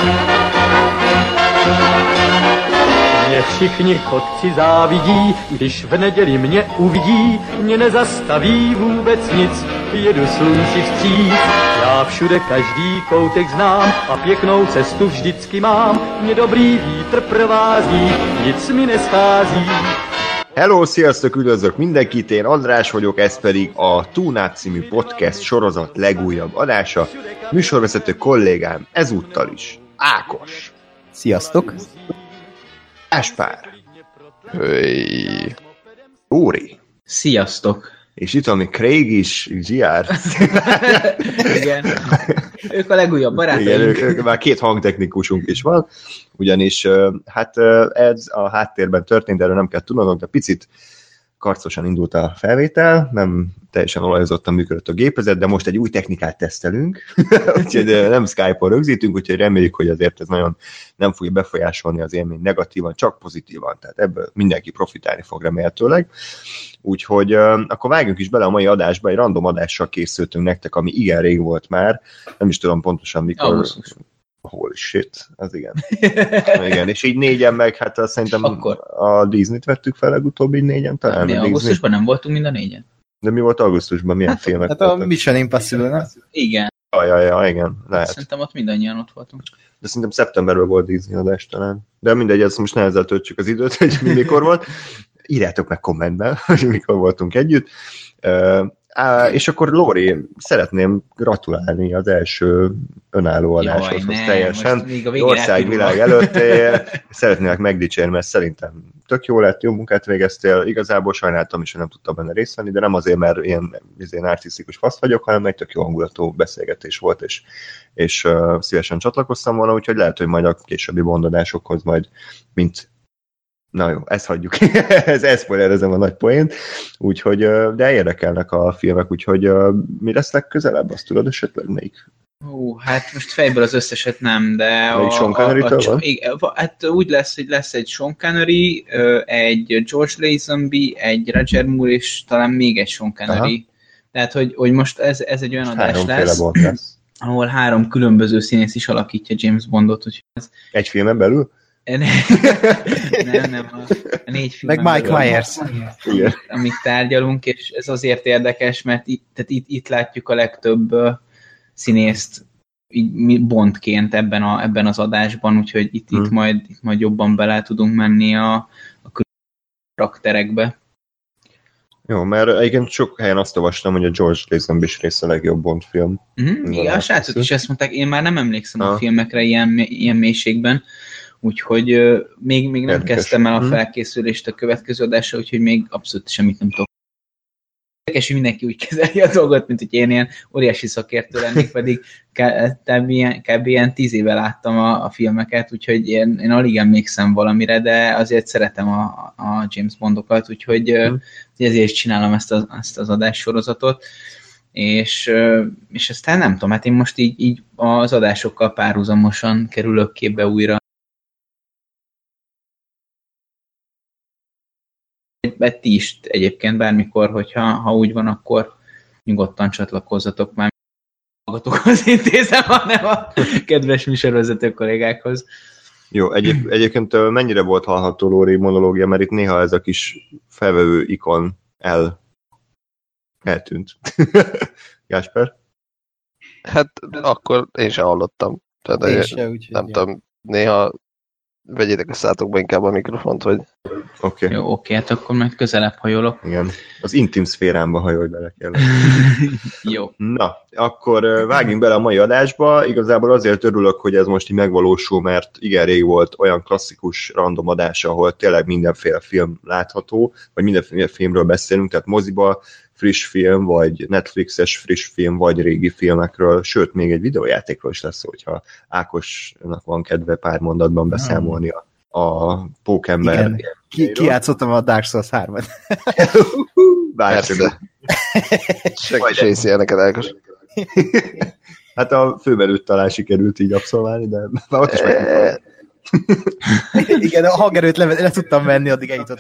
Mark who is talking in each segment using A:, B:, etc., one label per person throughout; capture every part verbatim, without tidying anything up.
A: Mě všichni chodci závidí, když v neděli mě uvidí, mě nezastaví vůbec nic, jedu slunci vstříc. Já všude každý koutek znám a pěknou cestu vždycky mám, mě dobrý vítr provází, nic mi neschází.
B: Hello, sziasztok, üdvözlök mindenkit, én András vagyok, ez pedig a Túnát című podcast sorozat legújabb adása. Műsorvezető kollégám ezúttal is, Ákos.
C: Sziasztok.
B: Gáspár.
D: Hey.
B: Óri.
E: Sziasztok.
B: És itt van még Craig is, gé er.
E: Igen. Ők a legújabb barátaink.
B: Igen, ők, ők, már két hangtechnikusunk is van, ugyanis hát ez a háttérben történt, erről nem kell tudnodok, de picit karcosan indult a felvétel, nem teljesen olajozottan működött a gépezet, de most egy új technikát tesztelünk, úgyhogy nem Skype-on rögzítünk, úgyhogy reméljük, hogy azért ez nagyon nem fogja befolyásolni az élmény negatívan, csak pozitívan, tehát ebből mindenki profitálni fog remélhetőleg. Úgyhogy uh, akkor vágjunk is bele a mai adásba, egy random adással készültünk nektek, ami igen rég volt már, nem is tudom pontosan mikor.
E: Augusztus.
B: Holy shit, az igen. Igen, és így négyen meg, hát azt szerintem
E: akkor
B: a Disney-t vettük fel legutóbb, így négyen talán.
E: Mi augusztusban nem voltunk mind a négyen?
B: De mi volt augusztusban? Milyen
C: hát,
B: filmek
C: hát
B: voltak?
C: A Mission Impossible, nem?
E: Igen.
B: Ja, ja, ja, igen, lehet.
E: Szerintem ott mindannyian ott voltunk.
B: De szerintem szeptemberben volt Disney adás talán. De mindegy, ezt most nehezel töltsük az időt, hogy mi mikor volt. Írjátok meg kommentben, hogy mikor voltunk együtt. Uh, Á, és akkor Lóri, szeretném gratulálni az első önálló adáshoz teljesen. Országvilág előtt szeretnélek megdicsérni, mert szerintem tök jó lett, jó munkát végeztél. Igazából sajnáltam is, hogy nem tudtam benne részt venni, de nem azért, mert ilyen, ilyen narcisztikus fasz vagyok, hanem egy tök jó hangulatú beszélgetés volt, és, és uh, szívesen csatlakoztam volna, úgyhogy lehet, hogy majd a későbbi bondadásokhoz majd, mint na jó, ezt hagyjuk. ez, ezt spoilerezem a nagy poént. Úgyhogy, de érdekelnek a filmek, úgyhogy mi lesz legközelebb? Azt tudod esetleg melyik?
E: Ó, hát most fejből az összeset nem, de...
B: A, Sean Connery-től van?
E: Igen, hát úgy lesz, hogy lesz egy Sean Connery, egy George Lazenby, egy Roger Moore, és talán még egy Sean Connery. Aha. Tehát, hogy, hogy most ez, ez egy olyan adás lesz, lesz, ahol három különböző színész is alakítja James Bondot. Úgyhogy ez...
B: Egy filmen belül?
E: nem, nem, a, a négy film.
C: Meg Mike Myers.
E: Amit, amit tárgyalunk, és ez azért érdekes, mert itt, tehát itt, itt látjuk a legtöbb uh, színészt így Bondként ebben, a, ebben az adásban, úgyhogy itt, hmm. itt, majd, itt majd jobban bele tudunk menni a, a karakterekbe.
B: Jó, mert egyébként sok helyen azt olvastam, hogy a George Lazenby is része a legjobb Bond film.
E: Mm-hmm. Igen, a srácok is ezt mondták, én már nem emlékszem ah. a filmekre ilyen, ilyen mélységben, úgyhogy uh, még, még nem Érdekes. kezdtem el a felkészülést a következő adásra, úgyhogy még abszolút semmit nem tudok. Érdekes, hogy mindenki úgy kezeli a dolgot, mint hogy én ilyen óriási szakértő lennék, pedig kb. ilyen, kb. ilyen tíz éve láttam a, a filmeket, úgyhogy én, én alig emlékszem valamire, de azért szeretem a, a James Bondokat, úgyhogy mm. ezért is csinálom ezt, a, ezt az adássorozatot. És, és aztán nem tudom, hát én most így, így az adásokkal párhuzamosan kerülök képbe újra. Egy ti is egyébként bármikor, hogyha ha úgy van, akkor nyugodtan csatlakozzatok már. Hallgatókhoz intézem, hanem a kedves műsorvezető kollégákhoz.
B: Jó, egyéb, egyébként mennyire volt hallható Lóri monológia, mert itt néha ez a kis felvevő ikon el, eltűnt. Gásper?
D: Hát akkor én sem hallottam. Tehát
C: én
D: egy,
C: sem, úgy,
D: nem tudom, néha vegyétek a szátokba inkább a mikrofont, hogy...
B: Oké.
E: Okay. Jó, oké, hát akkor majd közelebb hajolok.
B: Igen, az intim szférámba hajolj bele kell.
E: Jó.
B: Na, akkor vágjunk bele a mai adásba. Igazából azért örülök, hogy ez most így megvalósul, mert igen rég volt olyan klasszikus random adás, ahol tényleg mindenféle film látható, vagy mindenféle filmről beszélünk, tehát moziba friss film, vagy Netflixes friss film, vagy régi filmekről, sőt, még egy videójátékról is lesz, hogyha Ákosnak van kedve pár mondatban beszámolni a, a Pókember.
C: Ki, kijátszottam a Dark Souls hármat.
D: Persze. Senki se hiszi el neked, Ákos.
B: Hát a főmerőt talán sikerült így abszolválni, de már ott is meg.
C: Igen, a hangerőt le, le tudtam venni, addig eljutott.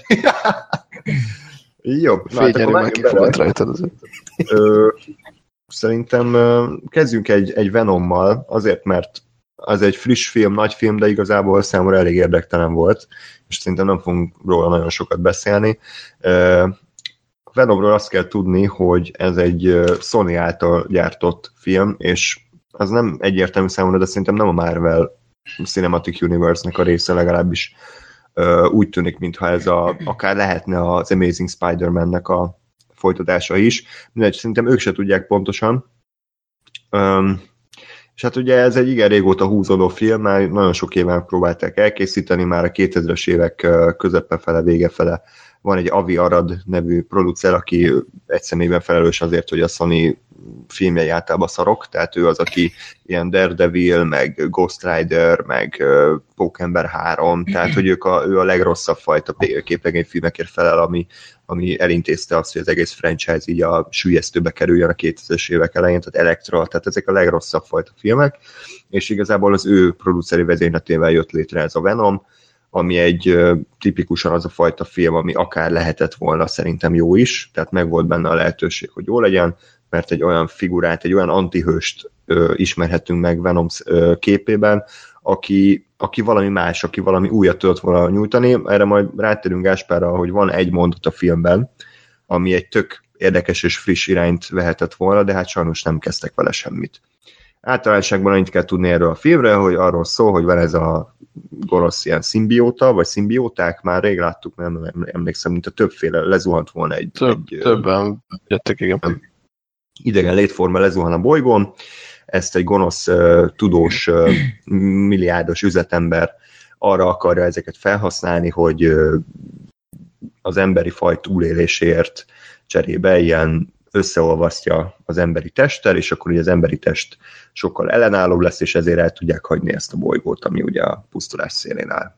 B: Jó,
D: fényerő meg kifogott rajtad azért.
B: Ö, szerintem kezdjünk egy, egy Venommal, azért, mert az egy friss film, nagy film, de igazából számomra elég érdektelen volt, és szerintem nem fogunk róla nagyon sokat beszélni. A Venomról azt kell tudni, hogy ez egy Sony által gyártott film, és az nem egyértelmű számomra, de szerintem nem a Marvel Cinematic Universe-nek a része, legalábbis úgy tűnik, mintha ez a, akár lehetne az Amazing Spider-Man-nek a folytatása is. Mindegy, szerintem ők se tudják pontosan. Um, és hát ugye ez egy igen régóta húzódó film, már nagyon sok éven próbálták elkészíteni, már a kétezres évek közepe fele, vége fele van egy Avi Arad nevű producer, aki egy személyben felelős azért, hogy a Sony filmjei általában szarok, tehát ő az, aki ilyen Daredevil, meg Ghost Rider, meg uh, Pókember három, tehát hogy ők a, ő a legrosszabb fajta képregényfilmekért felel, ami, ami elintézte azt, hogy az egész franchise így a süllyesztőbe kerüljön a kétezres évek elején, tehát Elektra, tehát ezek a legrosszabb fajta filmek, és igazából az ő produceri vezényletével jött létre ez a Venom, ami egy uh, tipikusan az a fajta film, ami akár lehetett volna szerintem jó is, tehát meg volt benne a lehetőség, hogy jó legyen, mert egy olyan figurát, egy olyan antihőst ö, ismerhetünk meg Venom ö, képében, aki, aki valami más, aki valami újat tudott volna nyújtani. Erre majd rátérünk Gáspárra, hogy van egy mondat a filmben, ami egy tök érdekes és friss irányt vehetett volna, de hát sajnos nem kezdtek vele semmit. Általánosságban annyit kell tudni erről a filmről, hogy arról szól, hogy van ez a gonosz ilyen szimbióta, vagy szimbióták, már rég láttuk, nem emlékszem, mint a többféle lezuhant volna egy...
D: Több,
B: egy
D: többen jöttek, igen.
B: Idegen létforma lezuhan a bolygón, ezt egy gonosz, uh, tudós, uh, milliárdos üzletember arra akarja ezeket felhasználni, hogy uh, az emberi faj túléléséért cserébe ilyen összeolvasztja az emberi testtel, és akkor ugye az emberi test sokkal ellenállóbb lesz, és ezért el tudják hagyni ezt a bolygót, ami ugye a pusztulás szélén áll.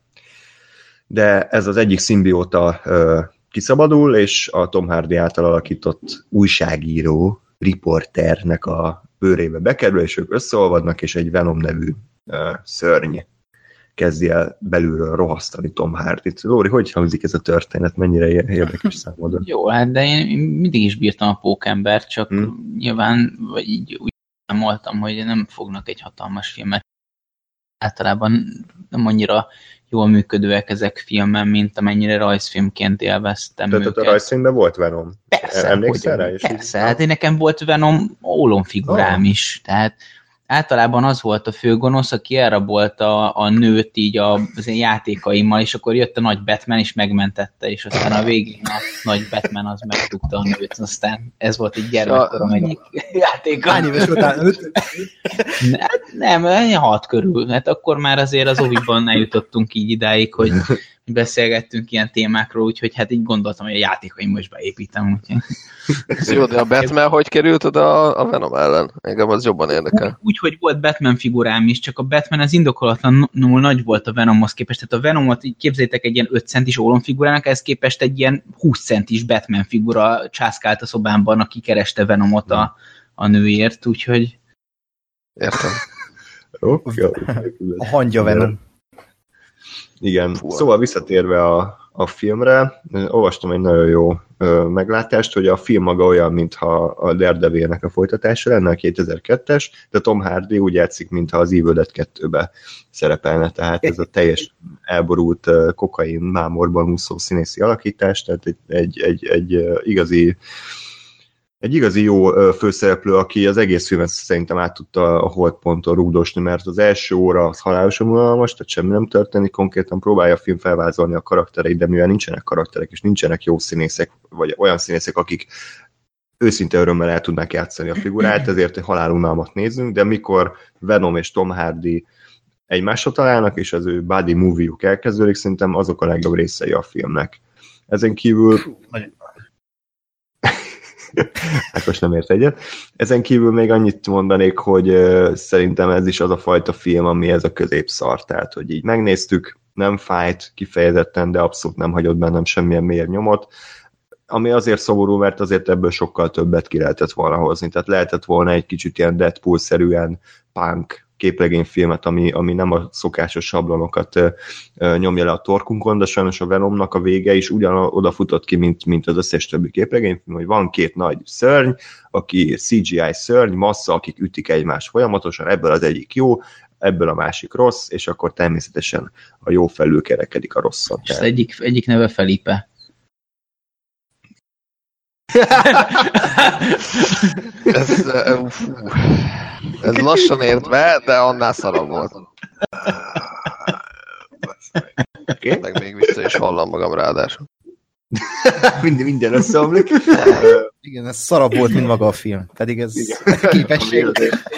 B: De ez az egyik szimbióta uh, kiszabadul, és a Tom Hardy által alakított újságíró, riporternek a bőrébe bekerül, és ők összeolvadnak, és egy Venom nevű uh, szörny kezdi el belülről rohasztani Tom Hardyt. Lóri, hogy hangzik ez a történet? Mennyire érdekes számodra?
E: Jó, hát de én mindig is bírtam a Pókembert, csak hmm. nyilván vagy így úgy számoltam, hogy nem fognak egy hatalmas filmet. Általában nem annyira jól működőek ezek filmen, mint amennyire rajzfilmként élveztem
B: Tehát
E: őket.
B: a rajzfilmben volt Venom?
E: Persze,
B: emlékszel rá?
E: Persze, hát én nekem volt Venom ólomfigurám oh. is, tehát általában az volt a főgonosz, aki elrabolta a nőt így a, az én játékaimmal, és akkor jött a nagy Batman, és megmentette, és aztán a végén a nagy Batman az megtudta a nőt, aztán ez volt egy gyermekkorom egyik játéka.
C: Hány éves voltál?
E: Nem, nem, hat körül, hát akkor már azért az oviban eljutottunk így idáig, hogy beszélgettünk ilyen témákról, úgyhogy hát így gondoltam, hogy a játékaim most beépítem.
D: Jó, de a Batman hogy került oda a Venom ellen? Engem az jobban érdekel.
E: Úgy, hogy volt Batman figurám is, csak a Batman az indokolatlanul nagy volt a Venomhoz képest. Tehát a Venomot így képzeljétek egy ilyen öt centis ólomfigurának, ehhez képest egy ilyen húsz centis Batman figura császkált a szobámban, aki kereste Venomot a, a nőért, úgyhogy...
D: Értem.
C: A hangya Venom.
B: Igen, Fú, szóval visszatérve a, a filmre, olvastam egy nagyon jó ö, meglátást, hogy a film maga olyan, mintha a Daredevilnek a folytatása lenne, a kétezer-kettes, de Tom Hardy úgy játszik, mintha az Evil Dead kettőbe szerepelne, tehát ez a teljes elborult uh, kokain mámorban úszó színészi alakítás, tehát egy, egy, egy, egy uh, igazi Egy igazi jó főszereplő, aki az egész filmet szerintem át tudta a holdponton rúgdosni, mert az első óra az halálosan unalmas, tehát semmi nem történik, konkrétan próbálja a film felvázolni a karaktereit, de mivel nincsenek karakterek, és nincsenek jó színészek, vagy olyan színészek, akik őszinte örömmel el tudnák játszani a figurát, ezért egy halálunalmat nézzünk, de mikor Venom és Tom Hardy egymásra találnak, és az ő buddy movie-juk elkezdődik, szerintem azok a legjobb részei a filmnek. Ezen kívül... Ákos nem ért egyet. Ezen kívül még annyit mondanék, hogy uh, szerintem ez is az a fajta film, ami ez a középszar, tehát hogy így megnéztük, nem fájt kifejezetten, de abszolút nem hagyott bennem semmilyen mély nyomot, ami azért szomorú, mert azért ebből sokkal többet ki lehetett volna hozni, tehát lehetett volna egy kicsit ilyen Deadpool-szerűen punk képregényfilmet, ami, ami nem a szokásos sablonokat ö, ö, nyomja le a torkunkon, de sajnos a Venomnak a vége is ugyan oda futott ki, mint, mint az összes többi képregényfilm, hogy van két nagy szörny, aki cé gé í szörny, massza, akik ütik egymást folyamatosan, ebből az egyik jó, ebből a másik rossz, és akkor természetesen a jó felül kerekedik a rosszat.
E: És az egyik, egyik neve Felipe.
D: ez, ez lassan ért be, de annál szarabb volt. Okay. Meg még vissza is hallom magam ráadásul.
B: minden, minden összeomlik.
C: Igen, ez szarabb volt, mint maga a film. Pedig ez képesség.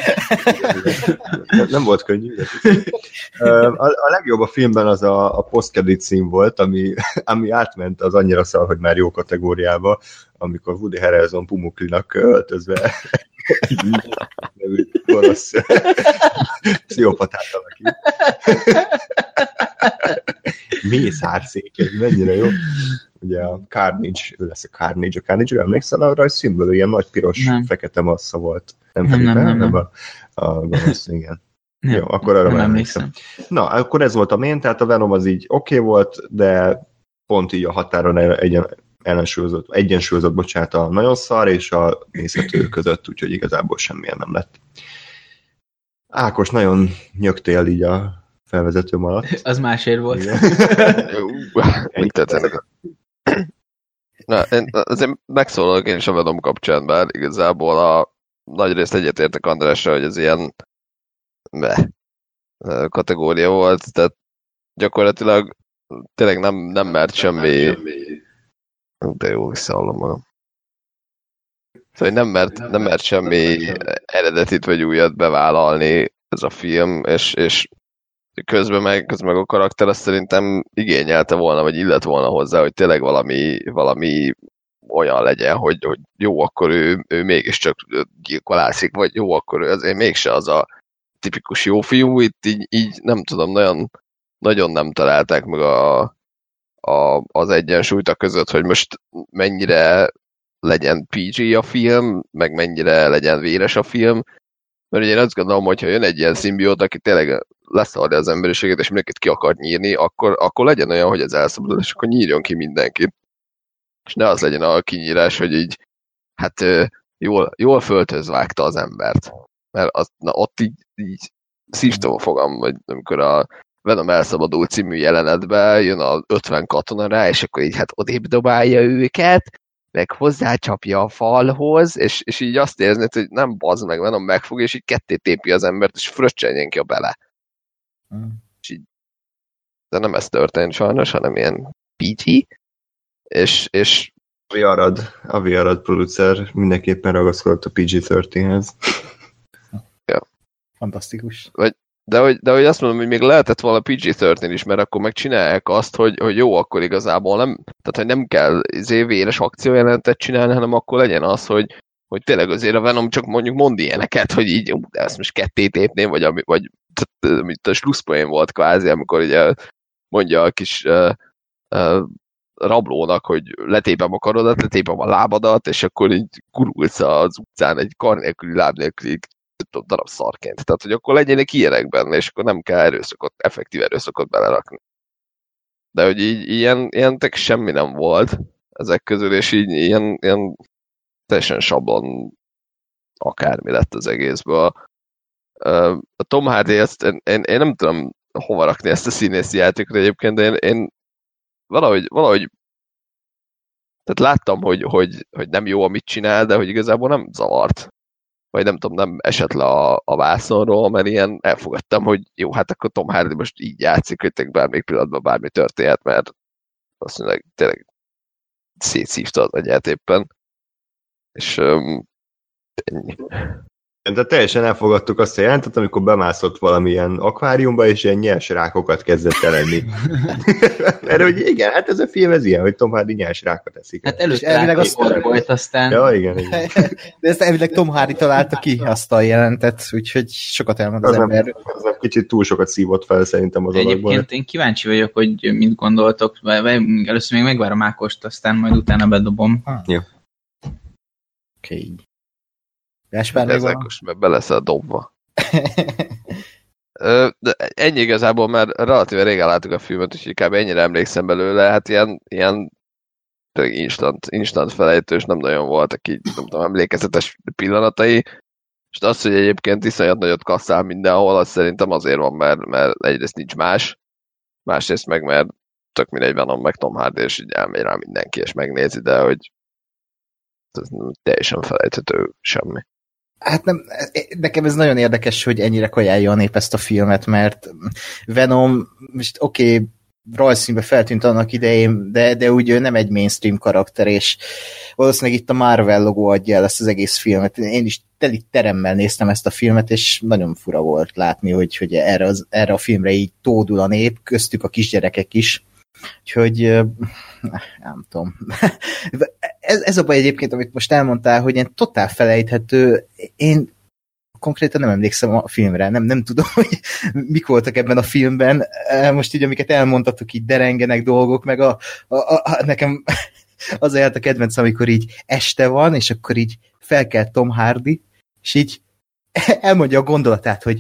B: Nem volt könnyű. A, a legjobb a filmben az a, a post-credit szín volt, ami, ami átment az annyira szar, hogy már jó kategóriába, amikor Woody Harrelson Pumuklinak öltözve nevű gonosz pszichopatát alakít. Mész árszék, ez mennyire jó. Ugye a Carnage, ő lesz a Carnage. A Carnage-re emlékszel a rajzfilmből? Ilyen nagy piros, nem. fekete massza volt. Nem,
E: nem,
B: Felipe,
E: nem, nem, nem.
B: A, a gonosz, igen.
E: Nem,
B: jó, akkor arra
E: nem
B: emlékszem.
E: emlékszem.
B: Na, akkor ez volt a main, tehát a Venom az így oké okay volt, de pont így a határon egyen, ellensúlyozott, egyensúlyozott, bocsánat, a nagyon szar és a nézhető között, úgyhogy igazából semmilyen nem lett. Ákos, nagyon nyögtél így a felvezetőm alatt.
E: Az másért volt.
D: Mit tetszenek? Na, én azért megszólalok én is a Venom kapcsán, bár igazából a nagy részt egyetértek Andrásra, hogy ez ilyen be, kategória volt, tehát gyakorlatilag tényleg nem, nem mert semmi... De jó, visszahallom magam. Szóval nem mert, nem mert semmi eredetit vagy újat bevállalni ez a film, és, és közben meg, közben meg a karakter azt szerintem igényelte volna, vagy illet volna hozzá, hogy tényleg valami, valami olyan legyen, hogy, hogy jó, akkor ő, ő mégiscsak gyilkolászik, vagy jó, akkor ő azért mégse az a tipikus jó fiú, itt így, így nem tudom, nagyon, nagyon nem találták meg a, a, az egyensúlyt a között, hogy most mennyire legyen pé gé a film, meg mennyire legyen véres a film, mert ugye én azt gondolom, hogy ha jön egy ilyen szimbiót, aki tényleg leszarja az emberiséget, és mindenkit ki akar nyírni, akkor, akkor legyen olyan, hogy ez elszabadul, és akkor nyírjon ki mindenkit. És ne az legyen a kinyírás, hogy így, hát jól, jól földhöz vágta az embert. Mert az, na, ott így, így szívtó fogam, vagy amikor a Venom elszabadul című jelenetben jön a ötven katona rá, és akkor így hát odébb dobálja őket, meg hozzácsapja a falhoz, és, és így azt érzed, hogy nem bazd meg, Venom megfog, és így ketté tépi az embert, és fröccsenjen ki a bele. Mm. És így, de nem ez történt sajnos, hanem ilyen pé gé, és, és
B: Avi Arad, Avi Arad producer mindenképpen ragaszkodott a pé gé tizenhez.
D: Ja.
C: Fantasztikus.
D: Vagy, de, hogy, de hogy azt mondom, hogy még lehetett volna pé gé tizenhárom is, mert akkor megcsinálják azt, hogy, hogy jó, akkor igazából nem, tehát hogy nem kell véres akciójelentet csinálni, hanem akkor legyen az, hogy, hogy tényleg azért a Venom csak mondjuk mond ilyeneket, hogy így, de ezt most ketté tépném, vagy, ami, vagy amit a slusszpoén volt kvázi, amikor ugye mondja a kis uh, uh, rablónak, hogy letépem a karodat, letépem a lábadat, és akkor így gurulsz az utcán egy kar nélküli, láb nélküli darab szarként. Tehát, hogy akkor legyenek ilyenek benne, és akkor nem kell erőszakot, effektív erőszakot belerakni. De hogy így ilyen, ilyen tek semmi nem volt ezek közül, és így ilyen, ilyen teljesen sablon akármi lett az egészből. A Tom Hardy, ezt én, én, én nem tudom hova rakni ezt a színészi játékot egyébként, de én, én valahogy, valahogy tehát láttam, hogy, hogy, hogy nem jó, amit csinál, de hogy igazából nem zavart. Vagy nem tudom, nem esett le a, a vászonról, mert ilyen elfogadtam, hogy jó, hát akkor Tom Hardy most így játszik, hogy bármelyik pillanatban bármi történhet, mert azt mondják, tényleg szétszívta az agyát éppen. És um, ennyi.
B: De teljesen elfogadtuk azt a jelentet, amikor bemászott valamilyen akváriumba, és ilyen nyers rákokat kezdett elenni. Mert hogy igen, hát ez a film ez ilyen, hogy Tom Hardy nyers rákat eszik.
E: Hát először elvileg az volt, aztán...
B: Ja, igen, igen.
C: De ezt elvileg Tom Hardy találta ki azt a jelentet, úgyhogy sokat elmond az, az ember.
B: Az nem kicsit túl sokat szívott fel szerintem az alakban.
E: Egyébként én kíváncsi vagyok, hogy mit gondoltok, először még megvárom Ákost, aztán majd utána bedobom.
C: Ah.
B: Jó.
C: Oké. Okay. Gáspár
D: még van? Mert be lesz a dobva. De ennyi igazából, mert relatíve régen láttuk a filmet, és inkább ennyire emlékszem belőle, hát ilyen, ilyen instant, instant felejtős nem nagyon voltak így, nem tudom, emlékezetes pillanatai, És az, hogy egyébként iszonyat nagyot kasszál mindenhol, az szerintem azért van, mert, mert egyrészt nincs más, másrészt meg, mert tök mindegy Venom, meg Tom Hardy, és így elmegy rá mindenki, és megnézi, de hogy ez teljesen felejthető semmi.
C: Hát nem, nekem ez nagyon érdekes, hogy ennyire kajálja a nép ezt a filmet, mert Venom, most oké, okay, rajzszínbe feltűnt annak idején, de, de úgy nem egy mainstream karakter, és valószínűleg itt a Marvel logó adja el ezt az egész filmet. Én is teli teremmel néztem ezt a filmet, és nagyon fura volt látni, hogy, hogy erre, az, erre a filmre így tódul a nép, köztük a kisgyerekek is. Úgyhogy nem tudom. Ez, ez a baj egyébként, amit most elmondtál, hogy én totál felejthető, én konkrétan nem emlékszem a filmre, nem, nem tudom, hogy mik voltak ebben a filmben. Most így, amiket elmondtatok, így derengenek dolgok, meg a, a, a, nekem az élt a kedvenc, amikor így este van, és akkor így felkelt Tom Hardy, és így elmondja a gondolatát, hogy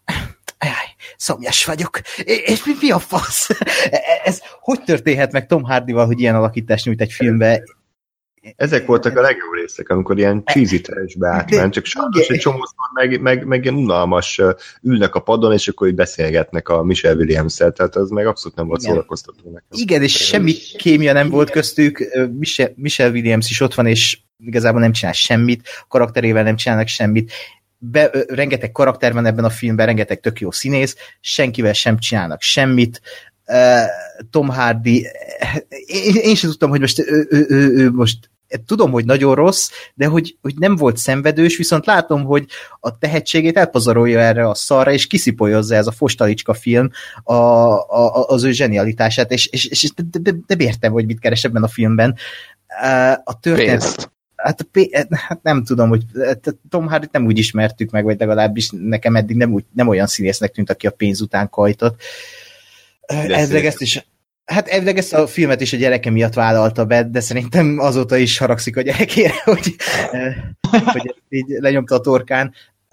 C: szomjas vagyok, és mi, mi a fasz? Ez hogy történhet meg Tom Hardyval, hogy ilyen alakítást nyújt egy filmbe?
B: Ezek voltak a legjobb részek, amikor ilyen cheesy trash-be átment, csak sajnos egy csomószor meg, meg, meg ilyen unalmas, ülnek a padon, és akkor így beszélgetnek a Michelle Williams-szel, tehát az meg abszolút nem volt igen. szórakoztató nekem.
C: Igen, és semmi kémia nem volt köztük, Michelle, Michelle Williams is ott van, és igazából nem csinál semmit, a karakterével nem csinálnak semmit. Be, rengeteg karakter van ebben a filmben, rengeteg tök jó színész, senkivel sem csinálnak semmit. Uh, Tom Hardy, én, én sem tudtam, hogy most ő, ő, ő, ő most tudom, hogy nagyon rossz, de hogy, hogy nem volt szenvedős, viszont látom, hogy a tehetségét elpazarolja erre a szarra, és kiszipolyozza ez a Fostalicska film a, a, az ő zsenialitását, és, és, és nem értem, hogy mit keres ebben a filmben. Uh, a történet... Hát, hát nem tudom, hogy Tom Hardy nem úgy ismertük meg, vagy legalábbis nekem eddig nem, úgy, nem olyan színésznek tűnt, aki a pénz után kajtott. Elvileg ezt is, hát elvileg ezt a filmet is a gyereke miatt vállalta be, de szerintem azóta is haragszik a gyerekére, hogy, hogy ezt így lenyomta a torkán.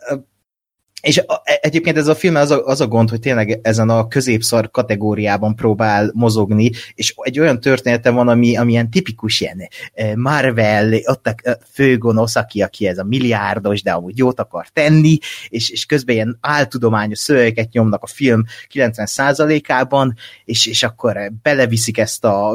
C: És a, egyébként ez a film az a, az a gond, hogy tényleg ezen a középszar kategóriában próbál mozogni, és egy olyan története van, ami, ami ilyen tipikus ilyen Marvel, ott a főgonosz, aki, aki ez a milliárdos, de amúgy jót akar tenni, és, és közben ilyen áltudományos szövegeket nyomnak a film kilencven százalékában, és, és akkor beleviszik ezt a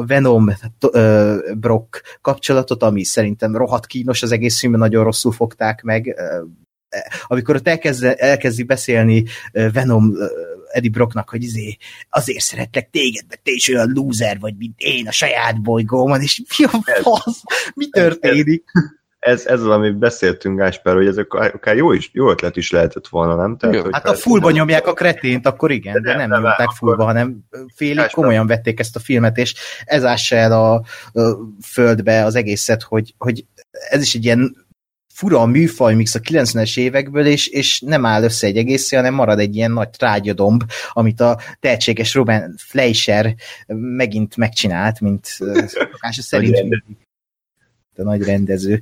C: Venom-Brock kapcsolatot, ami szerintem rohadt kínos, az egész filmben nagyon rosszul fogták meg, amikor ott elkezd, elkezdi beszélni Venom Eddie Brocknak, hogy izé, azért szeretlek téged, mert te is olyan lúzer vagy, mint én a saját bolygómon, és mi a fasz? Mi történik?
B: Ez, ez az, amit beszéltünk, Gáspár, hogy ez akár jó, is, jó ötlet is lehetett volna, nem? Tehát, hogy
C: hát a fullba nyomják a kretént, akkor igen, de, de nem, nem nyomták fullba, hanem félig Gáspár. Komolyan vették ezt a filmet, és ez ássa el a, a földbe az egészet, hogy, hogy ez is egy ilyen fura a műfajmix a kilencvenes évekből, és, és nem áll össze egy egész, hanem marad egy ilyen nagy trágyadomb, amit a tehetséges Robin Fleischer megint megcsinált, mint szokása szerint a nagy rendező.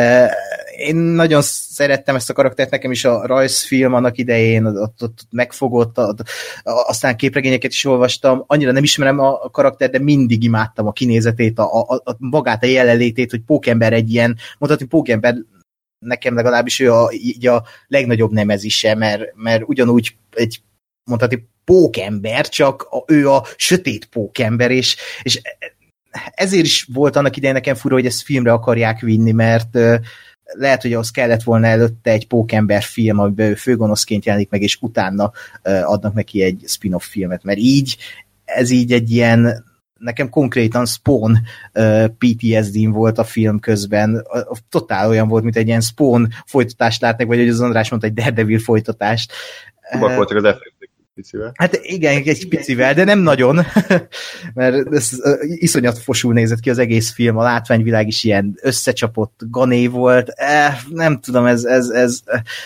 C: Én nagyon szerettem ezt a karaktert, nekem is a rajzfilm annak idején ott, ott megfogott, ott, aztán képregényeket is olvastam, annyira nem ismerem a karaktert, de mindig imádtam a kinézetét, a, a, a magát a jelenlétét, hogy Pókember egy ilyen, mondhatni Pókember nekem legalábbis ő a, így a legnagyobb nemezise, mert, mert ugyanúgy egy mondhatni pókember, csak a, ő a sötét pókember, és, és ezért is volt annak idején nekem fura, hogy ezt filmre akarják vinni, mert uh, lehet, hogy ahhoz kellett volna előtte egy pókember film, amiben ő főgonoszként jelenik meg, és utána uh, adnak neki egy spin-off filmet, mert így, ez így egy ilyen nekem konkrétan Spawn uh, pé té es dé-n volt a film közben. Totál olyan volt, mint egy ilyen Spawn folytatást látnak, vagy hogy az András mondta, egy Daredevil folytatást.
B: Kubak voltak az effektek picivel.
C: Hát igen, egy picivel, de nem nagyon, mert ez uh, iszonyat fosul nézett ki az egész film, a látványvilág is ilyen összecsapott gané volt. Eh, nem tudom, ez, ez, ez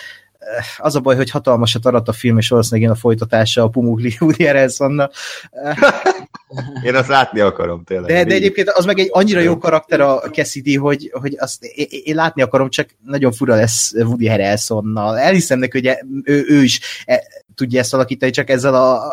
C: az a baj, hogy hatalmasat arat a film, és valószínűleg én a folytatása a Pumukli Woody Harrelsonnal.
B: Én azt látni akarom, tényleg.
C: De, de egyébként az meg egy annyira jó karakter a Cassidy, hogy, hogy azt én, én látni akarom, csak nagyon fura lesz Woody Harrelsonnal. Elhiszem neki, hogy ő, ő is e, tudja ezt alakítani, csak ezzel a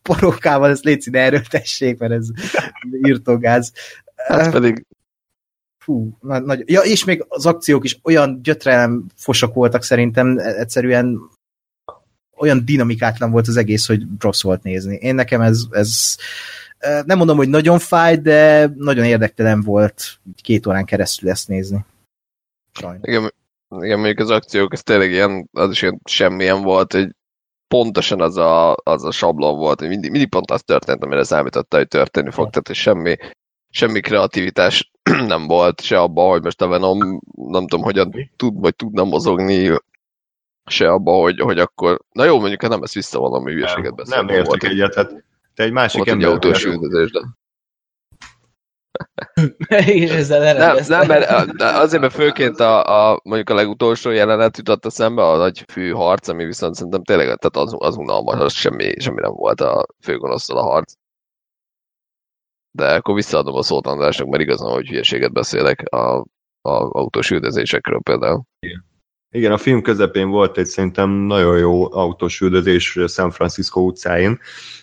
C: parókával, ezt légy színe erőltessék, mert ez írtógáz.
D: Hát pedig
C: Fú, nagy, nagy, ja, és még az akciók is olyan gyötrelem fosak voltak szerintem, egyszerűen olyan dinamikátlan volt az egész, hogy rossz volt nézni. Én nekem ez, ez nem mondom, hogy nagyon fáj, de nagyon érdektelen volt két órán keresztül ezt nézni. Sajnos.
D: Igen, igen, mondjuk az akciók, ez tényleg ilyen, az is ilyen semmilyen volt, hogy pontosan az a, az a sablon volt, hogy mindig, mindig pont az történt, amire számította, hogy történni fog, tehát és semmi, semmi kreativitás nem volt, se abban, hogy most a Venom nem tudom, hogyan tud, vagy tudna mozogni, se abban, hogy, hogy akkor, na jó, mondjuk, nem ezt visszavonom, hogy hülyeséget beszélni.
B: Nem értek egyet, hát te egy másik
D: ember... Volt egy autós üldözés, de... nem, nem, mert azért, mert főként a, a, mondjuk a legutolsó jelenet jutott a szembe, a nagy fű harc, ami viszont szerintem tényleg, tehát az, az unalmas, az semmi, semmi nem volt a főgonosztól a harc. De akkor visszaadom a szót Andrásnak, mert igazán, hogy hülyeséget beszélek a, a autós üldözésekről például.
B: Igen. Igen, a film közepén volt egy szerintem nagyon jó autós üldözés San Francisco utcáin,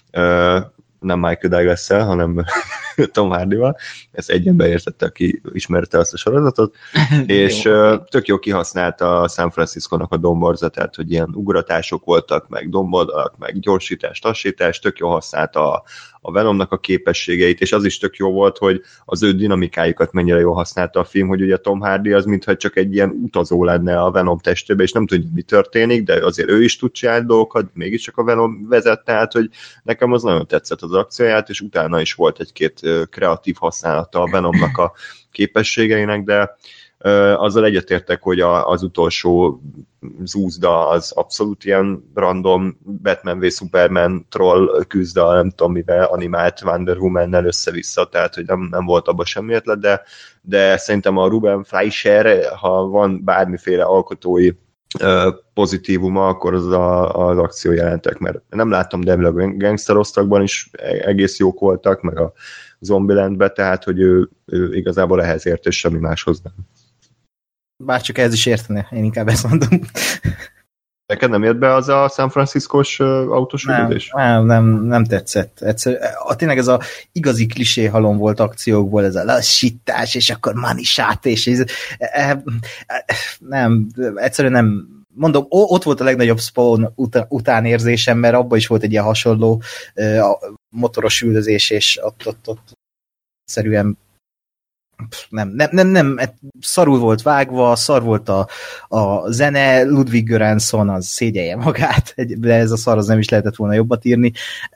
B: nem Michael Douglas-szel, hanem Tom Hardy-val. Ezt egy ember értette, aki ismerte azt a sorozatot, és jó. Tök jó kihasználta a San Francisco-nak a domborzatát, hogy ilyen ugratások voltak, meg domboldalak, meg gyorsítás, tassítás, tök jó használta a, a Venomnak a képességeit, és az is tök jó volt, hogy az ő dinamikájukat mennyire jól használta a film, hogy ugye Tom Hardy az mintha csak egy ilyen utazó lenne a Venom testébe, és nem tudja, mi történik, de azért ő is tud csinálni dolgokat, mégiscsak a Venom vezet, tehát, hogy nekem az nagyon tetszett az akcióját, és utána is volt egy-két kreatív használata a Venomnak a képességeinek, de azzal egyetértek, hogy a, az utolsó zúzda az abszolút ilyen random Batman v Superman troll küzda, nem tudom mivel, animált Wonder Woman-nel össze-vissza, tehát hogy nem, nem volt abban semmi ötlet, de, de szerintem a Ruben Fleischer, ha van bármiféle alkotói pozitívuma, akkor az a, az akciójelentek, mert nem láttam, de a Gangsterosztakban is egész jók voltak, meg a Zombielandben, tehát hogy ő, ő igazából ehhez ért, és semmi máshoz nem.
C: Bárcsak ehhez is értene, én inkább ezt mondom.
B: Neked nem jött be az a San Francisco-s autós üldözés?
C: Nem, nem, nem tetszett. Egyszer, a, tényleg ez a igazi klisé halom volt akciókból, ez a lassítás, és akkor manisát, és ez, e, e, nem, egyszerűen nem, mondom, ott volt a legnagyobb Spawn utánérzésem, mert abban is volt egy ilyen hasonló a motoros üldözés, és ott, ott, ott szerűen nem, nem, nem, nem, szarul volt vágva, szar volt a, a zene, Ludwig Göransson az szégyelje magát, de ez a szar az nem is lehetett volna jobbat írni.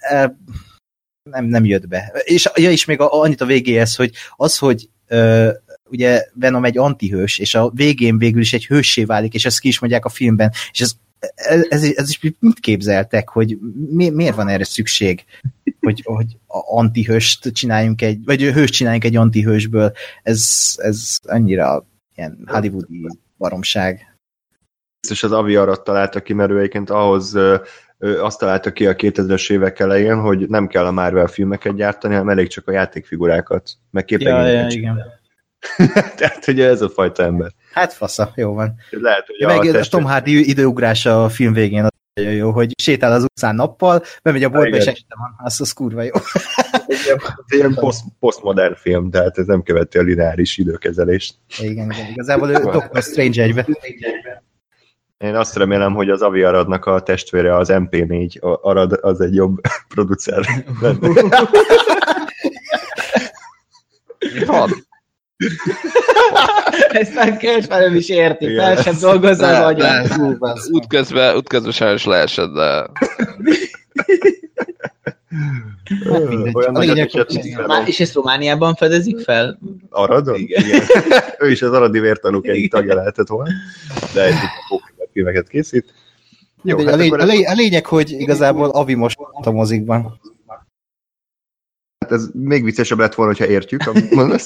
C: Nem, nem jött be. És, ja, és még a, annyit a végéhez, hogy az, hogy ö, ugye Venom egy antihős, és a végén végül is egy hőssé válik, és ezt ki is mondják a filmben, és ez, ez, ez, ez is mit képzeltek, hogy mi, miért van erre szükség, hogy, hogy antihőst csináljunk egy, vagy hőst csináljunk egy antihősből, ez, ez annyira ilyen hollywoodi baromság.
B: És az Avi Arad találta ki, mert ő egyébként ahhoz azt találta ki a kétezres évek elején, hogy nem kell a Marvel filmeket gyártani, hanem elég csak a játékfigurákat, meg képregényeket.
C: Ja, ja, igen.
B: Tehát, hogy ez a fajta ember.
C: Hát fasza, jó van.
B: Lehet, hogy
C: ja, a meg testet... a Tom Hardy időugrása a film végén az nagyon jó, hogy sétál az utcán nappal, bemegy a boltba, és este van. Az, az kurva jó.
B: Ez ilyen post, postmodern film, tehát ez nem követi a lineáris időkezelést.
C: Igen, igen. Igazából ő Doctor Strange egybe.
B: Én azt remélem, hogy az Avi Aradnak a testvére az em pé négy Arad, az egy jobb producer.
D: Van.
E: Ezt már Kölcs már nem is érti, fel sem dolgozza az agyát.
D: Útközben, útközben sajnos leesett, de...
E: Hát és ezt Romániában fedezik fel?
B: Aradon? Igen. Igen. Ő is az aradi vértanúk egy tagja lehetett volna, de egy filmeket készít.
C: Jó, hát a, lény, a, lény, a lényeg, hogy igazából Avi most a mozikban.
B: Hát ez még viccesebb lett volna, hogyha értjük, amit mondasz.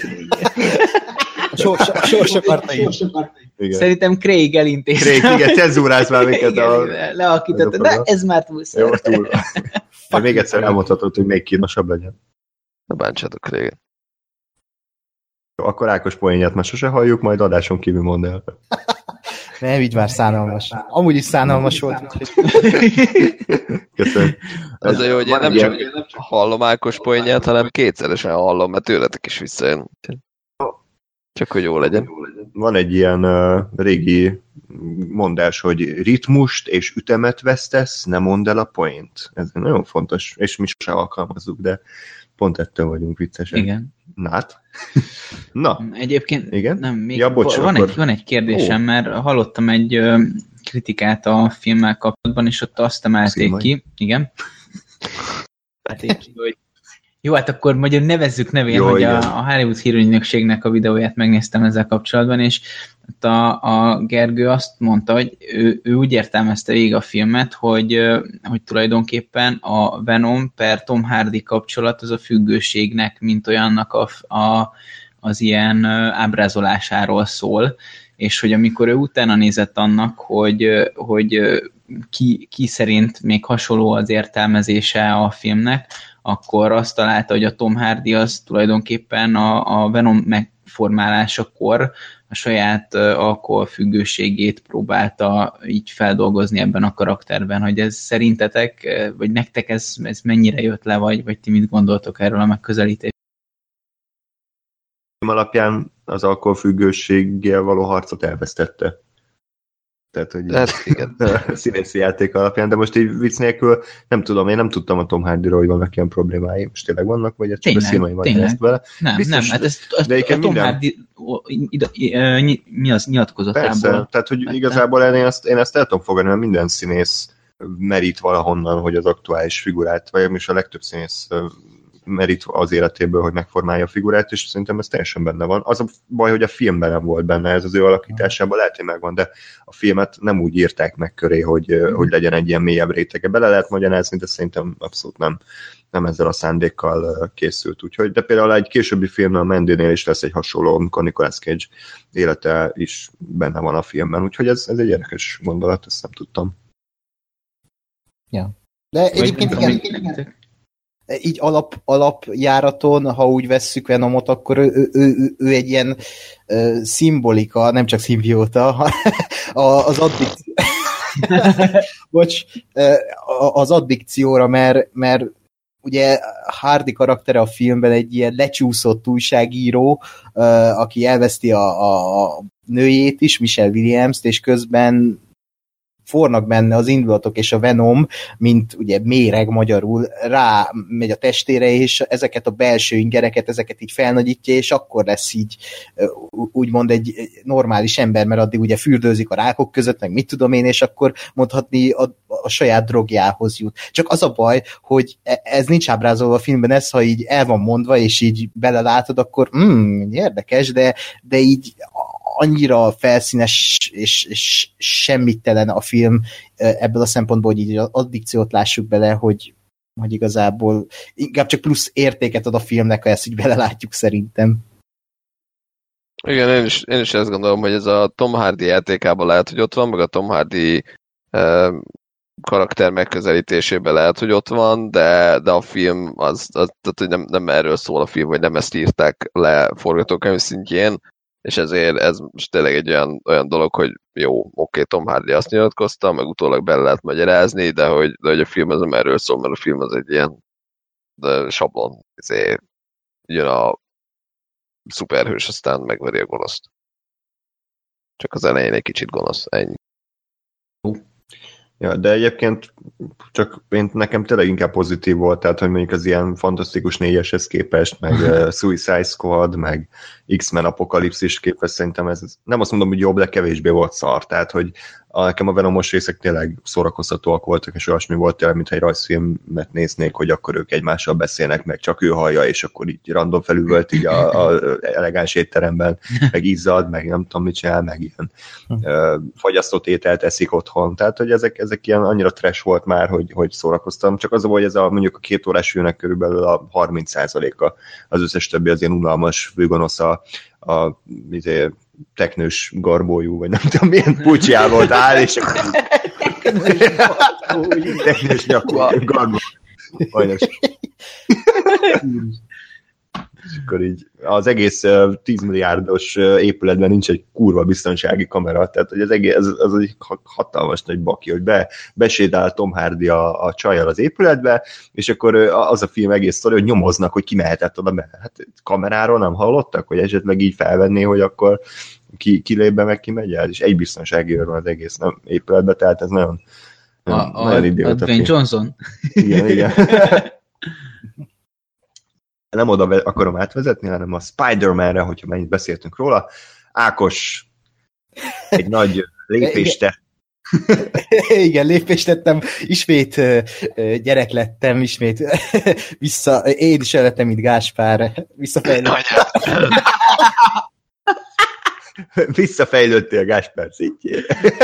C: Sors, sors akarta így.
E: Szerintem Craig elintézte.
B: Craig, igen, cenzúráz már minket a...
E: Lealakította, de ez már túlszor.
B: Jó, túl. De még egyszer elmondhatod, hogy még kínosabb legyen.
D: Ne bántsátok Craig-et.
B: Jó, akkor Ákos poénját már sose halljuk, majd adáson kívül mondd el.
C: Nem, így már szánalmas. Amúgy is szánalmas volt.
B: Köszönöm.
D: Az a jó, hogy én nem csak hallom Ákos poénját, hanem kétszeresen hallom, mert tőletek is visszajön. Csak hogy jó legyen.
B: Van egy ilyen uh, régi mondás, hogy ritmust és ütemet vesztesz, ne mondd el a point. Ez nagyon fontos, és mi se alkalmazzuk, de pont ettől vagyunk viccesek.
E: Igen.
B: Nát? Na.
E: Egyébként
B: igen?
E: Nem, még
B: ja, bocs,
E: van,
B: akkor...
E: egy, van egy kérdésem,
B: Ó.
E: mert hallottam egy ö, kritikát a filmmel kapcsolatban, és ott azt emelték
B: Színmai.
E: ki. Igen. Hát ki, hogy jó, hát akkor magyar nevezzük nevén,
B: Jó,
E: hogy
B: igen.
E: a, a Hollywood hírügynökségnek a videóját megnéztem ezzel kapcsolatban, és a, a Gergő azt mondta, hogy ő, ő úgy értelmezte végig a filmet, hogy, hogy tulajdonképpen a Venom per Tom Hardy kapcsolat az a függőségnek, mint olyannak a, a, az ilyen ábrázolásáról szól, és hogy amikor ő utána nézett annak, hogy, hogy ki, ki szerint még hasonló az értelmezése a filmnek, akkor azt találta, hogy a Tom Hardy az tulajdonképpen a, a Venom megformálásakor a saját alkoholfüggőségét próbálta így feldolgozni ebben a karakterben, hogy ez szerintetek, vagy nektek ez, ez mennyire jött le, vagy, vagy ti mit gondoltok erről a megközelítésről?
B: Alapján az alkoholfüggőséggel való harcot elvesztette. Tehát, hogy
D: hát, igen.
B: színészi játék alapján, de most így vicc nélkül nem tudom, én nem tudtam a Tom Hardyról, hogy vannak ilyen problémái. Most tényleg vannak, vagy ez csak tényleg, a színmai van ezt vele?
E: Nem,
B: biztos,
E: nem, hát ezt, ezt
B: de
E: a Tom
B: minden...
E: Hardy mi az nyilatkozatából.
B: Persze, tehát hogy igazából én ezt, én ezt el tudom fogadni, mert minden színész merít valahonnan, hogy az aktuális figurát, vagy is a legtöbb színész merít az életéből, hogy megformálja a figurát, és szerintem ez teljesen benne van. Az a baj, hogy a filmben nem volt benne, ez az ő alakításában lehet, hogy megvan, de a filmet nem úgy írták meg köré, hogy, mm. hogy legyen egy ilyen mélyebb rétege. Bele lehet magyarázni, de szerintem abszolút nem, nem ezzel a szándékkal készült. Úgyhogy, de például egy későbbi filmnél, a Mandynél is lesz egy hasonló, amikor Nicolas Cage élete is benne van a filmben. Úgyhogy ez, ez egy érdekes gondolat, ezt nem tudtam.
C: Ja. De egyébként igen, így alap, alapjáraton, ha úgy vesszük Venomot, akkor ő, ő, ő, ő egy ilyen uh, szimbolika, nem csak szimbióta, az addikció... Bocs, az addikcióra, mert, mert ugye Hardy karaktere a filmben egy ilyen lecsúszott újságíró, uh, aki elveszti a, a, a nőjét is, Michelle Williams-t, és közben fornak benne az indulatok, és a Venom, mint ugye méreg magyarul, rá megy a testére, és ezeket a belső ingereket, ezeket így felnagyítja, és akkor lesz így úgymond egy normális ember, mert addig ugye fürdőzik a rákok között, meg mit tudom én, és akkor mondhatni a, a saját drogjához jut. Csak az a baj, hogy ez nincs ábrázolva a filmben, ez, ha így el van mondva, és így belelátod, akkor mm, érdekes, de, de így annyira felszínes és, és semmittelen a film ebből a szempontból, hogy így az addikciót lássuk bele, hogy, hogy igazából inkább csak plusz értéket ad a filmnek, ha ezt így belelátjuk szerintem.
D: Igen, én is, én is ezt gondolom, hogy ez a Tom Hardy játékában lehet, hogy ott van, meg a Tom Hardy eh, karakter megközelítésében lehet, hogy ott van, de, de a film az, az tehát, hogy nem, nem erről szól a film, vagy nem ezt írták le forgatókönyv szintjén, és ezért ez most tényleg egy olyan, olyan dolog, hogy jó, oké, Tom Hardy azt nyilatkozta, meg utólag bele lehet magyarázni, de hogy, de hogy a film az nem erről szól, mert a film az egy ilyen de sablon, ezért jön a szuperhős, aztán megveri a gonoszt. Csak az elején egy kicsit gonosz, ennyi.
B: Ja, de egyébként csak én, nekem tényleg inkább pozitív volt, tehát hogy mondjuk az ilyen fantasztikus négyeshez képest, meg uh, Suicide Squad, meg X-Men Apokalipszis képest szerintem ez nem azt mondom, hogy jobb, de kevésbé volt szar, tehát hogy a, nekem a Venomos részek tényleg szórakoztatóak voltak, és olyasmi volt tényleg, mintha egy rajzfilmet néznék, hogy akkor ők egymással beszélnek, meg csak ő hallja, és akkor így random felüvölt így a, a elegáns étteremben, meg izzad, meg nem tudom mit csinál, meg ilyen uh, fagyasztott ételt eszik otthon, tehát hogy ezek, ezek ilyen annyira trash volt már, hogy, hogy szórakoztam, csak az a, hogy ez a mondjuk a két órás filmnek körülbelül a harminc százaléka, az összes többi az ilyen unalmas főgonosz a, a izé, teknős garbójú, vagy nem tudom, milyen pucsjával áll, és akkor teknős nyakú garbó. Sajnos. És akkor így az egész tíz milliárdos épületben nincs egy kurva biztonsági kamera, tehát hogy az egész, az, az egy hatalmas nagy baki, hogy be, besétál Tom Hardy a, a csajjal az épületbe, és akkor az a film egész sztori, hogy nyomoznak, hogy ki mehetett oda be. Hát kameráról nem hallottak, hogy esetleg így felvenné, hogy akkor ki, ki lép be, meg ki megy el, és egy biztonsági őr van az egész nem, épületben, tehát ez nagyon, nagyon,
E: a,
B: nagyon
E: a,
B: idióta.
E: a Dwayne Johnson?
B: Igen, igen. Nem oda akarom átvezetni, hanem a Spider-Man-re, hogyha mennyit beszéltünk róla. Ákos egy nagy lépést tett.
C: Igen, lépést tettem, ismét gyerek lettem, ismét vissza, én is lettem, mint Gáspár, visszafejlődtem.
B: Visszafejlődtél Gáspár szintjére.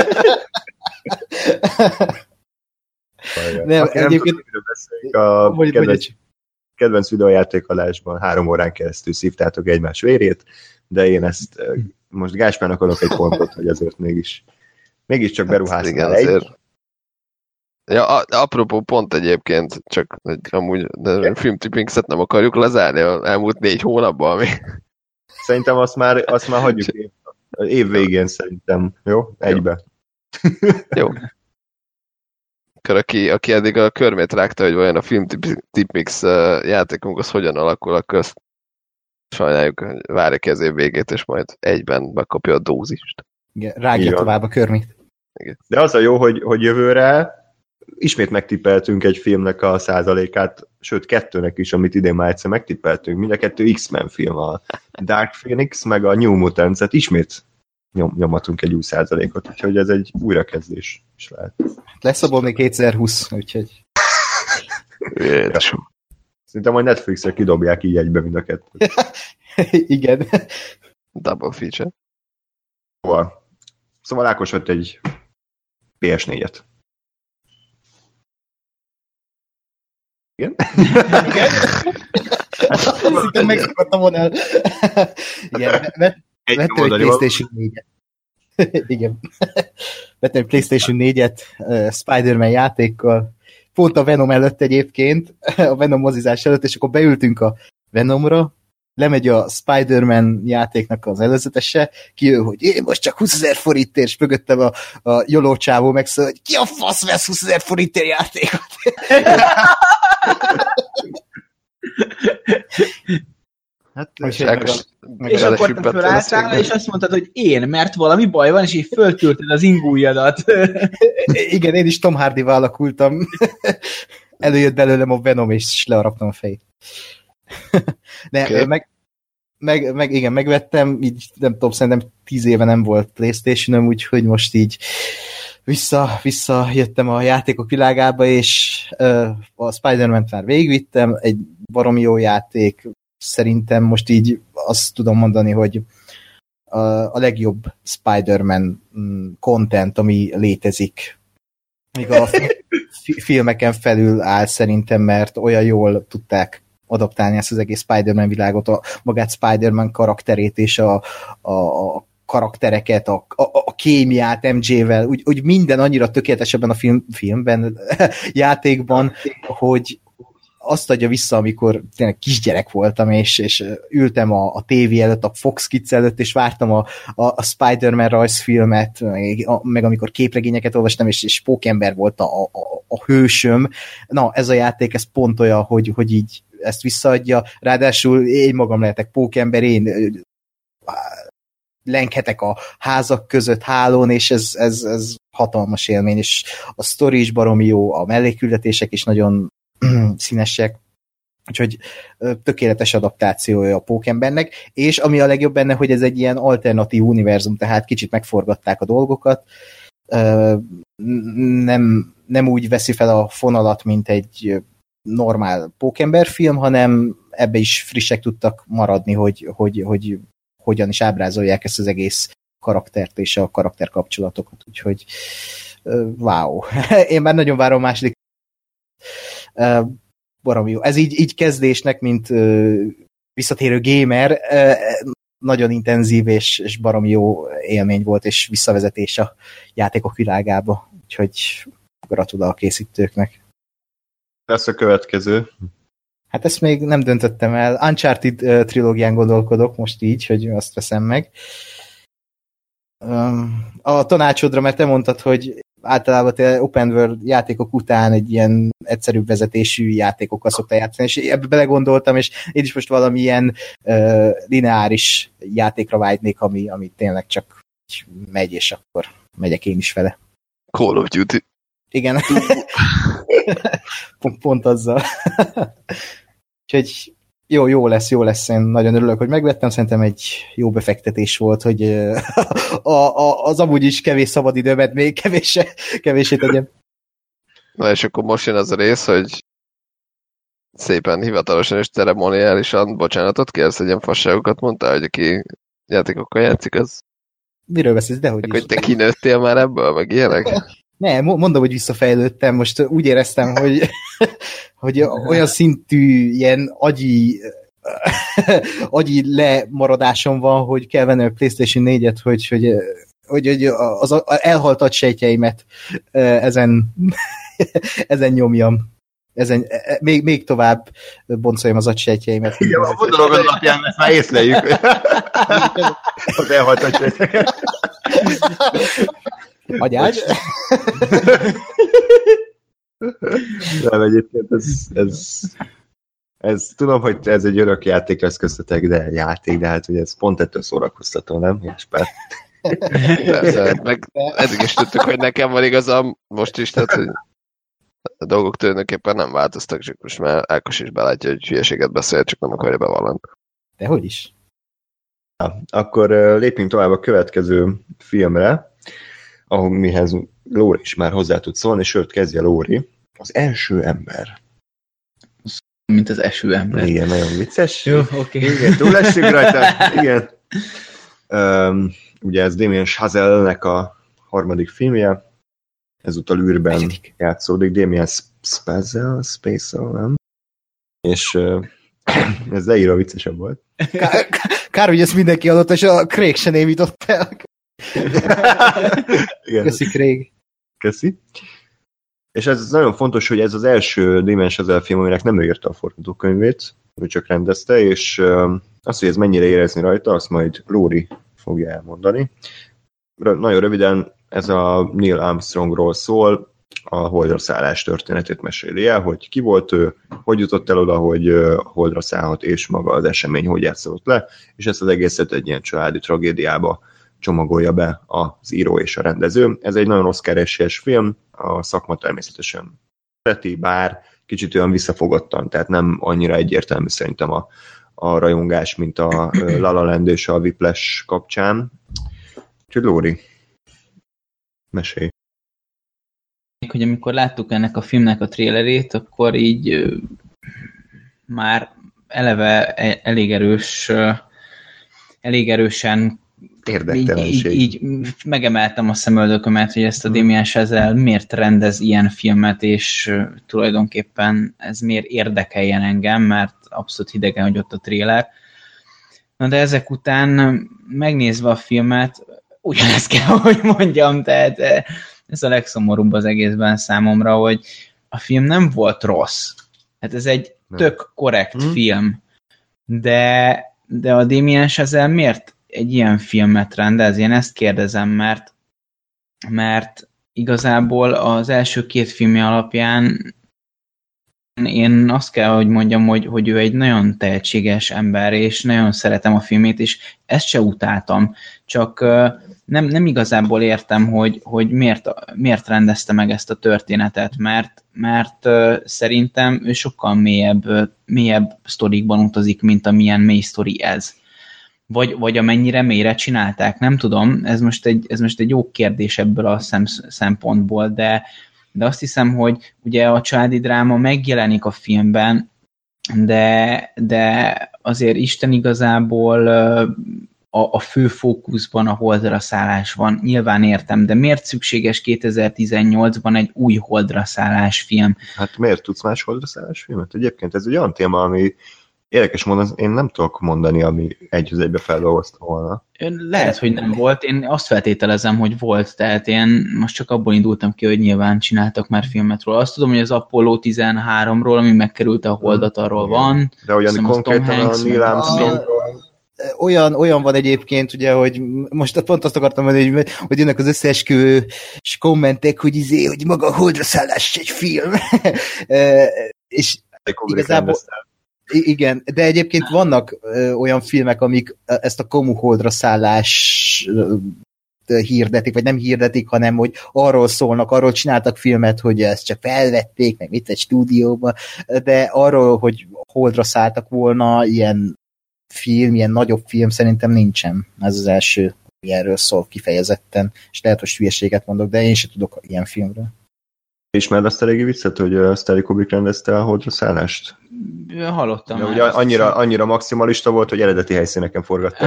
C: Nem, egyébként...
B: A kedvenc, kedvenc videójátékalásban három órán keresztül szívtátok egymás vérét, de én ezt most Gáspárnak adok egy pontot, hogy azért mégis mégiscsak beruháztál hát, egy.
D: Ja, a, apropó pont egyébként, csak hogy amúgy a filmtippingset nem akarjuk lezárni az elmúlt négy hónapban, ami...
B: Szerintem azt már, azt már hagyjuk év, év végén szerintem, jó? Egybe.
D: Jó. Akkor aki, aki eddig a körmét rágta, hogy vajon a filmtippmix játékunk az hogyan alakul, akkor azt sajnáljuk, hogy várja ki az év végét, és majd egyben megkapja a dózist.
C: Igen, rágja tovább a körmét.
B: Igen. De az a jó, hogy, hogy jövőre ismét megtippeltünk egy filmnek a százalékát, sőt kettőnek is, amit idén már egyszer megtippeltünk. Mind a kettő X-Men film, a Dark Phoenix, meg a New Mutants-et ismét nyom, nyomatunk egy új százalékot, úgyhogy ez egy újrakezdés is lehet.
C: Lesz abból még kétezer-húsz, úgyhogy...
B: Ja. Szerintem majd Netflixre kidobják így egybe mind a kettőt.
C: Igen.
D: Double feature.
B: Szóval, szóval Ákos vett egy pé es négyet. Igen?
C: Igen? Szinte megszakadtam volna el. Igen, vettem egy PlayStation négyet. Igen. Vettem egy PlayStation négyet uh, Spider-Man játékkal, pont a Venom előtt egyébként, a Venom mozizás előtt, és akkor beültünk a Venomra, lemegy a Spider-Man játéknak az előzetese, kijön, hogy én most csak húszezer forintért, és mögöttem a, a joló csávó megszól, hogy ki a fasz vesz húszezer forintért játékot?
E: Hát, és, Ákos, meg és akkor te fölálltál, és azt mondtad, hogy én, mert valami baj van, és így fölküldted az ingújadat.
C: Igen, én is Tom Hardy-val alakultam. Előjött belőlem a Venom, és learaptam a fejét. De, okay. meg, meg, meg, igen, megvettem, így nem tudom, szerintem tíz éve nem volt PlayStation-om, úgyhogy most így vissza, visszajöttem a játékok világába, és uh, a Spider-Man-t már végigvittem, egy baromi jó játék, szerintem most így azt tudom mondani, hogy a, a legjobb Spider-Man content, ami létezik. Még a filmeken felül áll szerintem, mert olyan jól tudták adaptálni ezt az egész Spider-Man világot, a magát Spider-Man karakterét és a, a, a karaktereket, a, a, a kémiát em jé-vel, úgy, úgy minden annyira tökéletes ebben a film, filmben, játékban, hogy azt adja vissza, amikor tényleg kisgyerek voltam, és, és ültem a, a tévé előtt, a Fox Kids előtt, és vártam a, a, a Spider-Man rajzfilmet, meg, a, meg amikor képregényeket olvastam, és, és Pókember volt a, a, a hősöm. Na, ez a játék, ez pont olyan, hogy, hogy így ezt visszaadja. Ráadásul én magam lehetek Pókember, én lenghetek a házak között hálón, és ez, ez, ez hatalmas élmény, és a sztori is baromi jó, a mellékküldetések is nagyon színesek, úgyhogy tökéletes adaptációja a Pókembernek, és ami a legjobb benne, hogy ez egy ilyen alternatív univerzum, tehát kicsit megforgatták a dolgokat, nem, nem úgy veszi fel a fonalat, mint egy normál Pókember film, hanem ebbe is frissek tudtak maradni, hogy, hogy, hogy hogyan is ábrázolják ezt az egész karaktert és a karakterkapcsolatokat, úgyhogy wow. Én már nagyon várom a második Uh, baromi jó. Ez így, így kezdésnek, mint uh, visszatérő gamer, uh, nagyon intenzív és, és baromi jó élmény volt, és visszavezetés a játékok világába. Úgyhogy gratulál a készítőknek.
B: Lesz a következő.
C: Hát ezt még nem döntöttem el. Uncharted uh, trilógián gondolkodok most így, hogy azt veszem meg. Um, a tanácsodra, mert te mondtad, hogy általában te open world játékok után egy ilyen egyszerűbb vezetésű játékokkal szoktál játszani, és ebbe belegondoltam, és én is most valamilyen uh, lineáris játékra vágynék, ami, ami tényleg csak megy, és akkor megyek én is vele.
D: Call of Duty.
C: Igen. pont, pont azzal. Úgyhogy jó, jó lesz, jó lesz. Én nagyon örülök, hogy megvettem. Szerintem egy jó befektetés volt, hogy a, a, az amúgy is kevés szabadidőmet még kevésé, kevésé tegyem.
D: Na és akkor most jön az a rész, hogy szépen hivatalosan és ceremoniálisan bocsánatot kérsz, hogy ilyen fasságokat mondtál, hogy aki játékokkal játszik, az...
C: Miről beszélsz? Dehogy is.
D: Hogy te kinőttél már ebből, meg ilyenek?
C: Ne, mondom, hogy visszafejlődtem. Most úgy éreztem, hogy, hogy olyan szintű ilyen agyi agyi lemaradásom van, hogy kell venni a PlayStation négyet, hogy, hogy, hogy, hogy az, az elhaltat sejtjeimet ezen, ezen nyomjam. Ezen, még, még tovább boncoljam az agysejtjeimet.
B: Igen, a dolog alapján ezt már észleljük. Az elhaltat sejtjeimet.
C: Agyágy?
B: Nem, egyébként ez, ez, ez, tudom, hogy ez egy örök játék lesz köztetek, de játék, de hát ugye ez pont ettől szórakoztató, nem? Jáspár?
D: Persze, meg eddig is tudtuk, hogy nekem van igazam, most is, tehát hogy a dolgok tulajdonképpen nem változtak, csak most már Ákos is belátja, hogy hülyeséget beszél, csak nem akarja bevallani.
C: Dehogy is.
B: Ja, akkor lépjünk tovább a következő filmre, ahol mihez Lóri is már hozzá tud szólni, sőt, kezdje Lóri. Az első ember.
E: Mint az eső ember.
B: Igen, nagyon vicces.
E: Jó, oké. Okay.
B: Igen, túl lessünk rajta. Igen. Um, ugye ez Damien Chazelle-nek a harmadik filmje. Ezúttal űrben Egyedik. játszódik. Damien Chazelle, Spacel, nem? És uh, ez leírva viccesebb volt.
C: Kár, kár, hogy ezt mindenki adott, és a Craig se némított el. Köszi, Craig.
B: Köszi. És ez nagyon fontos, hogy ez az első Damien Chazelle film, aminek nem ő írta a forgatókönyvét, ő csak rendezte, és azt, hogy ez mennyire érezni rajta, azt majd Lóri fogja elmondani. Nagyon röviden ez a Neil Armstrongról szól, a Holdra szállás történetét meséli el, hogy ki volt ő, hogy jutott el oda, hogy Holdra szállhat, és maga az esemény hogy játszott le, és ezt az egészet egy ilyen családi tragédiába csomagolja be az író és a rendező. Ez egy nagyon Oscar-esélyes film, a szakma természetesen szereti, bár kicsit olyan visszafogottan, tehát nem annyira egyértelmű szerintem a, a rajongás, mint a La La Land és a Whiplash kapcsán. Úgyhogy Lóri, mesélj.
E: Hogy amikor láttuk ennek a filmnek a trélerét, akkor így ö, már eleve elég erős, ö, elég erősen így, így, így megemeltem a szemöldökömet, hogy ezt a Damien Chazelle miért rendez ilyen filmet, és uh, tulajdonképpen ez miért érdekeljen engem, mert abszolút hidegen hagyott a tréler. Na de ezek után megnézve a filmet, ugyanezt kell, hogy mondjam, tehát ez a legszomorúbb az egészben számomra, hogy a film nem volt rossz. Hát ez egy nem. tök korrekt hmm. film, de, de a Damien Chazelle miért egy ilyen filmet rendez? Én ezt kérdezem, mert, mert igazából az első két filmje alapján én azt kell, hogy mondjam, hogy, hogy ő egy nagyon tehetséges ember, és nagyon szeretem a filmét, és ezt se utáltam. Csak nem, nem igazából értem, hogy, hogy miért, miért rendezte meg ezt a történetet, mert, mert szerintem ő sokkal mélyebb, mélyebb sztorikban utazik, mint amilyen mély sztori ez. Vagy, vagy amennyire mélyre csinálták, nem tudom, ez most egy, ez most egy jó kérdés ebből a szem, szempontból, de, de azt hiszem, hogy ugye a családi dráma megjelenik a filmben, de, de azért Isten igazából a, a fő fókuszban a Holdra szállás van, nyilván értem, de miért szükséges kétezer-tizennyolcban egy új Holdra szállás film?
B: Hát miért tudsz más Holdra szállás filmet? Egyébként ez egy olyan téma, ami Érdekes módon, én nem tudok mondani, ami egy az egybe feldolgozta volna.
E: Lehet, hogy nem volt. Én azt feltételezem, hogy volt, tehát én most csak abból indultam ki, hogy nyilván csináltak már filmet róla. Azt tudom, hogy az Apollo tizenháromról, ami megkerült a Holdat, arról van.
B: De olyan konkrétan a Neil Armstrong...
C: Olyan, olyan van egyébként, ugye, hogy most pont azt akartam mondani, hogy, hogy jönnek az összeesküvő kommentek, hogy, izé, hogy maga a Holdra szállás egy film. És igazából... Igen, de egyébként vannak ö, olyan filmek, amik ezt a komu Holdra szállás ö, hirdetik, vagy nem hirdetik, hanem hogy arról szólnak, arról csináltak filmet, hogy ezt csak felvették, meg itt egy stúdióban, de arról, hogy Holdra szálltak volna, ilyen film, ilyen nagyobb film szerintem nincsen. Ez az első, ami erről szól kifejezetten, és lehet, hogy hülyeséget mondok, de én sem tudok ilyen filmről.
B: Ismered azt a régi viccet, hogy Stanley Kubrick rendezte a Holdra szállást?
E: Hallottam.
B: De ugye annyira, annyira maximalista volt, hogy eredeti helyszíneken forgattak.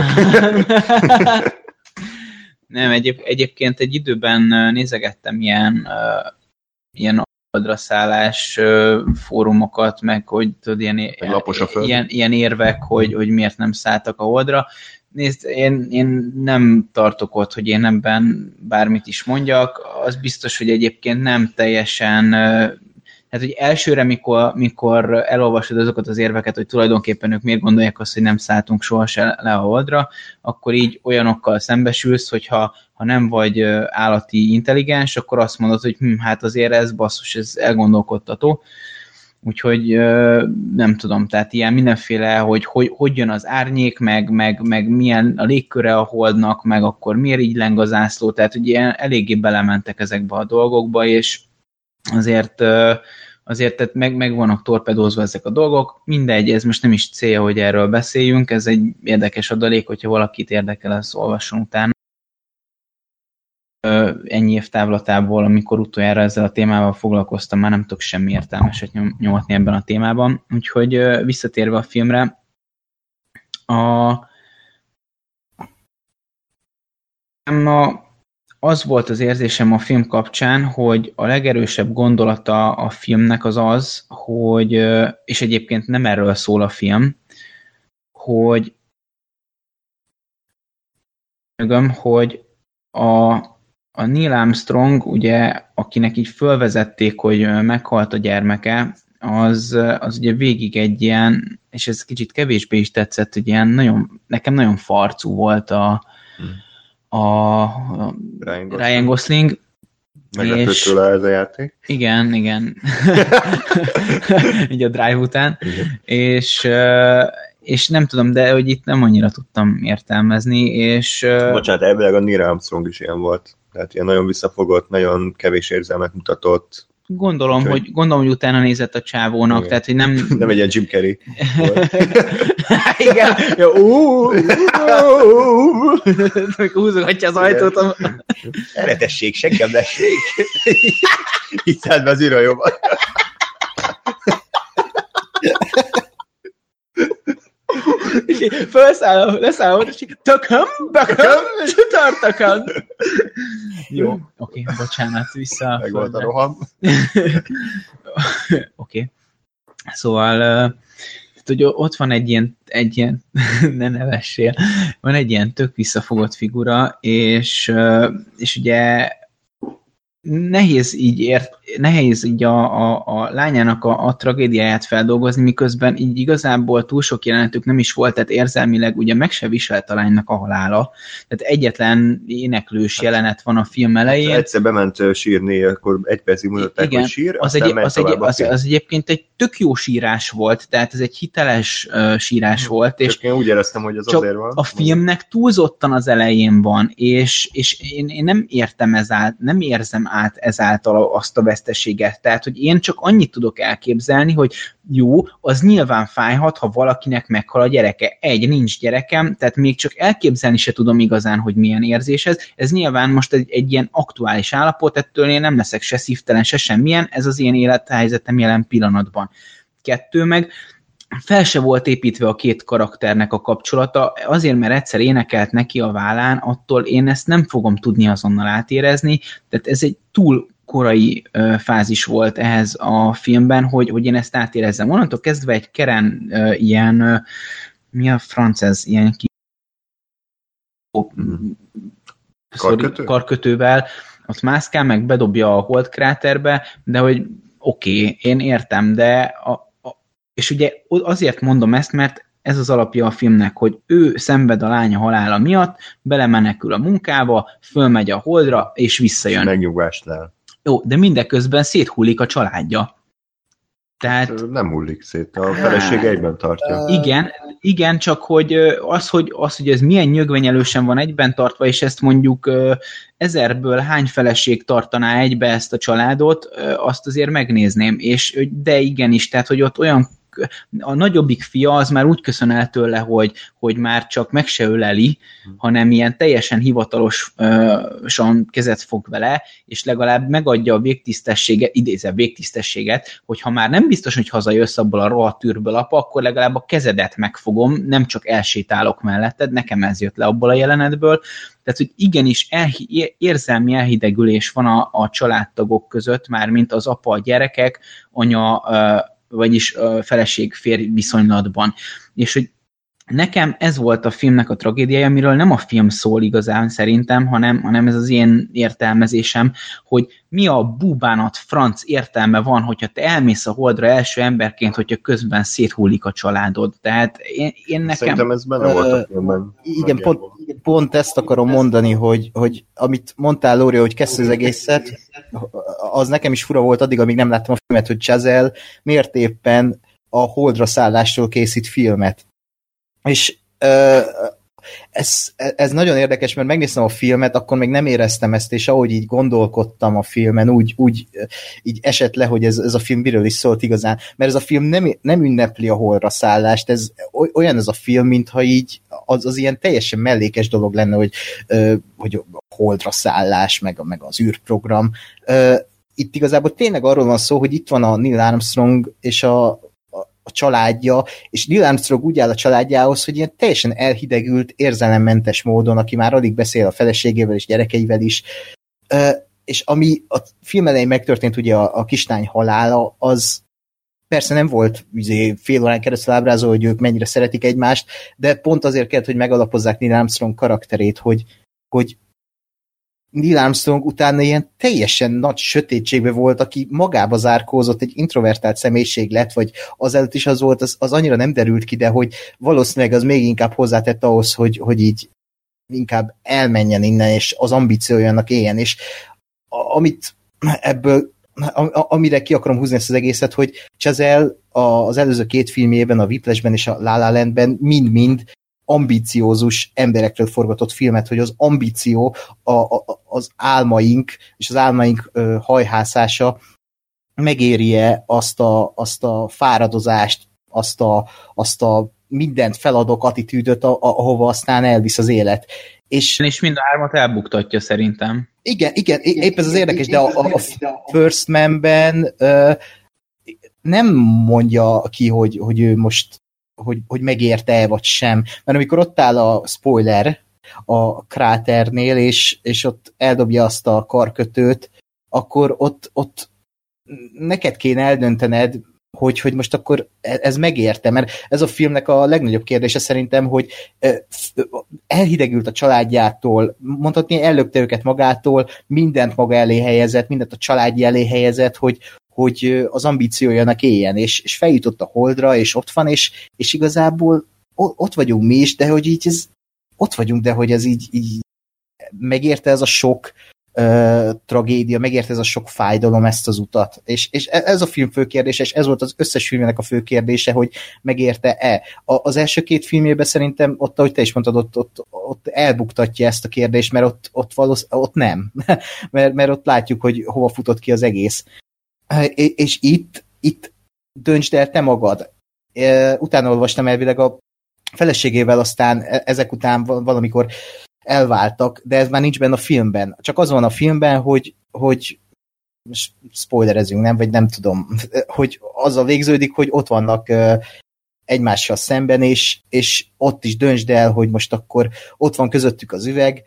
E: Nem, egyéb, egyébként egy időben nézegettem ilyen, uh, ilyen Holdra szállás uh, fórumokat, meg hogy tudod, ilyen, ilyen, ilyen érvek, hogy, hogy miért nem szálltak a Holdra. Nézd, én, én nem tartok ott, hogy én ebben bármit is mondjak. Az biztos, hogy egyébként nem teljesen... Hát, hogy elsőre, mikor, mikor elolvasod azokat az érveket, hogy tulajdonképpen ők miért gondolják azt, hogy nem szálltunk sohasem le a Holdra, akkor így olyanokkal szembesülsz, hogyha ha nem vagy állati intelligens, akkor azt mondod, hogy hm, hát azért ez basszus, ez elgondolkodtató. Úgyhogy nem tudom, tehát ilyen mindenféle, hogy hogy, hogy jön az árnyék, meg, meg, meg milyen a légköre a Holdnak, meg akkor miért így leng a zászló, tehát hogy ilyen eléggé belementek ezekbe a dolgokba, és azért, azért tehát meg, meg vannak torpedózva ezek a dolgok. Mindegy, ez most nem is célja, hogy erről beszéljünk, ez egy érdekes adalék, hogyha valakit érdekel, az olvasson utána. Ennyi év távlatából, amikor utoljára ezzel a témával foglalkoztam, már nem tudok semmi értelmeset nyomatni ebben a témában. Úgyhogy visszatérve a filmre, a, a, az volt az érzésem a film kapcsán, hogy a legerősebb gondolata a filmnek az az, hogy, és egyébként nem erről szól a film, hogy hogy a A Neil Armstrong, ugye, akinek így fölvezették, hogy meghalt a gyermeke, az, az ugye végig egy ilyen, és ez kicsit kevésbé is tetszett, hogy ilyen nagyon, nekem nagyon farcú volt a, a, a Ryan Gosling. Ryan Gosling
B: Meglepett tőle ez a játék.
E: Igen, igen. Így a Drive után. Igen. És, és nem tudom, de hogy itt nem annyira tudtam értelmezni, és...
B: Bocsánat, elvileg a Neil Armstrong is ilyen volt. Tehát ilyen nagyon visszafogott, nagyon kevés érzelmet mutatott.
E: Gondolom, Úgyhogy... hogy, gondolom, hogy utána nézett a csávónak, igen. Tehát, hogy nem...
B: Nem egy ilyen Jim Carrey volt.
E: Igen. Ja, húzogatja az ajtót.
B: Eretesség, seggemlesség. Itt szállt be az űrhajóban.
E: Felszáll, leszáll, és tököm, bököm, és tartakan. Jó, oké, okay, bocsánat, vissza.
B: Meg volt a roham.
E: Oké. Okay. Szóval, hogy ott van egy ilyen, egy ilyen ne nevessél, van egy ilyen tök visszafogott figura, és, és ugye nehéz így, ért, nehéz így a, a, a lányának a, a tragédiáját feldolgozni, miközben így igazából túl sok jelenetük nem is volt, tehát érzelmileg ugye meg se viselt a lánynak a halála. Tehát egyetlen éneklős jelenet van a film elején.
B: Hát, egyszer bement sírni, akkor egy percig mutatták, hogy sír,
E: az, egy, az, egy, az, az egyébként egy tök jó sírás volt, tehát ez egy hiteles uh, sírás hmm. volt. És
B: én úgy éreztem, hogy az azért van.
E: A filmnek túlzottan az elején van, és, és én, én nem értem ezáltal, nem érzem át ezáltal azt a veszteséget. Tehát, hogy én csak annyit tudok elképzelni, hogy jó, az nyilván fájhat, ha valakinek meghal a gyereke. Egy, nincs gyerekem, tehát még csak elképzelni se tudom igazán, hogy milyen érzés ez. Ez nyilván most egy, egy ilyen aktuális állapot, ettől én nem leszek se szívtelen, se semmilyen, ez az én élethelyzetem jelen pillanatban. Kettő meg, fel se volt építve a két karakternek a kapcsolata, azért, mert egyszer énekelt neki a vállán, attól én ezt nem fogom tudni azonnal átérezni, tehát ez egy túl korai ö, fázis volt ehhez a filmben, hogy, hogy én ezt átérezzem. Onnantól kezdve egy keren ö, ilyen, ö, mi a franc ez, ilyen ki...
B: Karkötő?
E: karkötővel, ott mászkál, meg bedobja a holdkráterbe, de hogy oké, okay, én értem, de a, a, és ugye azért mondom ezt, mert ez az alapja a filmnek, hogy ő szenved a lánya halála miatt, belemenekül a munkába, fölmegy a holdra, és visszajön.
B: Megnyugvást lel.
E: Jó, de mindeközben széthullik a családja. Tehát...
B: Nem hullik szét, a felesége egyben tartja.
E: Igen, igen, csak hogy az, hogy, az, hogy ez milyen nyögvenyelősen van egyben tartva, és ezt mondjuk ezerből hány feleség tartaná egybe ezt a családot, azt azért megnézném. És de igenis, tehát, hogy ott olyan a nagyobbik fia az már úgy köszön el tőle, hogy, hogy már csak meg se öleli, hanem ilyen teljesen hivatalosan kezet fog vele, és legalább megadja a végtisztességet, idézem végtisztességet, hogy ha már nem biztos, hogy hazajössz abból a rohadt űrből, apa, akkor legalább a kezedet megfogom, nem csak elsétálok melletted, nekem ez jött le abból a jelenetből. Tehát, hogy igenis elhi, érzelmi elhidegülés van a, a családtagok között, már mint az apa, a gyerekek, anya, vagyis a feleség-férj viszonylatban. És hogy nekem ez volt a filmnek a tragédiája, amiről nem a film szól igazán szerintem, hanem, hanem ez az én értelmezésem, hogy mi a búbánat franc értelme van, hogyha te elmész a holdra első emberként, hogyha közben széthullik a családod. Tehát én, én nekem...
B: Szerintem ez benne volt a filmben.
C: Igen, pont, pont ezt akarom mondani, hogy, hogy amit mondtál, Lóri, hogy kezdsz az egészet, az nekem is fura volt addig, amíg nem láttam a filmet, hogy Chazelle miért éppen a holdra szállásról készít filmet. És ö, ez, ez nagyon érdekes, mert megnéztem a filmet, akkor még nem éreztem ezt, és ahogy így gondolkodtam a filmen, úgy, úgy így esett le, hogy ez, ez a film miről is szólt igazán. Mert ez a film nem, nem ünnepli a holdra szállást, ez olyan ez a film, mintha így az, az ilyen teljesen mellékes dolog lenne, hogy, ö, hogy a holdra szállás, meg, meg az űrprogram. Ö, itt igazából tényleg arról van szó, hogy itt van a Neil Armstrong és a a családja, és Neil Armstrong úgy áll a családjához, hogy ilyen teljesen elhidegült, érzelemmentes módon, aki már alig beszél a feleségével és gyerekeivel is. És ami a film elején megtörtént, ugye a, a kislány halála, az persze nem volt üzé, fél órán keresztül ábrázol, hogy ők mennyire szeretik egymást, de pont azért kellett, hogy megalapozzák Neil Armstrong karakterét, hogy, hogy Neil Armstrong utána ilyen teljesen nagy sötétségbe volt, aki magába zárkózott, egy introvertált személyiség lett, vagy azelőtt is az volt, az, az annyira nem derült ki, de hogy valószínűleg az még inkább hozzátett ahhoz, hogy, hogy így inkább elmenjen innen, és az ambíciójának éljen, és a, amit ebből, a, amire ki akarom húzni ezt az egészet, hogy Chazelle az előző két filmjében, a Whiplashben és a La La Landben mind-mind ambiciózus emberekről forgatott filmet, hogy az ambíció, a, a, az álmaink és az álmaink ö, hajhászása megéri-e azt a, azt a fáradozást, azt a, azt a mindent feladok attitűdöt, a, a, ahova aztán elvisz az élet. És,
E: és mind a hármat elbuktatja szerintem.
C: Igen, igen, épp ez az érdekes, de a, a, a First Man-ben ö, nem mondja ki, hogy, hogy ő most hogy, hogy megérte-e vagy sem. Mert amikor ott áll a spoiler a kráternél, és, és ott eldobja azt a karkötőt, akkor ott, ott neked kéne eldöntened, hogy, hogy most akkor ez megérte, mert ez a filmnek a legnagyobb kérdése szerintem, hogy elhidegült a családjától, mondhatni ellökte őket magától, mindent maga elé helyezett, mindent a családja elé helyezett, hogy hogy az ambíciójának éljen, és, és feljutott a holdra, és ott van, és, és igazából ott vagyunk mi is, de hogy így ez, ott vagyunk, de hogy ez így, így megérte ez a sok uh, tragédia, megérte ez a sok fájdalom ezt az utat, és, és ez a film fő kérdése, és ez volt az összes filmnek a fő kérdése, hogy megérte-e. A, az első két filmjében szerintem, ott, ahogy te is mondtad, ott, ott, ott elbuktatja ezt a kérdést, mert ott, ott, valósz, ott nem, mert, mert ott látjuk, hogy hova futott ki az egész. És itt, itt döntsd el te magad. Utána olvastam elvileg a feleségével, aztán ezek után valamikor elváltak, de ez már nincs benne a filmben. Csak az van a filmben, hogy, hogy spoilerezünk, nem? Vagy nem tudom, hogy azzal végződik, hogy ott vannak egymással szemben, és, és ott is döntsd el, hogy most akkor ott van közöttük az üveg,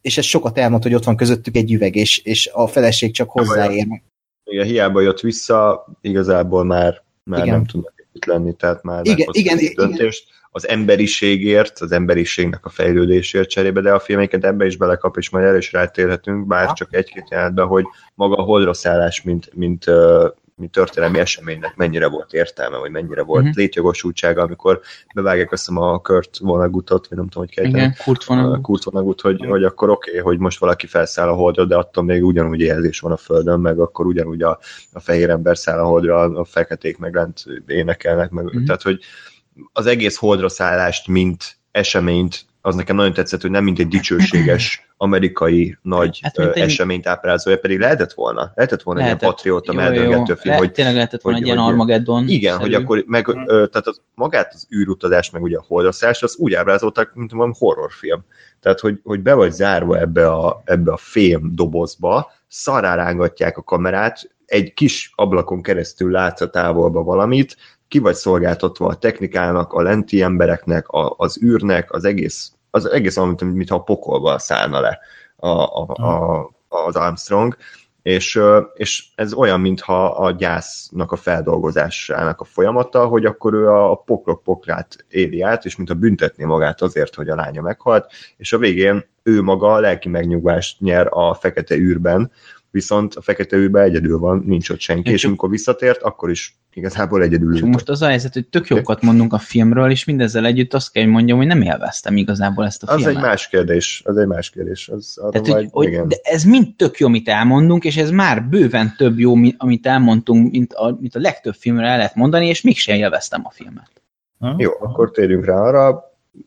C: és ez sokat elmond, hogy ott van közöttük egy üveg, és, és a feleség csak hozzáér.
B: Igen, hiába jött vissza, igazából már, már nem tudnak itt lenni, tehát már
C: igen, igen,
B: egy döntést. Igen. Az emberiségért, az emberiségnek a fejlődésért cserébe, de a filmeket ebbe is belekap, és majd erre is rátérhetünk, bár ha. csak egy-két jelentben, hogy maga a holdra szállás, mint, mint, mint történelmi eseménynek mennyire volt értelme, vagy mennyire volt uh-huh. létjogosultsága, amikor bevágják azt a Kurt Vonegutot, vagy nem tudom, hogy kell
E: Igen, Kurt Vonnegut,
B: Kurt Vonnegut hogy, hogy akkor oké, okay, hogy most valaki felszáll a holdra, de attól még ugyanúgy érzés van a Földön, meg akkor ugyanúgy a, a fehér ember száll a holdra, a feketék meg lent énekelnek, meg, uh-huh. tehát, hogy az egész holdra szállást, mint eseményt, az nekem nagyon tetszett, hogy nem mint egy dicsőséges amerikai nagy hát, ö, eseményt ábrázolja, pedig lehetett volna. Lehetett volna lehetett, egy ilyen patrióta meldöngető film.
E: Le, hogy, tényleg lehetett volna egy ilyen Armageddon.
B: Igen, szerű. Hogy akkor meg, ö, tehát az, magát az űrutadást, meg ugye a holdra szállást, az úgy ábrázolták, mint valami horrorfilm. Tehát, hogy, hogy be vagy zárva ebbe a, ebbe a fém dobozba, szarrá rángatják a kamerát, egy kis ablakon keresztül látsz a távolba valamit, ki vagy szolgáltatva a technikának, a lenti embereknek, a, az űrnek, az egész, az egész amit, mintha a pokolba szállna le a, a, a, az Armstrong, és, és ez olyan, mintha a gyásznak a feldolgozásának a folyamata, hogy akkor ő a poklok poklát éli át, és mintha büntetné magát azért, hogy a lánya meghalt, és a végén ő maga a lelki megnyugvást nyer a fekete űrben, viszont a fekete űrben egyedül van, nincs ott senki, és amikor visszatért, akkor is igazából egyedül ült.
E: Most az a helyzet, hogy tök jókat mondunk a filmről, és mindezzel együtt azt kell, hogy mondjam, hogy nem élveztem igazából ezt a
B: az
E: filmet.
B: Az egy más kérdés, az egy más kérdés. Az,
E: Tehát, hogy, hogy, de ez mind tök jó, amit elmondunk, és ez már bőven több jó, amit elmondtunk, mint a, mint a legtöbb filmről el lehet mondani, és mégsem élveztem a filmet.
B: Ha? Jó, akkor térjünk rá arra.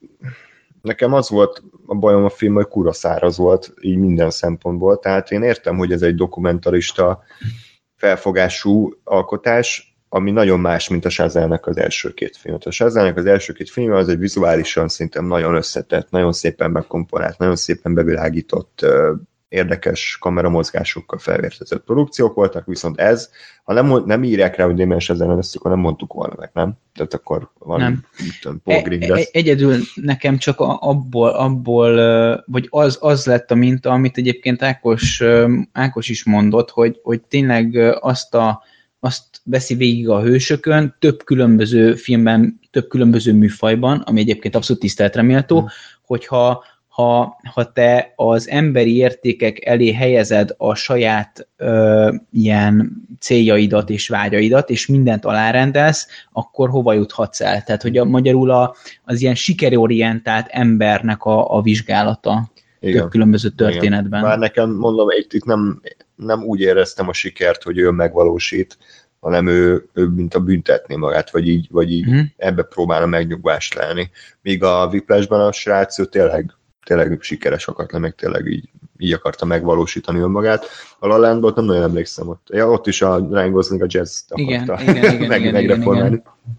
B: Nekem az volt a bajom a film, hogy kurva száraz volt így minden szempontból, tehát én értem, hogy ez egy dokumentarista felfogású alkotás, ami nagyon más, mint a Shazamnek az első két film. A Shazamnek az első két film az egy vizuálisan szerintem nagyon összetett, nagyon szépen megkomponált, nagyon szépen bevilágított, érdekes kameramozgásokkal felvértezett produkciók voltak, viszont ez, ha nem, nem írják rá, hogy Damien Chazelle lesz, akkor nem mondtuk volna meg, nem? Tehát akkor van
E: nem.
B: Tudom, Paul Greengrass.
E: E- egyedül nekem csak abból, abból vagy az, az lett a minta, amit egyébként Ákos, Ákos is mondott, hogy, hogy tényleg azt, a, azt veszi végig a hősökön, több különböző filmben, több különböző műfajban, ami egyébként abszolút tiszteletre méltó, hmm. hogyha Ha, ha te az emberi értékek elé helyezed a saját ö, ilyen céljaidat és vágyaidat, és mindent alárendelsz, akkor hova juthatsz el? Tehát, hogy a, magyarul a, az ilyen sikerorientált embernek a, a vizsgálata igen. Több különböző történetben.
B: Igen. Már nekem mondom, itt, itt nem, nem úgy éreztem a sikert, hogy ő megvalósít, hanem ő, ő mint a büntetné magát, vagy így, vagy így mm. ebbe próbálna megnyugvást lelni. Míg a Whiplashben a srác, ő tényleg tényleg sikeres akart le, meg tényleg így, így akarta megvalósítani önmagát. A La La Landból nem nagyon emlékszem ott. Ja, ott is a Ryan Gosling a jazz-t akarta
E: igen, igen, meg, igen,
B: megreformálni. Igen, igen.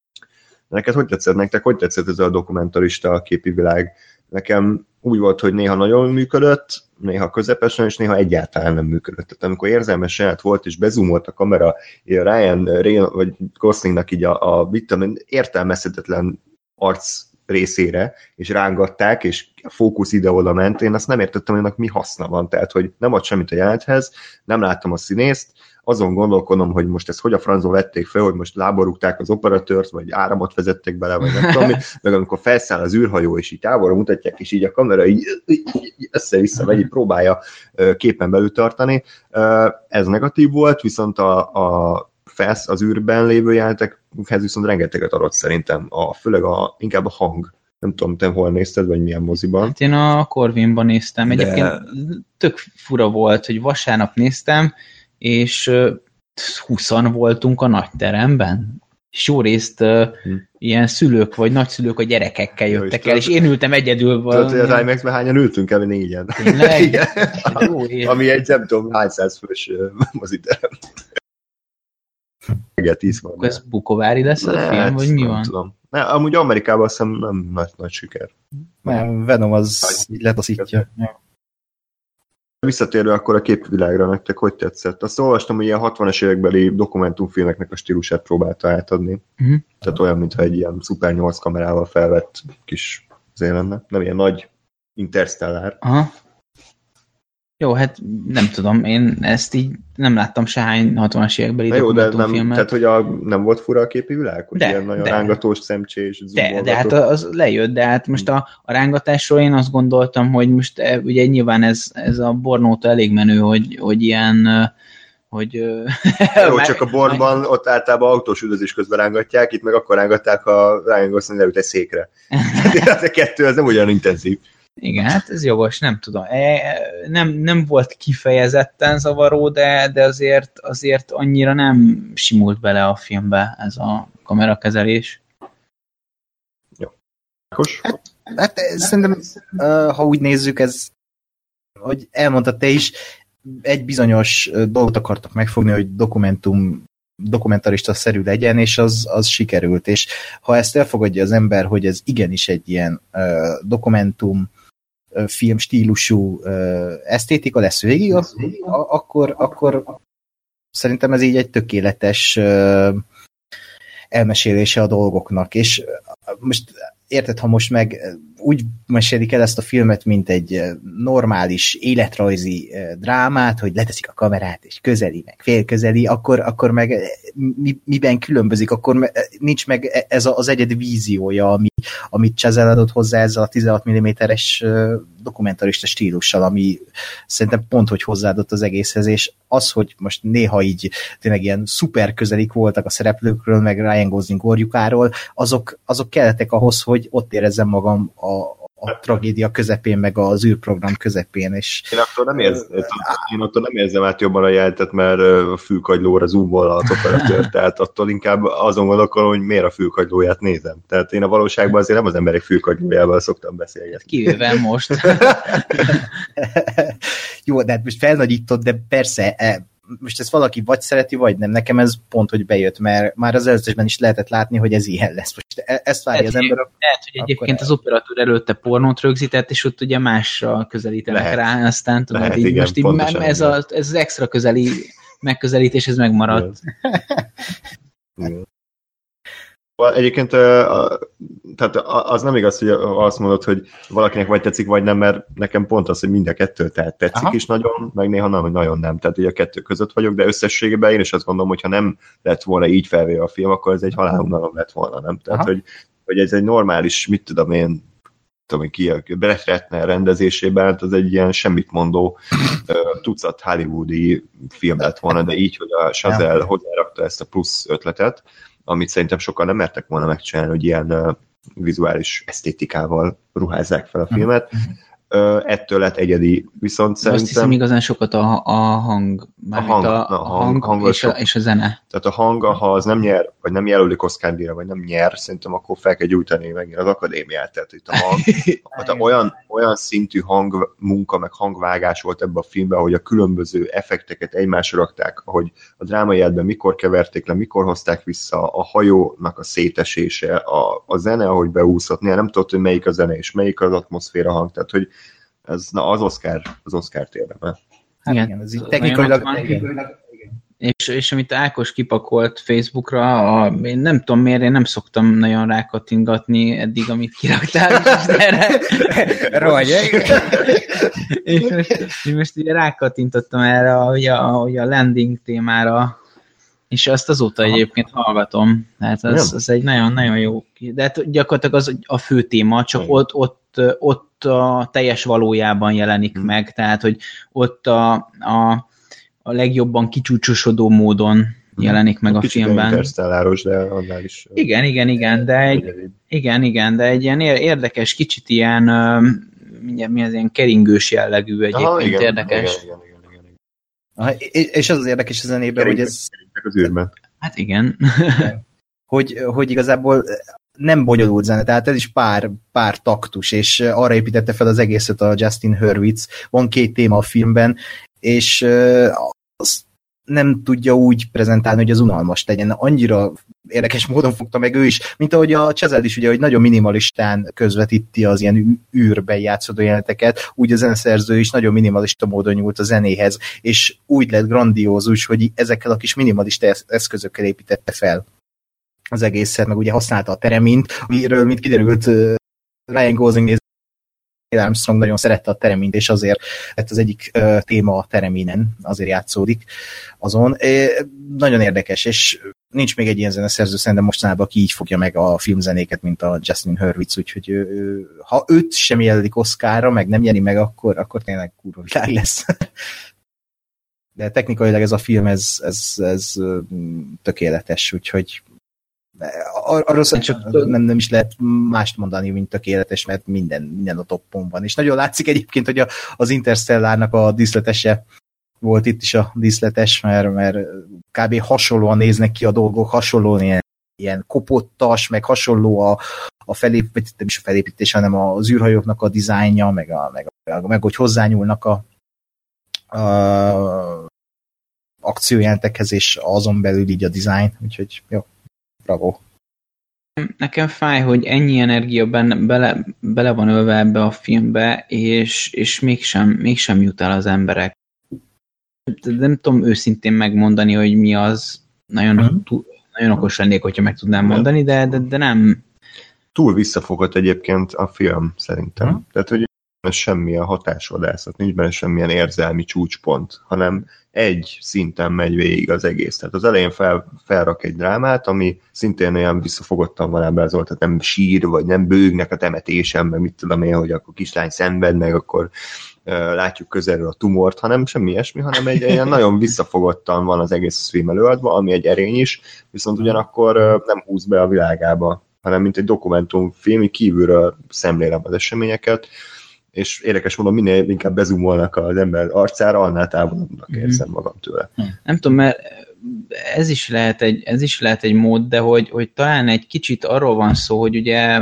B: Neked hogy tetszett nektek? Hogy tetszett ez a dokumentarista a képi világ? Nekem úgy volt, hogy néha nagyon működött, néha közepesen, és néha egyáltalán nem működött. Tehát amikor érzelmes jelent volt, és bezoomolt a kamera, Ryan Reynolds, vagy Goslingnak így a, a értelmezhetetlen arc részére, és rángatták, és a fókusz ide-oda ment, én azt nem értettem, hogy ennek mi haszna van, tehát, hogy nem ad semmit a jelenthez, nem láttam a színészt, azon gondolkodom, hogy most ezt hogy a francon vették fel, hogy most láborúgták az operatőrt, vagy áramot vezettek bele, vagy nem tudom, meg amikor felszáll az űrhajó, és így távolra mutatják, és így a kamera így össze-vissza megy, így próbálja képen belül tartani. Ez negatív volt, viszont a, a felsz, az űrben lévő jelentekhez viszont rengeteget adott szerintem, a, főleg a, inkább a hang. Nem tudom, te hol nézted, vagy milyen moziban.
E: Hát én a Corvinban néztem. Egyébként de... tök fura volt, hogy vasárnap néztem, és húszan voltunk a nagyteremben. És jó részt hm. ilyen szülők vagy nagyszülők a gyerekekkel jöttek jó, el, és én ültem egyedül valami.
B: Tudod, hogy az IMAX-ben hányan ültünk el, négyen.
E: Tényleg?
B: Jó, ami egy nem tudom, hány száz fős moziterem.
E: Ez Bukovári lesz a film, hát, vagy mi van?
B: Tudom. Ne, amúgy Amerikában azt hiszem nem nagy, nagy siker.
C: Nem, Venom az így letaszítja.
B: Visszatérve akkor a képvilágra nektek, hogy tetszett? Azt olvastam, hogy ilyen hatvanas évekbeli dokumentumfilmeknek a stílusát próbálta átadni. Uh-huh. Tehát olyan, mintha egy ilyen szuper nyolc kamerával felvett kis azért lenne. Nem ilyen nagy Interstellar.
E: Aha. Jó, hát nem tudom, én ezt így nem láttam sehány hatvanas évekbeli
B: dokumentumfilmet. Tehát, hogy a, nem volt fura a képi világ? Hogy
E: de,
B: ilyen nagyon
E: de.
B: rángatós szemcsés,
E: de, de hát az lejött, de hát most a, a rángatásról én azt gondoltam, hogy most ugye nyilván ez, ez a Bornóta elég menő, hogy, hogy ilyen hogy...
B: Jó, meg, csak a Bornban meg... ott általában autós üldözés közben rángatják, itt meg akkor rángatták, a Ryan Gosling leült egy székre. Tehát a kettő, ez nem ugyan intenzív.
E: Igen, hát ez jogos, nem tudom. Nem, nem volt kifejezetten zavaró, de, de azért, azért annyira nem simult bele a filmbe ez a kamerakezelés.
B: Jó. Ákos?
C: Hát, hát szerintem, ha úgy nézzük, ez, hogy elmondtad te is, egy bizonyos dolgot akartak megfogni, hogy dokumentum dokumentarista-szerű legyen, és az, az sikerült. És ha ezt elfogadja az ember, hogy ez igenis egy ilyen uh, dokumentum uh, film stílusú uh, esztétika lesz végig, a, a, akkor, akkor szerintem ez így egy tökéletes uh, elmesélése a dolgoknak. És uh, most érted, ha most meg úgy mesélik el ezt a filmet, mint egy normális életrajzi drámát, hogy leteszik a kamerát, és közeli, meg félközeli, akkor, akkor meg mi, miben különbözik, akkor nincs meg ez az egyedi víziója, ami, amit Chazelle adott hozzá ezzel a tizenhat milliméteres dokumentarista stílussal, ami szerintem pont, hogy hozzáadott az egészhez, és az, hogy most néha így tényleg ilyen szuper közelik voltak a szereplőkről, meg Ryan Gosling orjukáról, azok, azok kellettek ahhoz, hogy ott érezzem magam a, a tragédia közepén, meg az űrprogram közepén. És
B: én attól nem, érz, én attól nem érzem át jobban a jelentet, mert a fülkagylóra zoomol az operatőr, tehát attól inkább azon gondolkodom, hogy miért a fülkagylóját nézem. Tehát én a valóságban azért nem az emberek fülkagylójával szoktam beszélgetni.
E: Kivéve most.
C: Jó, de hát most felnagyítod, de persze, most ezt valaki vagy szereti, vagy nem. Nekem ez pont, hogy bejött, mert már az előzősben is lehetett látni, hogy ez ilyen lesz. Most ezt várja
E: lehet,
C: az ember.
E: Lehet, hogy egyébként el... az operatőr előtte pornót rögzített, és ott ugye másra közelítenek lehet. Rá, aztán tudod, lehet, így igen, most így ez, a, ez az extra közeli megközelítés, ez megmaradt.
B: Egyébként tehát az nem igaz, hogy azt mondod, hogy valakinek vagy tetszik, vagy nem, mert nekem pont az, hogy mind a kettő, tehát tetszik Aha. is nagyon, meg néha nem, hogy nagyon nem. Tehát ugye a kettő között vagyok, de összességében én is azt gondolom, hogy ha nem lett volna így felvéve a film, akkor ez egy halálunalom lett volna, nem? Tehát, hogy, hogy ez egy normális, mit tudom én, tudom, ki a Brett Ratner rendezésében, az egy ilyen semmit mondó tucat hollywoodi film lett volna, de így, hogy a Chazelle hozzárakta ezt a plusz ötletet, amit szerintem sokan nem mertek volna megcsinálni, hogy ilyen uh, vizuális esztétikával ruházzák fel a filmet. Uh, ettől lett egyedi, viszont
E: de
B: szerintem...
E: Azt hiszem igazán sokat a, a hang,
B: a hang,
E: a, a, a hang, hang és, a, és a zene.
B: Tehát a hang, ha az nem nyer, vagy nem jelölik Oscar-díjra, vagy nem nyer, szerintem akkor fel kell gyújtani megint az akadémiát. Tehát itt a hang, hát olyan, olyan szintű hangmunka, meg hangvágás volt ebben a filmben, hogy a különböző effekteket egymásra rakták, ahogy a drámai életben mikor keverték le, mikor hozták vissza, a hajónak a szétesése, a, a zene, ahogy beúszott, néha nem tudod, hogy melyik a zene, és melyik az atmoszféra hang, tehát hogy ez, na, az Oscar, az Oscar érdemel.
C: Hát igen, igen, ez így technikailag...
E: És, és amit Ákos kipakolt Facebookra, a, én nem tudom miért, én nem szoktam nagyon rákattingatni eddig, amit kiraktál, és erre...
C: Rogy,
E: és most, és most ugye rákattintottam erre, hogy a, hogy a landing témára, és azt azóta Aha. egyébként hallgatom. Tehát az, az egy nagyon-nagyon jó... De hát gyakorlatilag az a fő téma, csak Igen. ott, ott, ott a teljes valójában jelenik hmm. meg, tehát hogy ott a, a a legjobban kicsúcsosodó módon jelenik meg a, a filmben.
B: Interstelláros, de annál is...
E: Igen, igen, igen, de egy, igen, igen, de egy ilyen érdekes, kicsit ilyen, mi az ilyen keringős jellegű egyébként Aha, igen, érdekes. Igen, igen, igen, igen.
C: Aha, és az az érdekes a zenében, hogy ez...
B: az űrben.
E: Hát igen.
C: hogy, hogy igazából nem bonyolult zene, tehát ez is pár, pár taktus, és arra építette fel az egészet a Justin Hurwitz. Van két téma a filmben, és azt nem tudja úgy prezentálni, hogy az unalmas legyen. Annyira érdekes módon fogta meg ő is, mint ahogy a Chazelle is, ugye, hogy nagyon minimalistán közvetíti az ilyen űrben játszódó jeleneteket, úgy a zeneszerző is nagyon minimalista módon nyúlt a zenéhez, és úgy lett grandiózus, hogy ezekkel a kis minimalista eszközökkel építette fel az egészet, meg ugye használta a teremint, amiről, mint kiderült, Ryan Gosling Armstrong nagyon szerette a teremint, és azért lett az egyik uh, téma a tereminen, azért játszódik azon. É, nagyon érdekes, és nincs még egy ilyen zeneszerző, szerintem mostanában, aki így fogja meg a filmzenéket, mint a Justin Hurwitz, úgyhogy ő, ő, ha őt sem jelölik Oscarra, meg nem nyeri meg, akkor, akkor tényleg kurva világ lesz. De technikailag ez a film, ez, ez, ez tökéletes, úgyhogy arról csak nem, nem is lehet mást mondani, mint tökéletes, mert minden, minden a toppon van. És nagyon látszik egyébként, hogy a, az Interstellárnak a díszletese volt itt is a díszletes, mert, mert kb. Hasonlóan néznek ki a dolgok, hasonlóan ilyen, ilyen kopottas, meg hasonló a, a felépítés, nem is a felépítés, hanem az űrhajóknak a dizájnja, meg, a, meg, a, meg hogy hozzányúlnak a, a akciójelentekhez, és azon belül így a dizájn, úgyhogy jó. Bravo.
E: Nekem fáj, hogy ennyi energia benne, bele, bele van ölve ebbe a filmbe, és, és mégsem, mégsem jut el az emberek. De nem tudom őszintén megmondani, hogy mi az. Nagyon, mm. túl, nagyon okos lennék, hogyha meg tudnám mondani, de, de, de nem.
B: Túl visszafogott egyébként a film, szerintem. Mm. Tehát, hogy nincs semmilyen hatásvadászat, nincs benne semmilyen érzelmi csúcspont, hanem egy szinten megy végig az egész. Tehát az elején fel, felrak egy drámát, ami szintén olyan visszafogottan van ábrázolt, tehát nem sír, vagy nem bőgnek a temetésen, meg mit tudom én, hogy akkor kislány szenved, meg akkor uh, látjuk közelről a tumort, hanem semmi ilyesmi, hanem egy ilyen nagyon visszafogottan van az egész film előadva, ami egy erény is, viszont ugyanakkor uh, nem húz be a világába, hanem mint egy dokumentumfilm, kívülről szemlélem az eseményeket, és érdekes mondom, minél inkább bezumolnak az ember arcára, annál távolabbnak érzem magam tőle.
E: Nem tudom, mert ez is lehet egy, ez is lehet egy mód, de hogy, hogy talán egy kicsit arról van szó, hogy ugye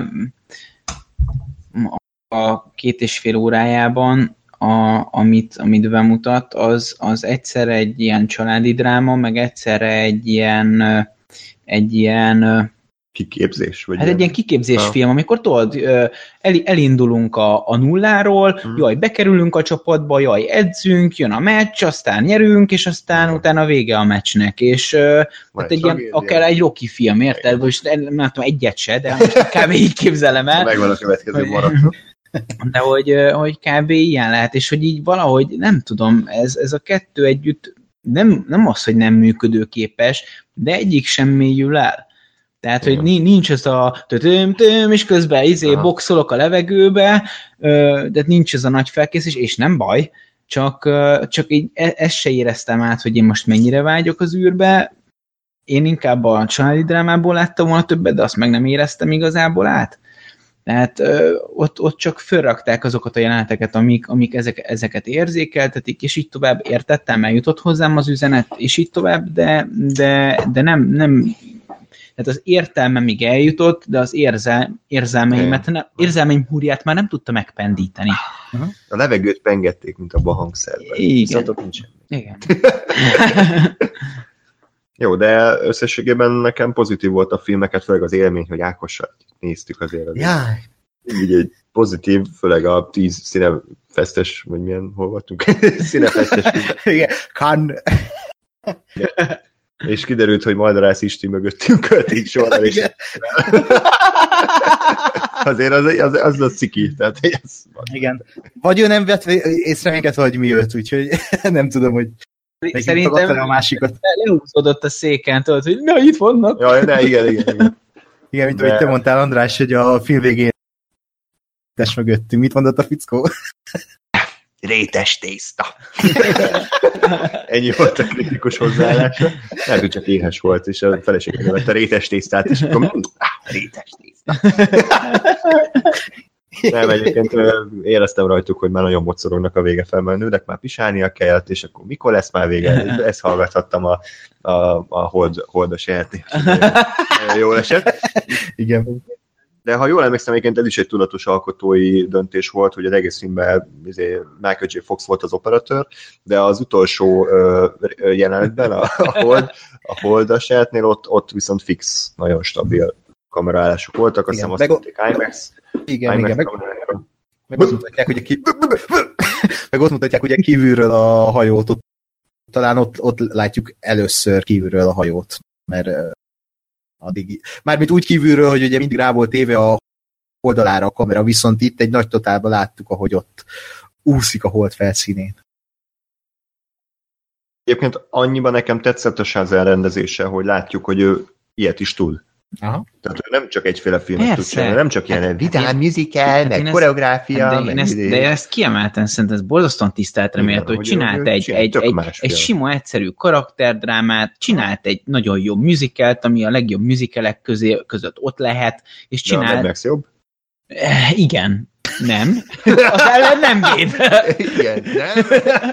E: a két és fél órájában, a, amit, amit bemutat, az, az egyszerre egy ilyen családi dráma, meg egyszerre egy ilyen, egy ilyen
B: kiképzés? Vagy
E: hát
B: ilyen?
E: egy ilyen kiképzés ha. film, amikor tudod, el, elindulunk a, a nulláról, hmm. jaj, bekerülünk a csapatba, jaj, edzünk, jön a meccs, aztán nyerünk, és aztán hmm. utána vége a meccsnek, és hát egy ilyen, akár egy Rocky film, érted? Most nem tudom, egyet se, de most kb. Így képzelem el.
B: Megvan a következő maraton.
E: De hogy, hogy kb. Ilyen lehet, és hogy így valahogy, nem tudom, ez, ez a kettő együtt nem, nem az, hogy nem működőképes, de egyik sem mélyül el. Tehát, hogy nincs ez a tötöm-töm, és közben izé Aha. boxolok a levegőbe, de nincs ez a nagy felkészülés, és nem baj, csak, csak így ezt se éreztem át, hogy én most mennyire vágyok az űrbe. Én inkább a családi drámából láttam volna többet, de azt meg nem éreztem igazából át. Tehát ott, ott csak fölrakták azokat a jeleneteket, amik, amik ezek, ezeket érzékeltetik, és így tovább értettem, eljutott hozzám az üzenet, és így tovább, de, de, de nem, nem tehát az értelmemig eljutott, de az érzel, érzelmeimet, ne, érzelmeim húrját már nem tudta megpendíteni.
B: Uh-huh. A levegőt pengették, mint abban a hangszerben.
E: Igen.
B: Nincs.
E: Igen.
B: Jó, de összességében nekem pozitív volt a filmeket, főleg az élmény, hogy Ákossal néztük azért. azért.
C: Jaj.
B: Így egy pozitív, főleg a tíz színefesztes, vagy milyen, hol voltunk? Színefesztes.
C: Igen, Cannes.
B: És kiderült, hogy Maldarász Isti mögöttünk költ így sorra, és azért az, az, az a ciki. Tehát, ez
C: igen. Vagy ő nem vett észre minket, vagy mi őt, úgyhogy nem tudom, hogy
E: szerintem
C: a másikat.
E: Lehúzódott a széken, tudod, hogy na, itt vannak.
B: Jaj, ne, igen, igen, igen.
C: Igen, mint ahogy te mondtál, András, hogy a film végén rétes mögöttünk. Mit mondott a fickó?
B: Rétes tészta. Ennyi volt a kritikus hozzáállása. Lehet, hogy csak éhes volt, és a feleségem vett a rétes tésztát, és akkor ah, rétes tészta. Nem, egyébként éreztem rajtuk, hogy már nagyon mocorognak a vége felmen, nőnek már pisálnia kellett, és akkor mikor lesz már vége? Ezt hallgathattam a, a, a hold, holdos játék. Jól esett.
C: Igen.
B: De ha jól emlékszem, egyébként ez is egy tudatos alkotói döntés volt, hogy az egész filmben Michael J. Fox volt az operatőr, de az utolsó uh, jelenetben, a, a, hold, a holdas jelenetnél ott, ott viszont fix, nagyon stabil kameraállások voltak, azt hiszem azt mondták IMAX.
C: Igen, IMAX igen. Meg, meg, azt mutatják, hogy ki... meg ott mutatják ugye kívülről a hajót, ott, talán ott, ott látjuk először kívülről a hajót, mert uh, addig... Mármint úgy kívülről, hogy ugye mindig rá volt téve a oldalára a kamera, viszont itt egy nagy totálban láttuk, ahogy ott úszik a hold felszínén.
B: Egyébként annyiban nekem tetszett az elrendezése, hogy látjuk, hogy ő ilyet is tud.
C: Aha.
B: Tehát ő nem csak egyféle filmet tud csinálni, nem csak ilyen hát, vidám musical, meg koreográfia,
E: de,
B: meg
E: ezt, de ezt kiemelten szerintem, ez borzasztóan tiszteletre méltó, hogy csinált egy, egy, egy, egy sima, egyszerű karakterdrámát, csinált egy nagyon jó musicalt, ami a legjobb musicalek közé, között ott lehet, és csinált...
B: De a Mad Max jobb?
E: Igen. Nem. Az ellen nem véd.
B: Igen, nem.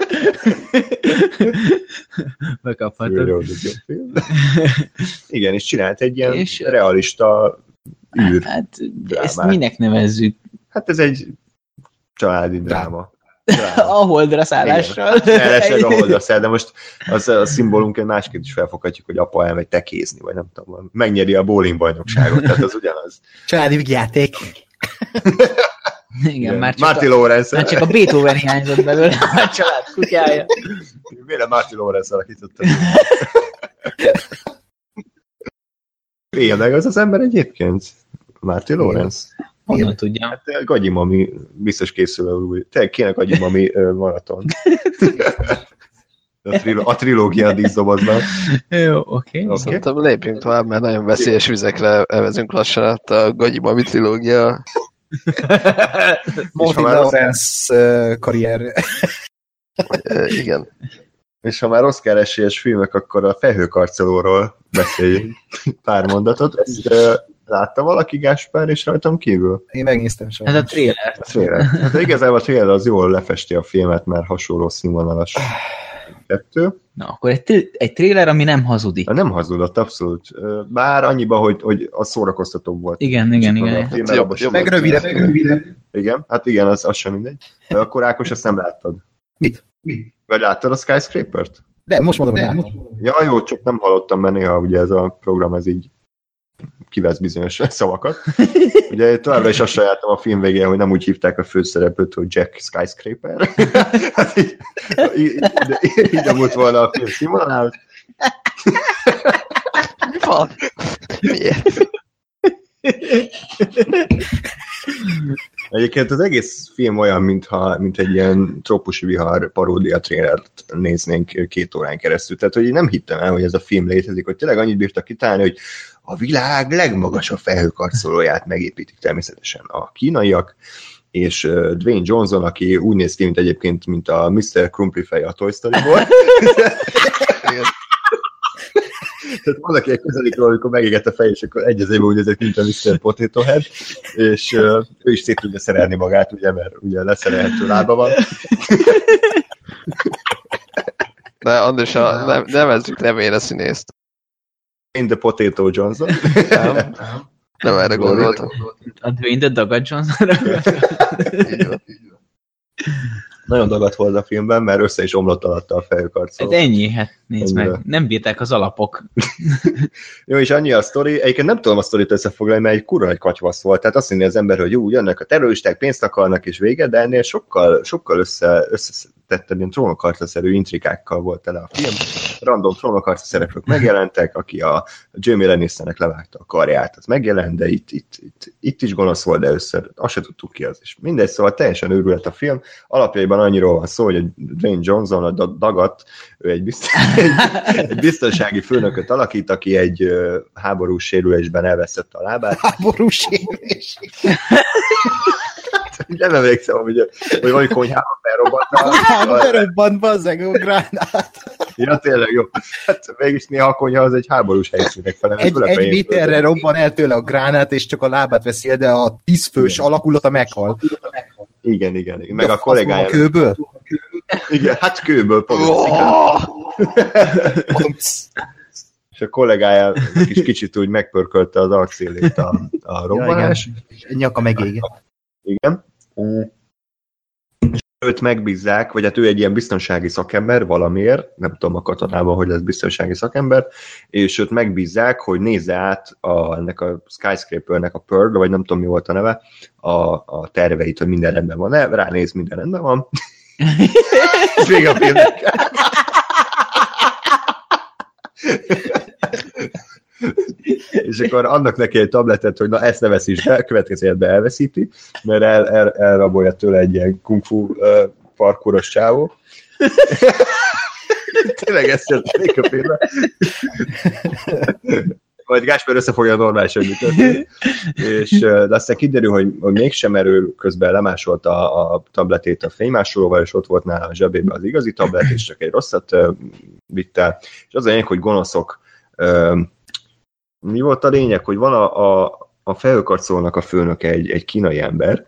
E: Bekaphatod.
B: Igen, és csinált egy ilyen
E: és,
B: realista űr.
E: Hát, ezt minek nevezzük?
B: Hát ez egy családi dráma.
E: A holdra szállással.
B: Elesleg a holdra száll, de most az a szimbólumként másként is felfoghatjuk, hogy apa elmegy tekézni, vagy nem tudom, megnyeri a bowling bajnokságot, tehát az ugyanaz.
C: Családi játék.
E: Igen, Igen, már, csak
B: Marty
E: a,
B: Lawrence.
E: már csak a Beethoven hiányzott belőle, a család kutyája.
B: Miért Marty Lawrence alakítottam? Tényleg az az ember egyébként? Marty Lawrence?
E: Honnan tudjam?
B: Hát Gagyi Mami biztos készül új. Tényleg kéne Gagyi Mami maraton. A, triló- a trilógia díszdobozban.
E: Jó, oké. Okay.
D: Szerintem lépjünk tovább, mert nagyon veszélyes vizekre elvezünk lassan át a Gagyi Mami trilógia.
C: Martin Lawrence uh, karrier.
B: uh, igen. És ha már Oscar esélyes filmek, akkor a Felhőkarcolóról beszéljünk pár mondatot. Ezt uh, látta valaki Gáspár és rajtam kívül?
C: Én megnéztem sajnos.
E: Ez a trailer.
B: A trailer. Hát igazából a trailer az jól lefesti a filmet, mert hasonló színvonalas kettő.
E: Na, akkor egy, tri- egy trailer, ami nem hazudik.
B: Nem hazudott, abszolút. Bár annyiban, hogy, hogy az szórakoztatóbb volt.
E: Igen, igen, igen.
B: Film,
D: hát jobb, jobb,
C: meg rövidebb, meg rövidebb.
B: Igen, hát igen, az, az sem mindegy. De akkor Ákos, azt nem láttad.
C: Mit? Mit?
B: Vagy láttad a Skyscraper-t?
C: De most mondom, hogy látom.
B: Ja, jó, csak nem hallottam, mert néha ugye ez a program, ez így kivesz bizonyos szavakat. Ugye továbbra is azt sajátom a film végén, hogy nem úgy hívták a főszereplőt, hogy Jack Skyscraper. Hát így, így, így, így amúgy volna a film színvonalához.
D: Mi van? Miért?
B: Egyébként az egész film olyan, mintha, mint egy ilyen trópusi vihar paródia trailert néznénk két órán keresztül. Tehát, hogy én nem hittem el, hogy ez a film létezik, hogy tényleg annyit bírtak kitalálni, hogy a világ legmagasabb felhőkarcolóját megépítik természetesen a kínaiak, és Dwayne Johnson, aki úgy néz ki, mint egyébként, mint a miszter Krumplifej a Toy Story-ból. Tehát valaki egy közelik róla, amikor megégett a fej, és akkor egy az évben úgy nézett, mint a miszter Potato Head, és uh, ő is szét tudja szerelni magát, ugye, mert ugye leszerelhető lába van.
D: De András, ne, nevezzük nevére színészt.
B: In the Potato Johnson.
D: Nem, nem erre gondoltam.
E: A Dwayne the Dagat Johnson.
B: Nagyon dagadt volt a filmben, mert össze is omlott alatta a felhőkarcoló.
E: Hát ennyi, hát nézd
B: Ennyi.
E: meg. Nem bírták az alapok.
B: Jó, és annyi a sztori, egyébként nem tudom a sztorit összefoglalni, mert egy kurva nagy katyvasz volt, tehát azt mondja az ember, hogy jó, jönnek a terroristák, pénzt akarnak és vége, de ennél sokkal, sokkal össze, összetettebb ilyen trónokharca-szerű intrikákkal volt tele a film. Random trónokharca szereplők megjelentek, aki a Jamie Lannisternek levágta a karját, az megjelent, de itt, itt, itt, itt is gonosz volt, de össze, azt se tudtuk ki az is. Mindegy, szóval teljesen őrület a film. Alapjaiban annyiról van szó, hogy a Dwayne Johnson, a Dagat, ő egy, biztos, egy, egy biztonsági főnököt alakít, aki egy uh, háborús sérülésben elvesztette a lábát.
C: Háborús sérülés.
B: Nem emlékszem, hogy, hogy valami konyhában felrobbant.
C: Felrobbant, bazzeg, a gránát.
B: Ja, tényleg jó. Hát mégis néha a konyha az egy háborús helyszínek felem.
C: Egy, egy méterre robban el tőle a gránát, és csak a lábát veszi el, de a tízfős alakulata meghal.
B: Igen, igen, igen. Meg a kollégája.
C: A kőből?
B: Igen, hát kőből. És a kollégája is kicsit úgy megpörkölte az arcélét a, a robbanás.
C: Ja, nyaka megégett.
B: Igen. És őt megbízzák, vagy hát ő egy ilyen biztonsági szakember valamiért, nem tudom a katonában, hogy lesz biztonsági szakember, és őt megbízzák, hogy nézze át a, ennek a Skyscrapernek a Pearl, vagy nem tudom mi volt a neve, a, a terveit, hogy minden rendben van-e, ránéz, minden rendben van. És vége a filmnek. és akkor annak neki egy tabletet, hogy na ezt ne veszíts be, következő életben elveszíti, mert el, el, elrabolja tőle egy ilyen kung fu uh, parkouros csávó. Tényleg ezt jelentték a filmben. Majd Gáspár összefogja a normális együttet. És uh, aztán kiderül, hogy, hogy mégsem, erő közben lemásolta a, a tabletét a fénymásolóval, és ott volt nála a zsebében az igazi tablet, és csak egy rosszat uh, vitt el. És az a lényeg, hogy gonoszok. Uh, mi volt a lényeg, hogy van a, a, a felhőkarcolónak a főnöke egy, egy kínai ember,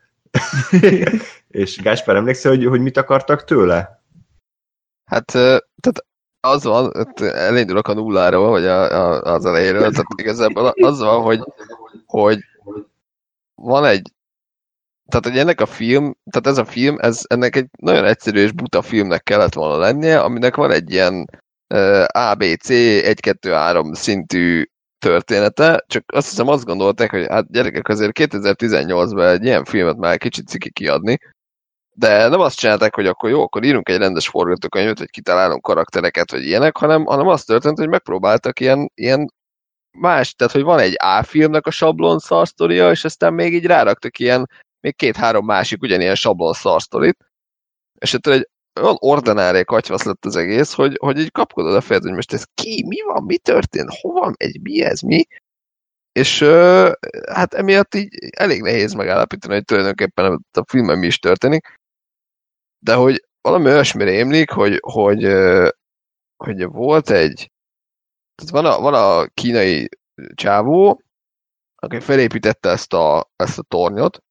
B: és Gáspár, emlékszel, hogy, hogy mit akartak tőle?
D: Hát, tehát az van, elindulok a nulláról, vagy a, a, az elejéről, tehát igazából az van, hogy, hogy van egy, tehát hogy ennek a film, tehát ez a film, ez ennek egy nagyon egyszerű és buta filmnek kellett volna lennie, aminek van egy ilyen uh, á bé cé egy kettő három szintű története, csak azt hiszem azt gondolták, hogy hát gyerekek, azért kétezer-tizennyolcban egy ilyen filmet már kicsit ciki kiadni, de nem azt csinálták, hogy akkor jó, akkor írunk egy rendes forgatókönyvet, vagy kitalálunk karaktereket, vagy ilyenek, hanem, hanem az történt, hogy megpróbáltak ilyen, ilyen más, tehát hogy van egy A-filmnek a sablon szarsztoria, és aztán még így ráraktak ilyen, még két-három másik ugyanilyen sablon szarsztorit, és ettől egy olyan ordinári katyvasz lett az egész, hogy, hogy így kapkodod a fejed, hogy most ez ki, mi van, mi történt, hova megy, mi ez, mi? És uh, hát emiatt így elég nehéz megállapítani, hogy tulajdonképpen a filmben mi is történik, de hogy valami olyasmire émlik, hogy, hogy, uh, hogy volt egy, tehát van a, van a kínai csávó, aki felépítette ezt a, ezt a tornyot,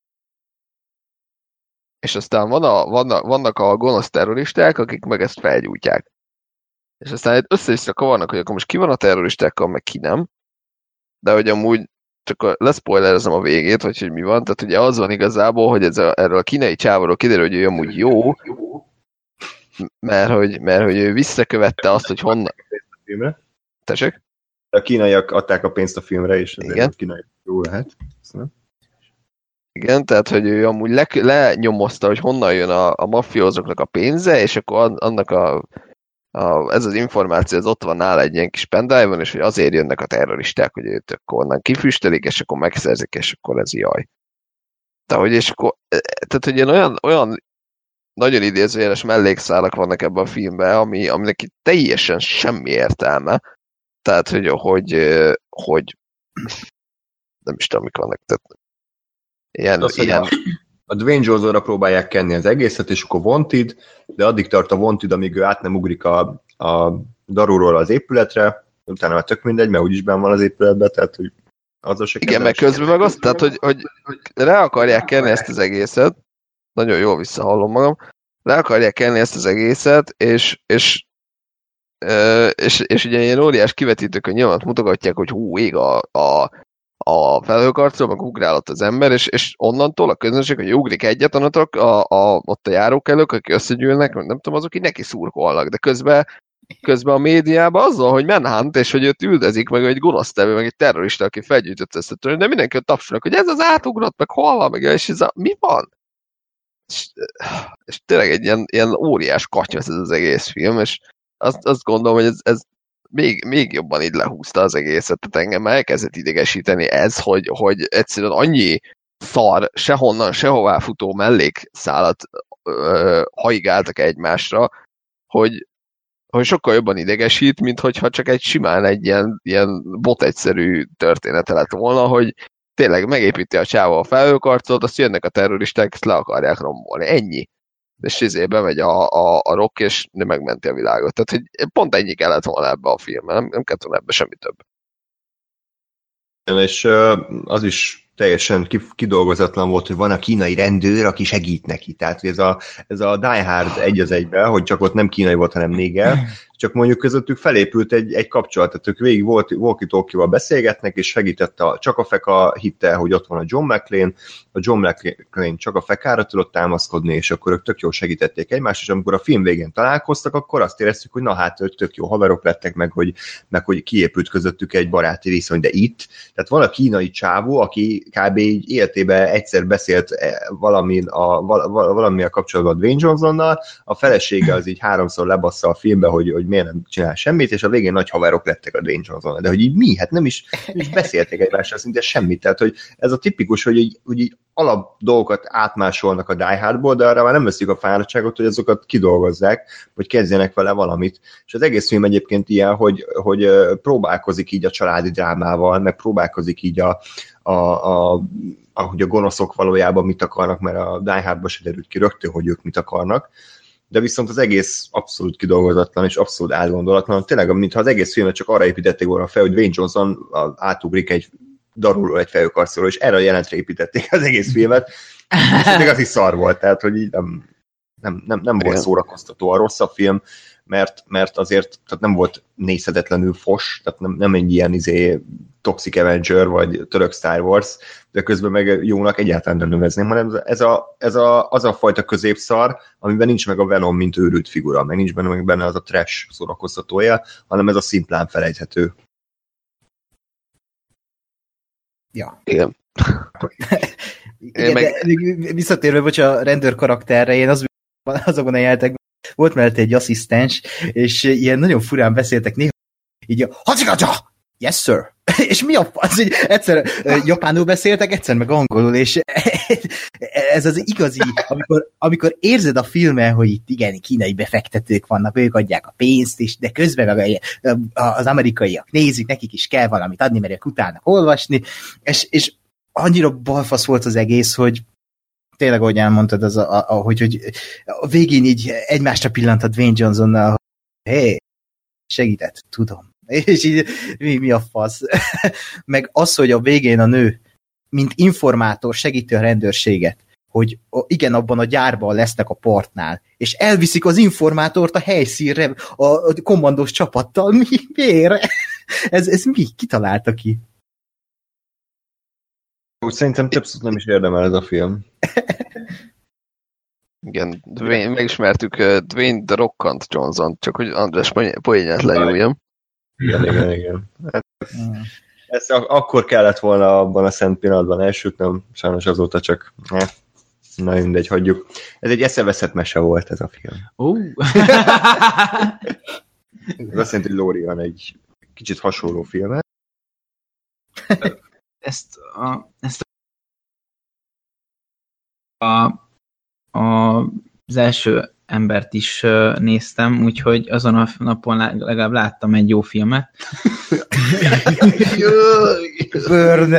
D: és aztán van a, vannak, vannak a gonosz terroristák, akik meg ezt felgyújtják. És aztán össze-vissza kavarnak, hogy akkor most ki van a terroristákkal, meg ki nem. De hogy amúgy csak leszpoilerezem a végét, vagy hogy mi van. Tehát ugye az van igazából, hogy ez a, erről a kínai csávóról kiderül, hogy ő amúgy jó, mert hogy, mert hogy ő visszakövette azt, hogy honnan... Tessék?
B: A kínaiak adták a pénzt a filmre, és azért
D: igen.
B: A kínai jó lehet. Szóval.
D: Igen, tehát, hogy ő amúgy le, lenyomozta, hogy honnan jön a, a mafiózóknak a pénze, és akkor annak a, a, ez az információ, ez ott van nála egy ilyen kis pendrive-on, és hogy azért jönnek a terroristák, hogy őt akkor onnan kifüstelik, és akkor megszerzik, és akkor ez jaj. Tehát, hogy, és akkor, tehát, hogy ilyen olyan, olyan nagyon idézőjeles mellékszálak vannak ebben a filmben, ami, aminek itt teljesen semmi értelme. Tehát, hogy, hogy, hogy nem is tudom, mik vannak. Tehát, ilyen,
B: az,
D: ilyen...
B: A, a Dwayne Johnson-ra próbálják kenni az egészet, és akkor Wanted, de addig tart a Wanted, amíg ő át nem ugrik a, a darúról az épületre, utána már tök mindegy, mert úgyis benn van az épületben, tehát hogy azzal se
D: igen, meg közben meg azt, tehát hogy, hogy, hogy rá akarják kenni ezt az egészet, nagyon jól visszahallom magam, rá akarják kenni ezt az egészet, és, és És, és ugye ilyen óriás kivetítőkön nyilván mutogatják, hogy hú, ég a, a, a felhőkarcol, meg ugrálott az ember, és, és onnantól a közönség, hogy ugrik egyet, onnantól a, a, ott a járókelők, akik összegyűlnek, nem tudom, azok így neki szurkolnak, de közben, közben a médiában azzal, hogy Manhunt, és hogy őt üldözik, meg egy gonosztevő, meg egy terrorista, aki felgyűjtött ezt a törvényt, de mindenki ott tapsolnak, hogy ez az átugrott, meg hol meg és ez a, mi van? És, és tényleg egy ilyen, ilyen óriás katyvasz ez az egész film, és Azt, azt gondolom, hogy ez, ez még, még jobban így lehúzta az egészet, tehát engem elkezdett idegesíteni ez, hogy, hogy egyszerűen annyi szar, sehonnan, sehová futó mellékszálat ö, haigáltak egymásra, hogy, hogy sokkal jobban idegesít, mint hogyha csak egy simán egy ilyen, ilyen bot egyszerű története lett volna, hogy tényleg megépíti a csávó a felhőkarcot, azt jönnek a terroristák, ezt le akarják rombolni. Ennyi. És izé bemegy a, a, a rock, és megmenti a világot. Tehát, hogy pont ennyi kellett volna ebbe a filmben, nem, nem kellett volna ebbe semmi több.
B: És az is teljesen kidolgozatlan volt, hogy van a kínai rendőr, aki segít neki. Tehát ez a, ez a Die Hard egy az egyben, hogy csak ott nem kínai volt, hanem néger, csak mondjuk közöttük felépült egy, egy kapcsolat, tehát ők végig walkie-talkie-val beszélgetnek, és segített a, csak a feka hitte, hogy ott van a John McClane, a John McClane csak a fekára tudott támaszkodni, és akkor ők tök jól segítették egymást, és amikor a film végén találkoztak, akkor azt éreztük, hogy na hát ők tök jó haverok lettek, meg hogy, meg hogy kiépült közöttük egy baráti viszony, de itt, tehát van a kínai csávó, aki kb. Így életében egyszer beszélt valamin a, val, valami a kapcsolatban Dwayne Johnsonnal, a felesége az így háromszor lebassza a filmbe, hogy, hogy miért nem csinál semmit, és a végén nagy haverok lettek a Dwayne Johnson. De hogy így mi? Hát nem is, nem is beszélték egymással szinte semmit. Tehát, hogy ez a tipikus, hogy így, hogy így alap dolgokat átmásolnak a Die Hardból, de arra már nem veszik a fáradtságot, hogy azokat kidolgozzák, vagy kezdjenek vele valamit. És az egész film egyébként ilyen, hogy, hogy próbálkozik így a családi drámával, meg próbálkozik így a, a, a ahogy a gonoszok valójában mit akarnak, mert a Die Hardba se derült ki rögtön, hogy ők mit akarnak, de viszont az egész abszolút kidolgozatlan és abszolút átgondolatlan. Tényleg, mintha az egész filmet csak arra építették volna fel, hogy Dwayne Johnson átugrik egy darulról egy fejőkarcoló, és erre a jelentre építették az egész filmet, és még az is szar volt, tehát hogy így nem, nem, nem, nem volt szórakoztató a rosszabb film, mert, mert azért tehát nem volt nézhetetlenül fos, tehát nem, nem egy ilyen izé, Toxic Avenger vagy török Star Wars, de közben meg jónak egyáltalán nem nevezném, hanem ez a, ez a, az a fajta középszar, amiben nincs meg a Venom, mint őrült figura, meg nincs benne, meg benne az a trash szórakoztatója, hanem ez a szimplán felejthető.
C: Ja.
D: Igen.
C: Igen, meg... de visszatérve, bocs, a rendőr karakterre, én az, azokon a jelentek volt mellette egy asszisztens, és ilyen nagyon furán beszéltek néha, így a hacikacsa! Yes, sir! És mi a az, hogy egyszer japánul beszéltek, egyszer meg angolul, és ez az igazi, amikor, amikor érzed a filmen, hogy itt igen, kínai befektetők vannak, ők adják a pénzt, és de közben az amerikaiak nézik, nekik is kell valamit adni, mert ők utálnak olvasni, és, és annyira balfasz volt az egész, hogy tényleg, ahogy elmondtad, az a, a, hogy, hogy a végén így egymásra pillant a Dwayne Johnsonnal, hogy hé, segített, tudom. És így mi, mi a fasz? Meg az, hogy a végén a nő, mint informátor segíti a rendőrséget, hogy igen, abban a gyárban lesznek a partnál, és elviszik az informátort a helyszínre a kommandós csapattal. Mi? Miért? Ez, ez mi? Ki találta ki?
B: Úgy szerintem többször nem is érdemel ez a film.
D: Igen, Dwayne, megismertük uh, Dwayne The Rockant Johnson, csak hogy András poénját lenyúljam.
B: Igen, igen, igen. Hát, ezt akkor kellett volna abban a szent pillanatban elsütnöm, sajnos azóta csak eh, na mindegy, hagyjuk. Ez egy eszeveszett mese volt ez a film.
E: Uh.
B: Ez azt jelenti, hogy Lóri van egy kicsit hasonló filmet.
E: Ezt a, ezt a, a, az első embert is néztem, úgyhogy azon a napon legalább láttam egy jó filmet.
C: Burn.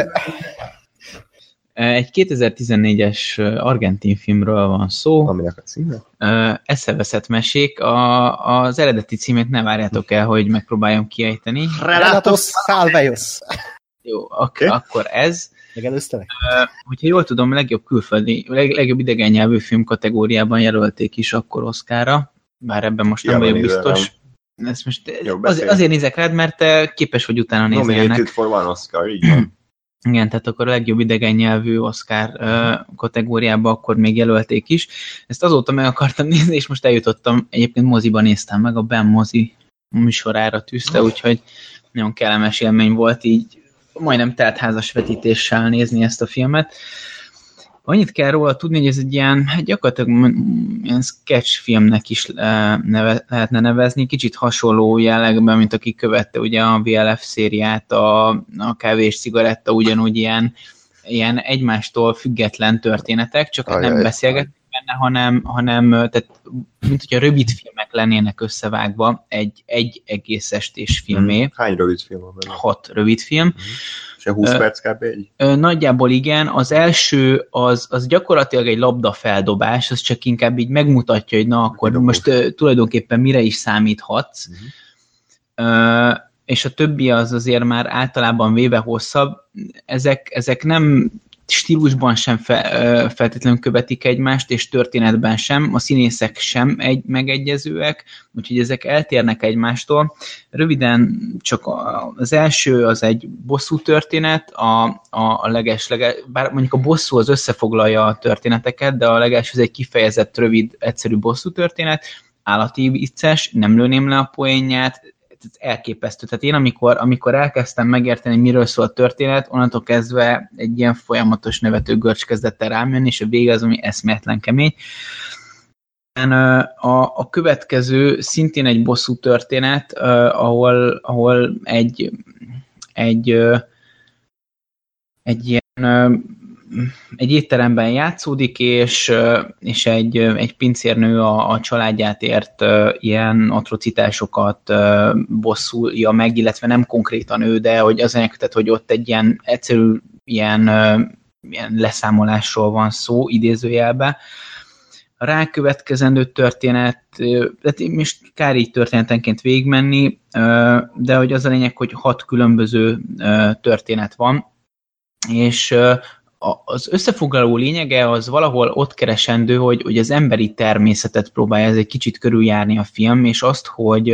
E: Egy kétezer-tizennégyes argentin filmről van szó.
B: Aminek a címe?
E: Eszeveszett mesék. A, az eredeti címét ne várjátok el, hogy megpróbáljam kiejteni.
C: Relatos Salveios.
E: Jó, ak- okay. Akkor ez.
C: Megelőztelek?
E: Uh, hogyha jól tudom, legjobb külföldi, leg, legjobb idegen nyelvű film kategóriában jelölték is akkor Oscarra, bár ebben most nem vagyok biztos. Ezt most Jó, az, azért nézek rád, mert te képes vagy utána nézni ennek.
B: Nominated for one Oscar, így van.
E: Igen, tehát akkor a legjobb idegen nyelvű Oscar uh, kategóriában akkor még jelölték is. Ezt azóta meg akartam nézni, és most eljutottam, egyébként moziban néztem meg, a Ben mozi műsorára tűzte, úgyhogy nagyon kellemes élmény volt így majdnem teltházas vetítéssel nézni ezt a filmet. Annyit kell róla tudni, hogy ez egy ilyen, hát gyakorlatilag ilyen sketch filmnek is neve, lehetne nevezni, kicsit hasonló jellegben, mint aki követte ugye a vé el ef szériát, a, a kávé és cigaretta, ugyanúgy ilyen, ilyen egymástól független történetek, csak Ajaj, nem beszélgetnek benne, hanem, hanem tehát, mint hogyha rövid filmek lennének összevágva egy, egy egész estés filmé.
B: Hány rövid film van benne?
E: Hat rövid film. Mm.
B: És a húsz perc kb. Egy?
E: Nagyjából igen. Az első az, az gyakorlatilag egy labdafeldobás, az csak inkább így megmutatja, hogy na akkor Dobok. most uh, tulajdonképpen mire is számíthatsz. Mm. Uh, és a többi az azért már általában véve hosszabb. Ezek, ezek nem stílusban sem fe, feltétlenül követik egymást, és történetben sem, a színészek sem egy megegyezőek, úgyhogy ezek eltérnek egymástól. Röviden csak az első az egy bosszú történet, a, a, a leges, bár mondjuk a bosszú az összefoglalja a történeteket, de a legelső az egy kifejezett, rövid, egyszerű bosszú történet, állati vicces, nem lőném le a poénját, elképesztő. Tehát én amikor, amikor elkezdtem megérteni, miről szól a történet, onnantól kezdve egy ilyen folyamatos nevető görcs kezdett el rám jönni, és a vége az, ami eszméletlen kemény. A, a következő szintén egy bosszú történet, ahol, ahol egy, egy, egy ilyen egy étteremben játszódik, és, és egy, egy pincérnő a, a családját ért ilyen atrocitásokat bosszulja meg, illetve nem konkrétan ő, de hogy az enyektet, hogy ott egy ilyen egyszerű ilyen, ilyen leszámolásról van szó, idézőjelben. A rákövetkezendő történet, tehát most kár így történetenként végigmenni, de hogy az a lényeg, hogy hat különböző történet van, és az összefoglaló lényege az valahol ott keresendő, hogy, hogy az emberi természetet próbálja ez egy kicsit körüljárni a film, és azt, hogy,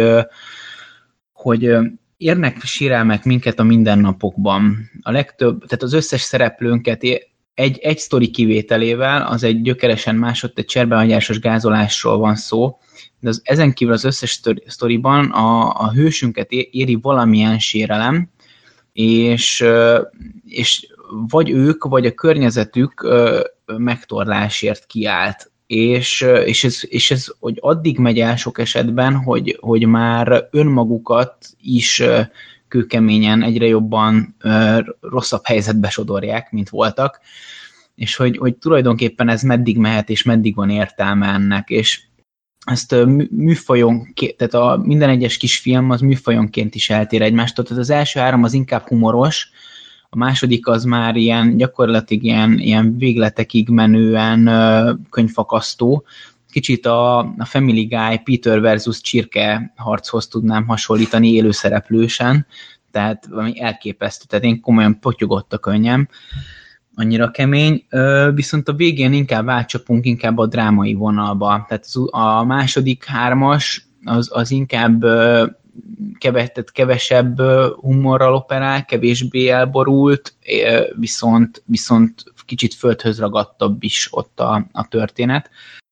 E: hogy érnek sérelmek minket a mindennapokban. A legtöbb, tehát az összes szereplőnket egy, egy sztori kivételével, az egy gyökeresen másod, egy cserbehagyásos gázolásról van szó, de az, ezen kívül az összes sztoriban a, a hősünket éri valamilyen sérelem, és, és vagy ők, vagy a környezetük megtorlásért kiállt. És, és, ez, és ez hogy addig megy el sok esetben, hogy, hogy már önmagukat is kőkeményen egyre jobban rosszabb helyzetbe sodorják, mint voltak, és hogy, hogy tulajdonképpen ez meddig mehet, és meddig van értelme ennek, és ezt műfajon, tehát a minden egyes kis film az műfajonként is eltér egymástól, tehát az első három az inkább humoros, a második az már ilyen gyakorlatilag ilyen, ilyen végletekig menően könyvfakasztó. Kicsit a, a Family Guy Peter versus Csirke harchoz tudnám hasonlítani élőszereplősen, tehát valami elképesztő, tehát én komolyan potyogott a könnyem, annyira kemény, viszont a végén inkább átcsapunk inkább a drámai vonalba, tehát a második hármas az, az inkább keves, tehát kevesebb humorral operál, kevésbé elborult, viszont, viszont kicsit földhöz ragadtabb is ott a, a történet.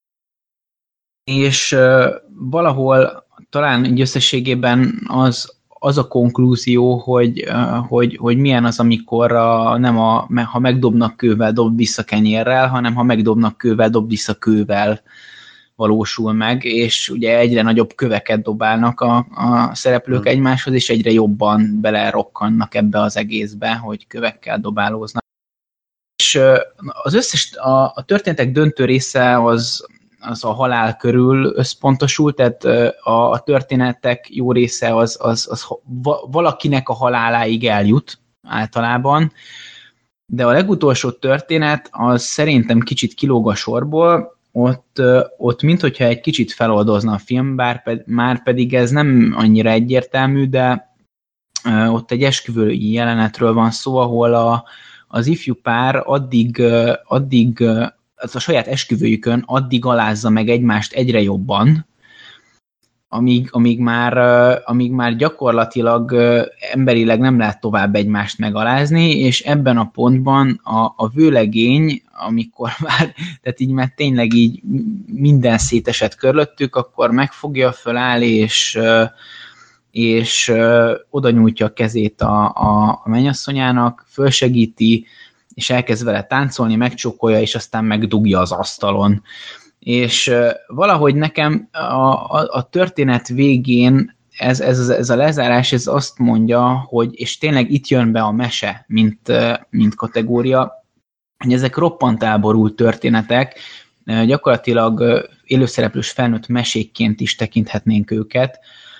E: És valahol talán egy összességében az, az a konklúzió, hogy, hogy, hogy milyen az, amikor a, nem a, ha megdobnak kővel, dob vissza kenyérrel, hanem ha megdobnak kővel, dob vissza kővel valósul meg, és ugye egyre nagyobb köveket dobálnak a, a szereplők hmm. egymáshoz, és egyre jobban belerokkannak ebbe az egészbe, hogy kövekkel dobálóznak. És az összes, a, a történetek döntő része az, az a halál körül összpontosul, tehát a, a történetek jó része az, az, az valakinek a haláláig eljut általában, de a legutolsó történet az szerintem kicsit kilóg a sorból, ott, ott minthogyha egy kicsit feloldozna a film, bár ped, már pedig ez nem annyira egyértelmű, de ott egy esküvői jelenetről van szó, ahol a, az ifjú pár addig, addig az a saját esküvőjükön addig alázza meg egymást egyre jobban, amíg, amíg, már, amíg már gyakorlatilag emberileg nem lehet tovább egymást megalázni, és ebben a pontban a, a vőlegény, amikor már, tehát így már tényleg így minden szétesett körülöttük, akkor megfogja, föláll, és, és oda nyújtja a kezét a, a, a mennyasszonyának, fölsegíti, és elkezd vele táncolni, megcsókolja, és aztán megdugja az asztalon. És valahogy nekem a, a, a történet végén ez, ez, ez a lezárás ez azt mondja, hogy, és tényleg itt jön be a mese, mint, mint kategória, hogy ezek roppant elborult történetek, gyakorlatilag élőszereplős felnőtt mesékként is tekinthetnénk őket.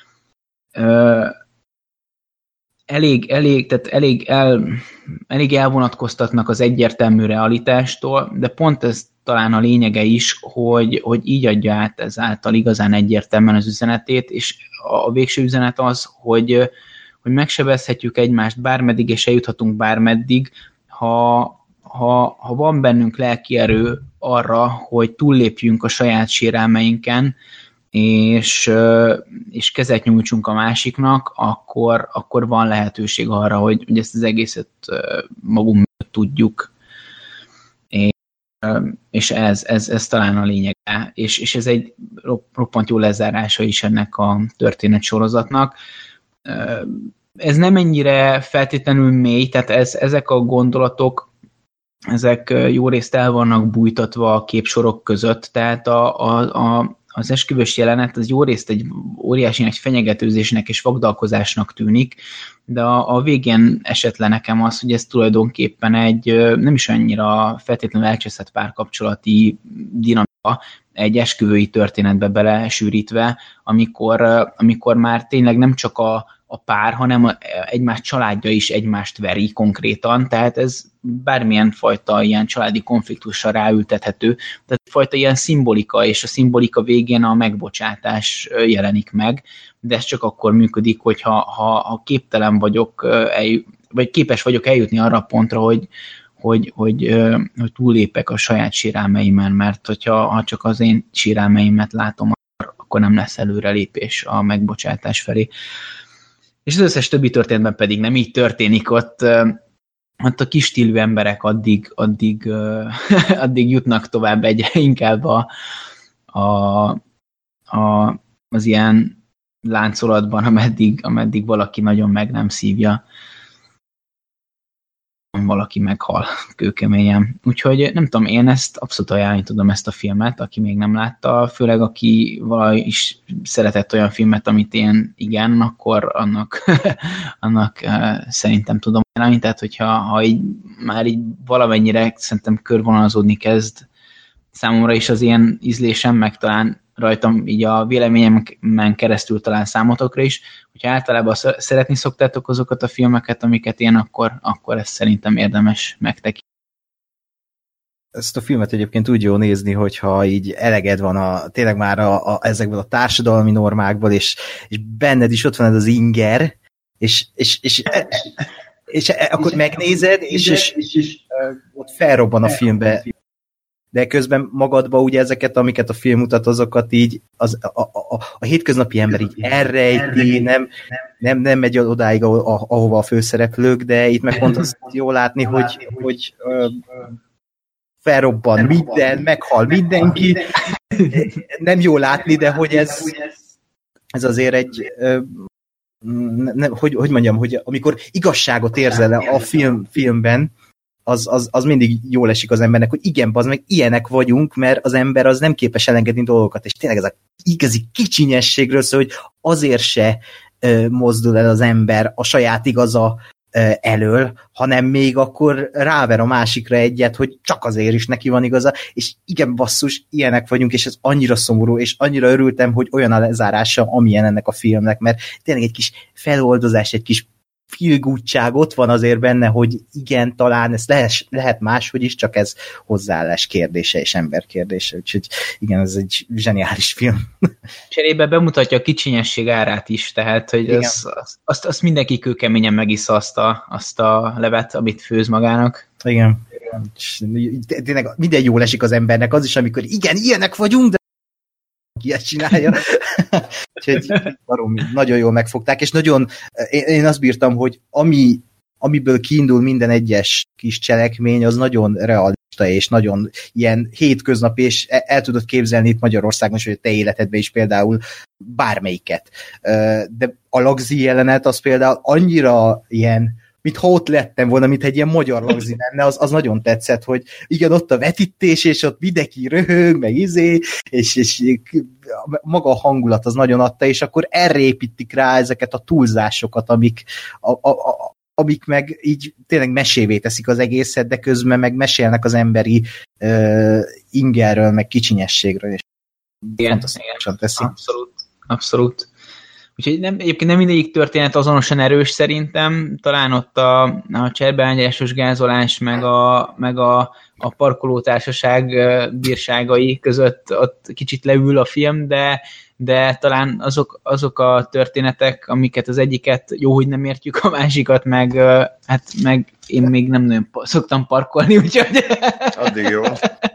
E: Elég, elég, tehát elég, el, elég elvonatkoztatnak az egyértelmű realitástól, de pont ez talán a lényege is, hogy, hogy így adja át ezáltal igazán egyértelműen az üzenetét, és a végső üzenet az, hogy, hogy megsebezhetjük egymást bármeddig, és eljuthatunk bármeddig, ha, ha, ha van bennünk lelki erő arra, hogy túllépjünk a saját sérelmeinken, és, és kezet nyújtsunk a másiknak, akkor, akkor van lehetőség arra, hogy, hogy ezt az egészet magunk tudjuk. És ez, ez, ez talán a lényege. És, és ez egy roppant jó lezárása is ennek a történetsorozatnak. Ez nem ennyire feltétlenül mély, tehát ez, ezek a gondolatok ezek jó részt el vannak bújtatva a képsorok között, tehát a, a, a, az esküvős jelenet az jó részt egy óriási nagy fenyegetőzésnek és vagdalkozásnak tűnik, de a, a végén esett le nekem az, hogy ez tulajdonképpen egy nem is annyira feltétlenül elcseszett párkapcsolati dinamika, egy esküvői történetbe belesűrítve, amikor, amikor már tényleg nem csak a, a pár, hanem a, egymás családja is egymást veri konkrétan, tehát ez bármilyen fajta ilyen családi konfliktussal ráültethető, tehát fajta ilyen szimbolika, és a szimbolika végén a megbocsátás jelenik meg, de ez csak akkor működik, hogyha ha, ha képtelen vagyok, eljut, vagy képes vagyok eljutni arra a pontra, hogy Hogy, hogy, hogy túllépek a saját sérelmeimen, mert hogyha ha csak az én sérelmeimet látom, akkor nem lesz előrelépés a megbocsátás felé. És az összes többi történetben pedig nem így történik, ott, ott a kis stílű emberek addig, addig, addig jutnak tovább egyre inkább a, a, a, az ilyen láncolatban, ameddig, ameddig valaki nagyon meg nem szívja, valaki meghal kőkeményen. Úgyhogy nem tudom, én ezt abszolút ajánlani tudom, ezt a filmet, aki még nem látta, főleg aki valahogy is szeretett olyan filmet, amit én igen, akkor annak, annak uh, szerintem tudom ajánlani, tehát hogyha ha így, már így valamennyire szerintem körvonalazódni kezd számomra is az ilyen ízlésem, meg talán rajtam így a véleményemen keresztül talán számotokra is, hogyha általában szeretni szoktátok azokat a filmeket, amiket én, akkor, akkor ezt szerintem érdemes megtekinteni.
C: Ezt a filmet egyébként úgy jó nézni, hogyha így eleged van a, tényleg már a, a, ezekből a társadalmi normákból, és, és benned is ott van ez az inger, és, és, és, és, és, és akkor megnézed, és, és, és, és ott felrobban a filmbe, de közben magadba ugye ezeket, amiket a film mutat, azokat így az, a, a, a, a hétköznapi ember így elrejti, nem, nem, nem megy odáig, ahova a főszereplők, de itt meg pont azt jól látni, hogy, hogy ö, felrobban minden, meghal mindenki. Nem jó látni, de hogy ez, ez azért egy ö, nem, hogy, hogy mondjam, hogy amikor igazságot érzel a film, filmben, Az, az, az mindig jól esik az embernek, hogy igen, bazd meg, ilyenek vagyunk, mert az ember az nem képes elengedni dolgokat, és tényleg ez a igazi kicsinyességről szól, hogy azért se ö, mozdul el az ember a saját igaza ö, elől, hanem még akkor ráver a másikra egyet, hogy csak azért is neki van igaza, és igen, basszus, ilyenek vagyunk, és ez annyira szomorú, és annyira örültem, hogy olyan a lezárása, amilyen ennek a filmnek, mert tényleg egy kis feloldozás, egy kis feel-goodság ott van azért benne, hogy igen, talán ez lehet, lehet máshogy is, csak ez hozzáállás kérdése és ember kérdése, úgyhogy igen, ez egy zseniális film.
E: Cserébe bemutatja a kicsinyesség árát is, tehát, hogy az, az, azt, azt mindenki kőkeményen megissza azt a, azt a levet, amit főz magának.
C: Igen. Tényleg minden jól esik az embernek, az is, amikor igen, ilyenek vagyunk, de ilyet csinálja. Úgyhogy baromi, nagyon jól megfogták, és nagyon, én, én azt bírtam, hogy ami, amiből kiindul minden egyes kis cselekmény, az nagyon realista, és nagyon ilyen hétköznapi, és el, el tudod képzelni itt Magyarországon is, hogy a te életedben is például bármelyiket. De a lagzi jelenet az például annyira ilyen, mintha ott lettem volna, mint egy ilyen magyar lagzi lenne, az, az nagyon tetszett, hogy igen, ott a vetítés, és ott mindenki röhög, meg izé, és, és maga a hangulat az nagyon adta, és akkor erre építik rá ezeket a túlzásokat, amik, a, a, a, amik meg így tényleg mesévé teszik az egészet, de közben meg mesélnek az emberi uh, ingerről, meg kicsinyességről, és fantasztikusan teszi.
E: Abszolút, abszolút. Úgyhogy nem, egyébként nem mindegyik történet azonosan erős szerintem, talán ott a, a cserbeányásos gázolás, meg a, meg a, a parkolótársaság bírságai között ott kicsit leül a film, de, de talán azok, azok a történetek, amiket az egyiket jó, hogy nem értjük, a másikat, meg, hát, meg én még nem nagyon szoktam parkolni, úgyhogy...
B: Addig jó.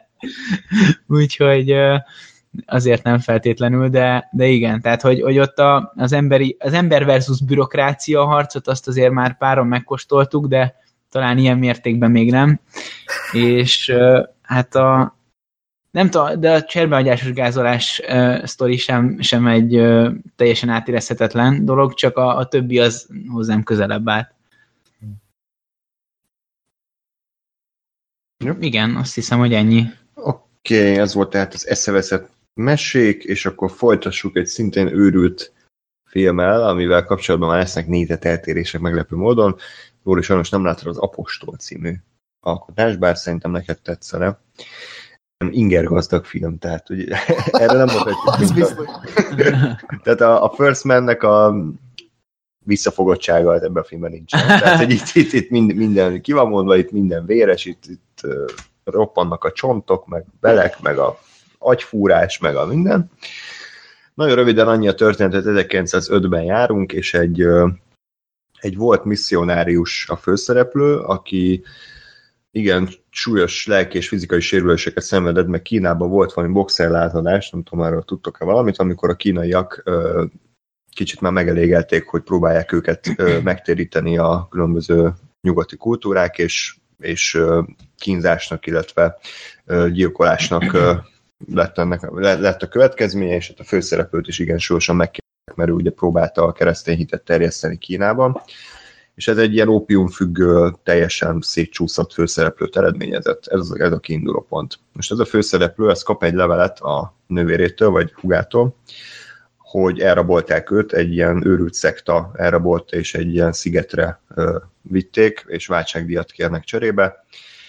E: Úgyhogy... azért nem feltétlenül, de, de igen, tehát hogy, hogy ott a, az, emberi, az ember versus bürokrácia harcot azt azért már páron megkóstoltuk, de talán ilyen mértékben még nem. És hát a nem tudom, de a cserbehagyásos gázolás uh, sztori sem, sem egy uh, teljesen átérezhetetlen dolog, csak a, a többi az hozzám közelebb állt. Jó. Igen, azt hiszem, hogy ennyi.
B: Oké, okay, ez volt tehát az eszeveszett mesék, és akkor folytassuk egy szintén őrült filmmel, amivel kapcsolatban már lesznek nézeteltérések meglepő módon. Lóri, sajnos nem láttad az Apostol című alkotás, bár szerintem neked tetszene. Inger gazdag film, tehát ugye, erre nem mondhatjuk. Tehát a, a First Man-nek a visszafogottsága ebben a filmben nincsen. Tehát, hogy itt, itt, itt minden, minden ki van mondva, itt minden véres, itt, itt uh, roppannak a csontok, meg belek, meg a agyfúrás, meg a minden. Nagyon röviden annyi a történet, hogy ezerkilencszázötben járunk, és egy, uh, egy volt misszionárius a főszereplő, aki igen, súlyos lelki és fizikai sérüléseket szenvedett, meg Kínában volt valami boxerlátadás, nem tudom, arról tudtok-e valamit, amikor a kínaiak uh, kicsit már megelégelték, hogy próbálják őket uh, megtéríteni a különböző nyugati kultúrák, és, és uh, kínzásnak, illetve uh, gyilkolásnak uh, lett, ennek, lett a következménye, és hát a főszereplőt is igen súlyosan megkérdeztek, mert ő ugye próbálta a keresztény hitet terjeszteni Kínában, és ez egy ilyen ópiumfüggő, teljesen szétcsúszott főszereplőt eredményezett. Ez, ez a kiinduló pont. Most ez a főszereplő, ez kap egy levelet a nővérétől, vagy hugától, hogy elrabolták őt, egy ilyen őrült szekta elrabolta, és egy ilyen szigetre ö, vitték, és váltságdíjat kérnek cserébe.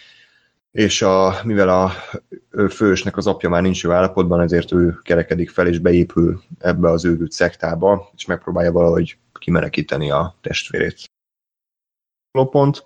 B: És a, mivel a főösnek az apja már nincs jó állapotban, ezért ő kerekedik fel, és beépül ebbe az őrült szektába, és megpróbálja valahogy kimenekíteni a testvérét. Pont.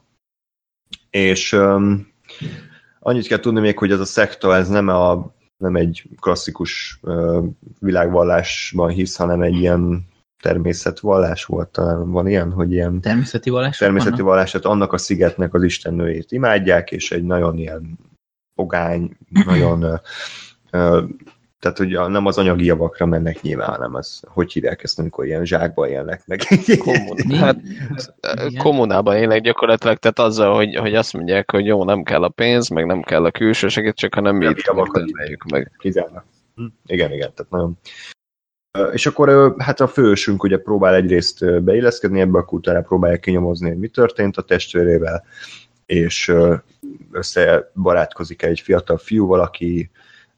B: És um, annyit kell tudni még, hogy ez a szekta, ez nem, a, nem egy klasszikus uh, világvallásban hisz, hanem egy ilyen természetvallás volt, talán van ilyen, hogy ilyen
E: természeti vallás?
B: Természeti vallás, tehát annak a szigetnek az istennőjét imádják, és egy nagyon ilyen pogány, nagyon uh, uh, tehát, hogy nem az anyagi javakra mennek nyilván, hanem az, hogy hívják ezt, amikor ilyen zsákban élnek meg.
D: Kommun, hát, kommunában élnek gyakorlatilag, tehát azzal, hogy, hogy azt mondják, hogy jó, nem kell a pénz, meg nem kell a külső segítség, hanem mi itt megtendeljük meg.
B: Kizárnak. Igen, igen, tehát nagyon. És akkor hát a fősünk ugye próbál egyrészt beilleszkedni ebbe a kultúrára, próbálja kinyomozni, hogy mi történt a testvérével, és összebarátkozik egy fiatal fiúval, aki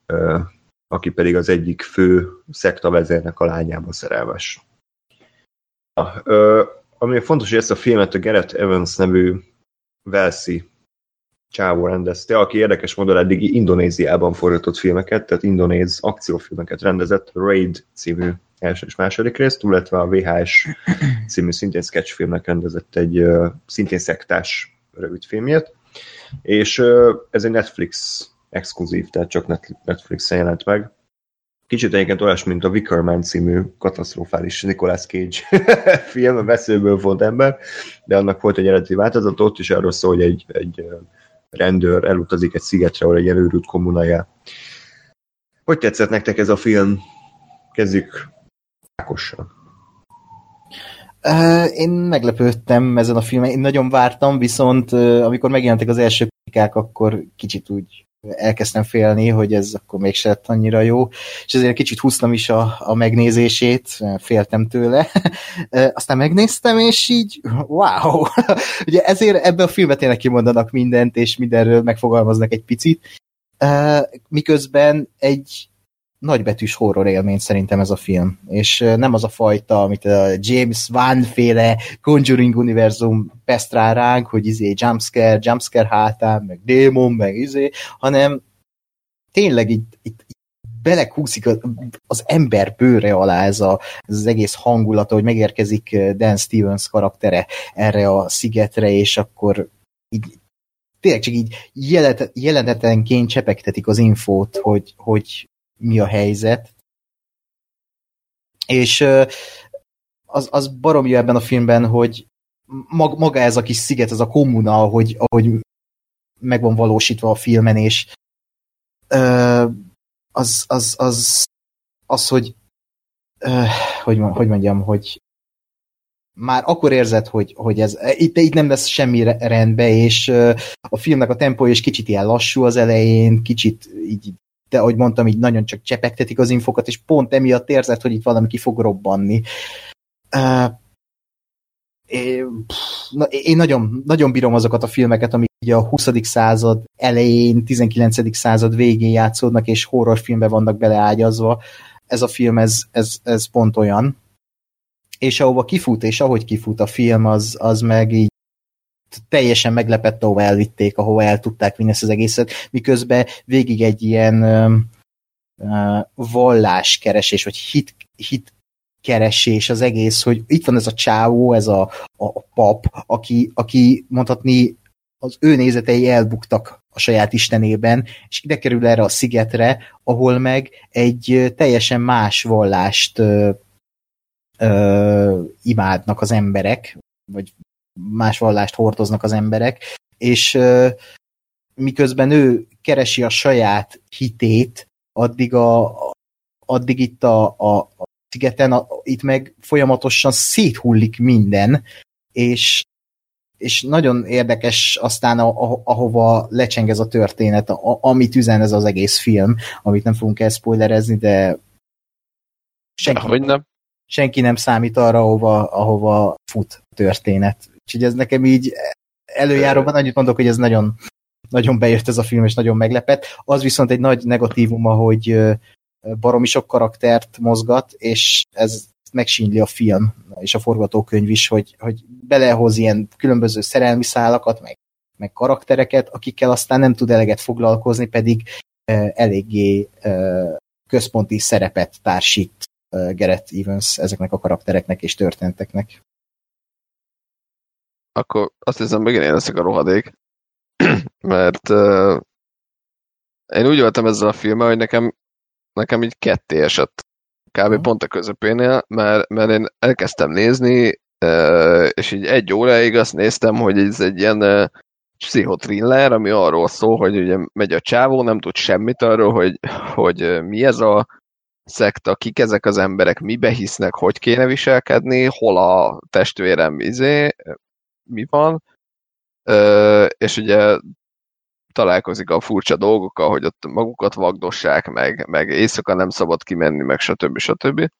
B: aki pedig az egyik fő szektavezérnek a lányába szerelmes. Ja, ö, ami fontos, hogy ezt a filmet a Gareth Evans nevű Walesi csávó rendezte, aki érdekes módon eddig Indonéziában fordított filmeket, tehát indonéz akciófilmeket rendezett, Raid című első és második részt, illetve a vé há es című szintén sketchfilmnek rendezett egy uh, szintén szektás rövid filmjét, és uh, ez egy Netflix exkluzív, tehát csak Netflixen jelent meg. Kicsit egyébként olyasmi, mint a Wicker Man című katasztrofális Nicolas Cage film, a veszőből volt ember, de annak volt egy eredeti változat, ott is arról szól, hogy egy, egy rendőr elutazik egy szigetre, ahol egy ilyen őrült kommuna él. Hogy tetszett nektek ez a film? Kezdjük Ákossal.
C: Uh, én meglepődtem ezen a filmen, én nagyon vártam, viszont uh, amikor megjelentek az első kritikák, akkor kicsit úgy elkezdtem félni, hogy ez akkor mégse lett annyira jó, és ezért kicsit húztam is a, a megnézését, féltem tőle. Aztán megnéztem, és így wow! Ugye ezért ebben a filmben tényleg kimondanak mindent, és mindenről megfogalmaznak egy picit. Miközben egy nagybetűs horror élmény szerintem ez a film, és nem az a fajta, amit a James Wan-féle Conjuring univerzum peszt rá ránk, hogy izé jumpscare, jumpscare hátán, meg démon, meg izé, hanem tényleg itt, itt belekúszik az, az ember bőre alá ez, a, ez az egész hangulata, hogy megérkezik Dan Stevens karaktere erre a szigetre, és akkor így tényleg csak így jelenetenként csepegtetik az infót, hogy, hogy mi a helyzet. És az, az baromi ebben a filmben, hogy maga ez a kis sziget, ez a kommuna, ahogy, ahogy meg van valósítva a filmen, és az, az, az, az hogy hogy, hogy mondjam, hogy már akkor érzed, hogy, hogy ez, itt, itt nem lesz semmi rendbe, és a filmnek a tempója is kicsit ilyen lassú az elején, kicsit így, de ahogy mondtam, így nagyon csak csepegtetik az infokat, és pont emiatt érzed, hogy itt valami ki fog robbanni. Uh, én, én nagyon, nagyon bírom azokat a filmeket, amik ugye a huszadik század elején, tizenkilencedik század végén játszódnak, és horrorfilmbe vannak beleágyazva. Ez a film, ez, ez, ez pont olyan. És ahova kifut, és ahogy kifut a film, az, az meg így teljesen meglepett, ahova elvitték, ahova el tudták vinni ezt az egészet, miközben végig egy ilyen uh, valláskeresés, vagy hit, hitkeresés az egész, hogy itt van ez a csávó, ez a, a, a pap, aki, aki mondhatni az ő nézetei elbuktak a saját istenében, és ide kerül erre a szigetre, ahol meg egy teljesen más vallást ö, ö, imádnak az emberek, vagy más vallást hordoznak az emberek, és ö, miközben ő keresi a saját hitét, addig, a, addig itt a, a, a szigeten, a, itt meg folyamatosan széthullik minden, és és nagyon érdekes aztán, ahova lecseng ez a történet, amit üzen ez az egész film, amit nem fogunk elspoilerezni, de senki,
D: nem.
C: senki nem számít arra, ahova, ahova fut a történet. Úgyhogy ez nekem így előjáróban annyit mondok, hogy ez nagyon, nagyon bejött ez a film, és nagyon meglepett. Az viszont egy nagy negatívuma, hogy baromi sok karaktert mozgat, és ez megsínyli a film, és a forgatókönyv is, hogy, hogy belehoz ilyen különböző szerelmi szálakat, meg, meg karaktereket, akikkel aztán nem tud eleget foglalkozni, pedig uh, eléggé uh, központi szerepet társít uh, Gareth Evans ezeknek a karaktereknek és történeteknek.
D: Akkor azt hiszem, megint én leszek a rohadék, mert uh, én úgy voltam ezzel a filmmel, hogy nekem, nekem így ketté esett. Kb. Uh-huh. Pont a közepénél, mert, mert én elkezdtem nézni, és így egy óráig azt néztem, hogy ez egy ilyen pszichotriller, ami arról szól, hogy ugye megy a csávó, nem tud semmit arról, hogy, hogy mi ez a szekta, kik ezek az emberek, mibe hisznek, hogy kéne viselkedni, hol a testvérem, izé, mi van, és ugye találkozik a furcsa dolgokkal, hogy ott magukat vagdossák, meg, meg éjszaka nem szabad kimenni, meg stb. stb.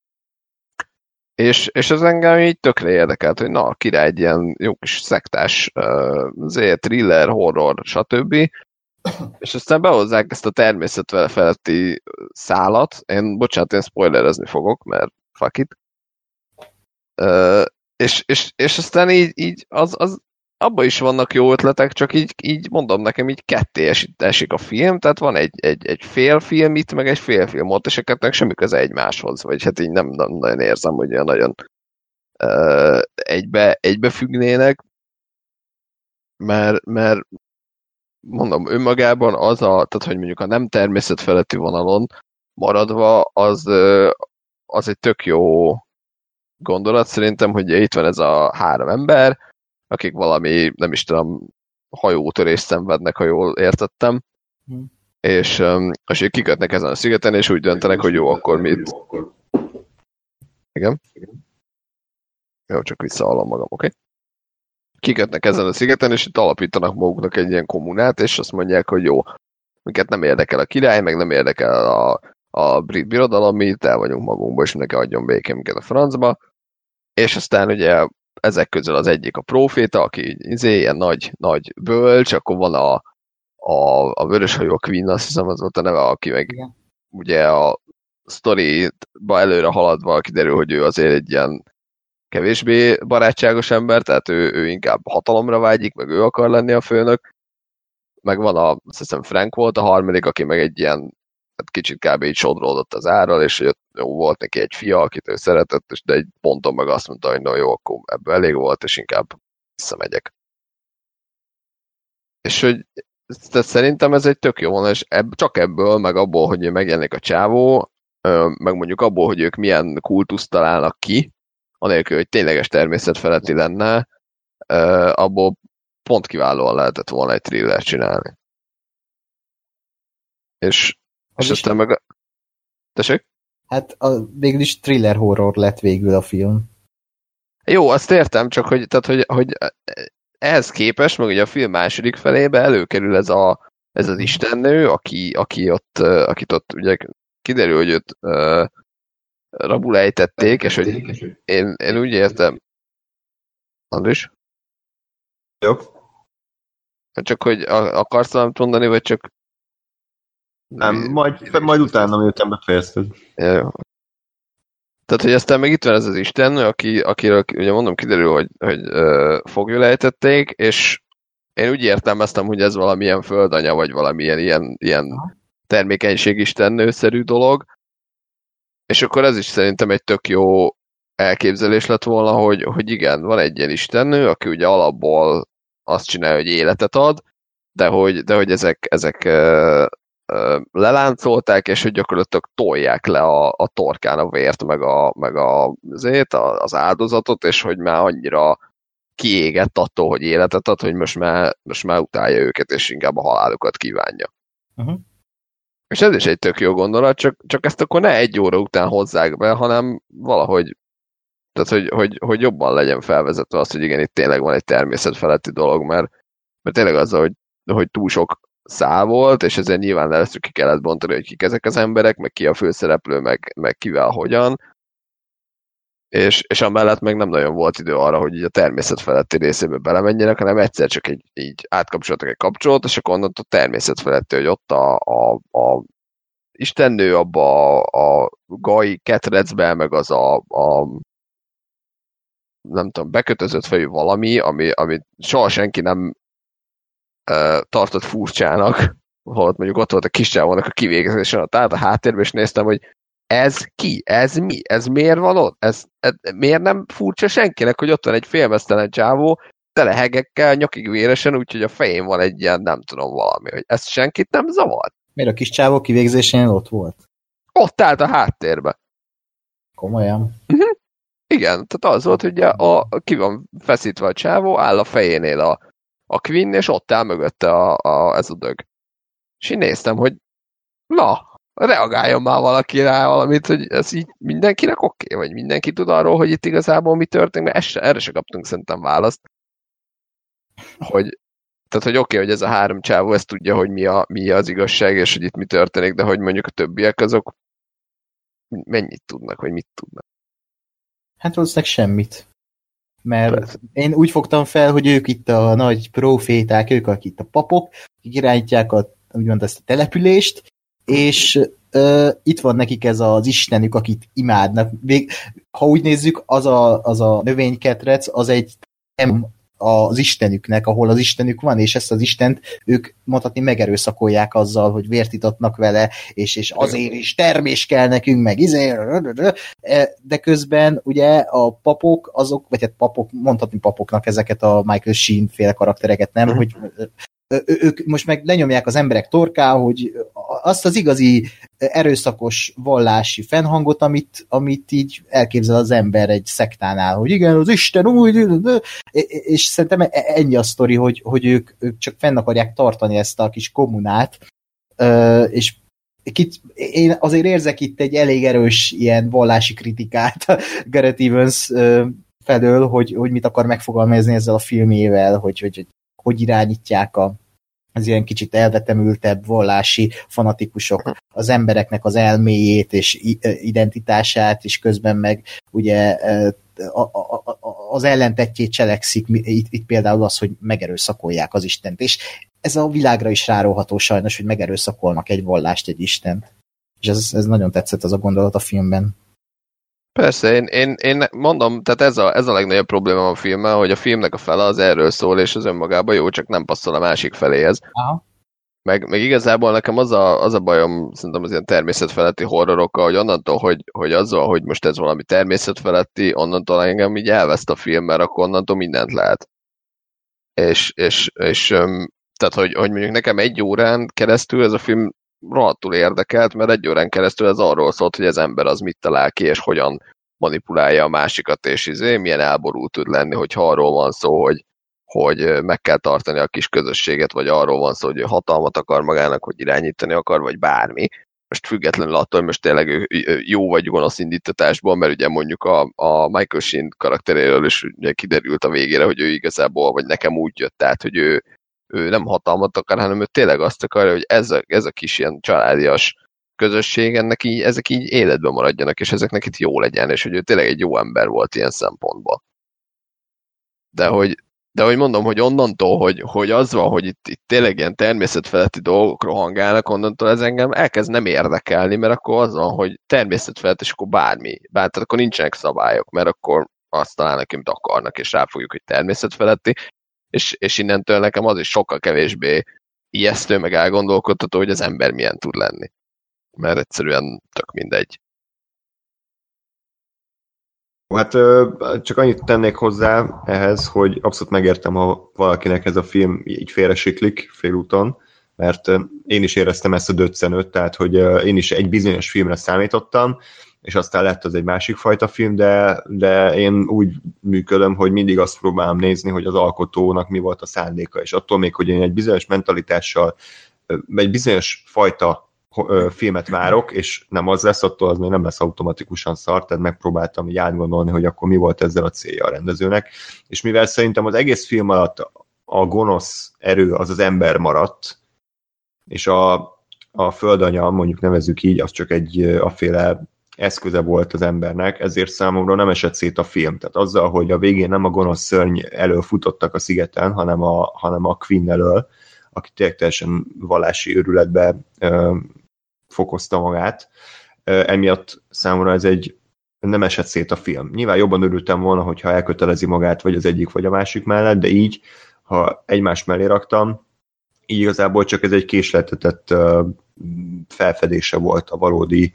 D: És, és ez engem így tökre érdekelt, hogy na, király egy ilyen jó kis szektás uh, thriller, horror, stb. És aztán behozzák ezt a természet feletti szálat. Én, bocsánat, én spoilerezni fogok, mert fuck it. Uh, és, és, és aztán így, így az, az abban is vannak jó ötletek, csak így, így mondom nekem, így ketté esik a film, tehát van egy, egy, egy fél film itt, meg egy fél film ott, és eketnek semmi köze egymáshoz, vagy hát így nem, nem nagyon érzem, hogy olyan nagyon uh, egybe, egybe függnének, mert, mert mondom, önmagában az a, tehát hogy mondjuk a nem természetfeletti vonalon maradva, az, az egy tök jó gondolat szerintem, hogy itt van ez a három ember, akik valami, nem is tudom, hajótörést szenvednek, ha jól értettem, hmm. és, és ők kikötnek ezen a szigeten, és úgy döntenek, hogy jó, akkor mit... Igen? Jó, csak visszahallom magam, oké? Okay? Kikötnek ezen a szigeten, és itt alapítanak maguknak egy ilyen kommunát, és azt mondják, hogy jó, minket nem érdekel a király, meg nem érdekel a, a brit birodalom, mi itt el vagyunk magunkba, és neki adjon békén minket a francba, és aztán ugye ezek közül az egyik a próféta, aki izé, ilyen nagy, nagy bölcs, akkor van a, a, a vöröshajó Queen, azt hiszem az volt a neve, aki meg igen. Ugye a sztoriba előre haladva kiderül, hogy ő azért egy ilyen kevésbé barátságos ember, tehát ő, ő inkább hatalomra vágyik, meg ő akar lenni a főnök. Meg van a, azt hiszem Frank volt a harmadik, aki meg egy ilyen, hát kicsit kb. Így sodródott az árral, és hogy jó, volt neki egy fia, akit ő szeretett, de egy ponton meg azt mondta, hogy na jó, akkor ebből elég volt, és inkább visszamegyek. És hogy tehát szerintem ez egy tök jó vonal, és ebb, csak ebből, meg abból, hogy megjelenik a csávó, meg mondjuk abból, hogy ők milyen kultuszt találnak ki, anélkül, hogy tényleges természetfeletti lenne, abból pont kiválóan lehetett volna egy thriller csinálni. És, és aztán meg... Tessék?
C: Hát a, végül is thriller horror lett végül a film.
D: Jó, azt értem, csak hogy, tehát, hogy, hogy ehhez képest, meg ugye a film második felébe előkerül ez, a, ez az istennő, aki, aki ott, akit ott ugye kiderül, hogy őt uh, rabul ejtették, és hogy én, én úgy értem. Andris?
B: Jó.
D: Csak hogy akarsz valamit mondani, vagy csak...
B: Nem, majd, majd utána, miután befejezted.
D: Ja, tehát, hogy aztán meg itt van ez az Isten, aki, akiről ugye mondom, kiderül, hogy, hogy uh, foglyul ejtették, és én úgy értelmeztem, hogy ez valamilyen földanya, vagy valamilyen ilyen, ilyen termékenységistennőszerű dolog, és akkor ez is szerintem egy tök jó elképzelés lett volna, hogy, hogy igen, van egy ilyen istennő, aki ugye alapból azt csinálja, hogy életet ad, de hogy, de hogy ezek, ezek uh, uh, leláncolták, és hogy gyakorlatilag tolják le a, a torkán a vért, meg, a, meg a, azért, az áldozatot, és hogy már annyira kiégett attól, hogy életet ad, hogy most már, most már utálja őket, és inkább a halálukat kívánja. Uh-huh. És ez is egy tök jó gondolat, csak, csak ezt akkor ne egy óra után hozzák be, hanem valahogy, tehát hogy, hogy, hogy jobban legyen felvezetve az, hogy igen, itt tényleg van egy természetfeletti dolog, mert, mert tényleg az, hogy, hogy túl sok szál volt, és ezért nyilván először ki kellett bontani, hogy kik ezek az emberek, meg ki a főszereplő, meg, meg kivel hogyan, és, és amellett meg nem nagyon volt idő arra, hogy így a természet feletti részébe belemenjenek, hanem egyszer csak egy, így átkapcsoltak egy kapcsolót, és akkor onnantól természet feletti, hogy ott a, a, a istennő abba a, a gai ketrecbe, meg az a, a nem tudom, bekötözött fejű valami, ami, amit soha senki nem uh, tartott furcsának, holott mondjuk ott volt a kis csávónak a kivégzésen, a tehát a háttérben, és néztem, hogy ez ki? Ez mi? Ez miért van ott? Ez, ez, miért nem furcsa senkinek, hogy ott van egy félmeztelen csávó, tele hegekkel, nyakig véresen, úgyhogy a fején van egy ilyen, nem tudom, valami, hogy ezt senkit nem zavar?
C: Miért a kis csávó kivégzésén ott volt?
D: Ott állt a háttérbe.
C: Komolyan?
D: Uh-huh. Igen, tehát az volt, hogy a, a, ki van feszítve a csávó, áll a fejénél a, a Quinn, és ott áll mögötte a, a, ez a dög. És én néztem, hogy na, reagáljon már valaki rá valamit, hogy ez így mindenkinek oké, okay, vagy mindenki tud arról, hogy itt igazából mi történik, mert se, erre se kaptunk szerintem választ. Hogy, tehát, hogy oké, okay, hogy ez a három csávó ezt tudja, hogy mi, a, mi az igazság, és hogy itt mi történik, de hogy mondjuk a többiek azok mennyit tudnak, vagy mit tudnak.
C: Hát valószínűleg semmit. Mert Persze. Én úgy fogtam fel, hogy ők itt a nagy proféták, ők akik itt a papok, akik irányítják a, úgymond ezt a települést, és uh, itt van nekik ez az istenük, akit imádnak. Vég, ha úgy nézzük, az a, az a növényketrec, az egy nem az istenüknek, ahol az istenük van, és ezt az istent ők mondhatni megerőszakolják azzal, hogy vért itatnak vele, és, és azért is termés kell nekünk, meg izé, de közben ugye a papok, azok, vagy hát papok, mondhatni papoknak ezeket a Michael Sheen féle karaktereket, nem, uh-huh. hogy ők most meg lenyomják az emberek torká, hogy azt az igazi erőszakos vallási fennhangot, amit, amit így elképzel az ember egy szektánál, hogy igen, az Isten úgy, és szerintem ennyi a sztori, hogy, hogy ők, ők csak fenn akarják tartani ezt a kis kommunát, és Kit, én azért érzek itt egy elég erős ilyen vallási kritikát Gareth Evans felől, hogy, hogy mit akar megfogalmazni ezzel a filmével, hogy hogy, hogy irányítják a, az ilyen kicsit elvetemültebb vallási fanatikusok az embereknek az elméjét és identitását, és közben meg ugye a, a, a, az ellentettjét cselekszik, itt, itt például az, hogy megerőszakolják az Istent, és ez a világra is ráróható sajnos, hogy megerőszakolnak egy vallást, egy Istent. És ez, ez nagyon tetszett az a gondolat a filmben.
D: Persze, én, én, én mondom, tehát ez a, ez a legnagyobb probléma a filmmel, hogy a filmnek a fele az erről szól, és az önmagában jó, csak nem passzol a másik feléhez. Aha. Meg, meg igazából nekem az a, az a bajom, szerintem az ilyen természetfeletti horrorokkal, hogy onnantól, hogy, hogy azzal, hogy most ez valami természetfeletti, onnantól engem így elveszt a film, mert akkor onnantól mindent lehet. És, és, és tehát, hogy, hogy mondjuk nekem egy órán keresztül ez a film rohadtul érdekelt, mert egy órán keresztül ez arról szólt, hogy az ember az mit talál ki, és hogyan manipulálja a másikat, és izé, milyen elborult tud lenni, hogyha arról van szó, hogy, hogy meg kell tartani a kis közösséget, vagy arról van szó, hogy hatalmat akar magának, hogy irányítani akar, vagy bármi. Most függetlenül attól, hogy most tényleg jó vagy gonosz indítatásból, mert ugye mondjuk a, a Michael Sheen karakteréről is ugye kiderült a végére, hogy ő igazából, vagy nekem úgy jött át, hogy ő ő nem hatalmat akar, hanem ő tényleg azt akarja, hogy ez a, ez a kis ilyen családias közösség, ennek így, ezek így életben maradjanak, és ezeknek itt jó legyen, és hogy ő tényleg egy jó ember volt ilyen szempontból. De hogy, de hogy mondom, hogy onnantól, hogy, hogy az van, hogy itt, itt tényleg ilyen természetfeletti dolgok rohangálnak, onnantól ez engem elkezd nem érdekelni, mert akkor az van, hogy természetfelett, és akkor bármi. Bár tehát akkor nincsenek szabályok, mert akkor azt találnak, amit akarnak, és ráfogjuk, hogy természetfeletti, és, és innentől nekem az is sokkal kevésbé ijesztő, meg elgondolkodtató, hogy az ember milyen tud lenni. Mert egyszerűen tök mindegy.
B: Hát csak annyit tennék hozzá ehhez, hogy abszolút megértem, ha valakinek ez a film így félresiklik félúton, mert én is éreztem ezt a döccenőt, tehát hogy én is egy bizonyos filmre számítottam, és aztán lett az egy másik fajta film, de, de én úgy működöm, hogy mindig azt próbálom nézni, hogy az alkotónak mi volt a szándéka, és attól még, hogy én egy bizonyos mentalitással, egy bizonyos fajta filmet várok, és nem az lesz, attól az még nem lesz automatikusan szar, tehát megpróbáltam így átgondolni, hogy akkor mi volt ezzel a célja a rendezőnek, és mivel szerintem az egész film alatt a gonosz erő az az ember maradt, és a, a földanya, mondjuk nevezzük így, az csak egy aféle eszköze volt az embernek, ezért számomra nem esett szét a film. Tehát azzal, hogy a végén nem a gonosz szörny elől futottak a szigeten, hanem a, hanem a Quinn elől, aki tényleg teljesen vallási őrületbe ö, fokozta magát. Ö, emiatt számomra ez egy nem esett szét a film. Nyilván jobban örültem volna, hogyha elkötelezi magát vagy az egyik, vagy a másik mellett, de így, ha egymás mellé raktam, így igazából csak ez egy késletetett ö, felfedése volt a valódi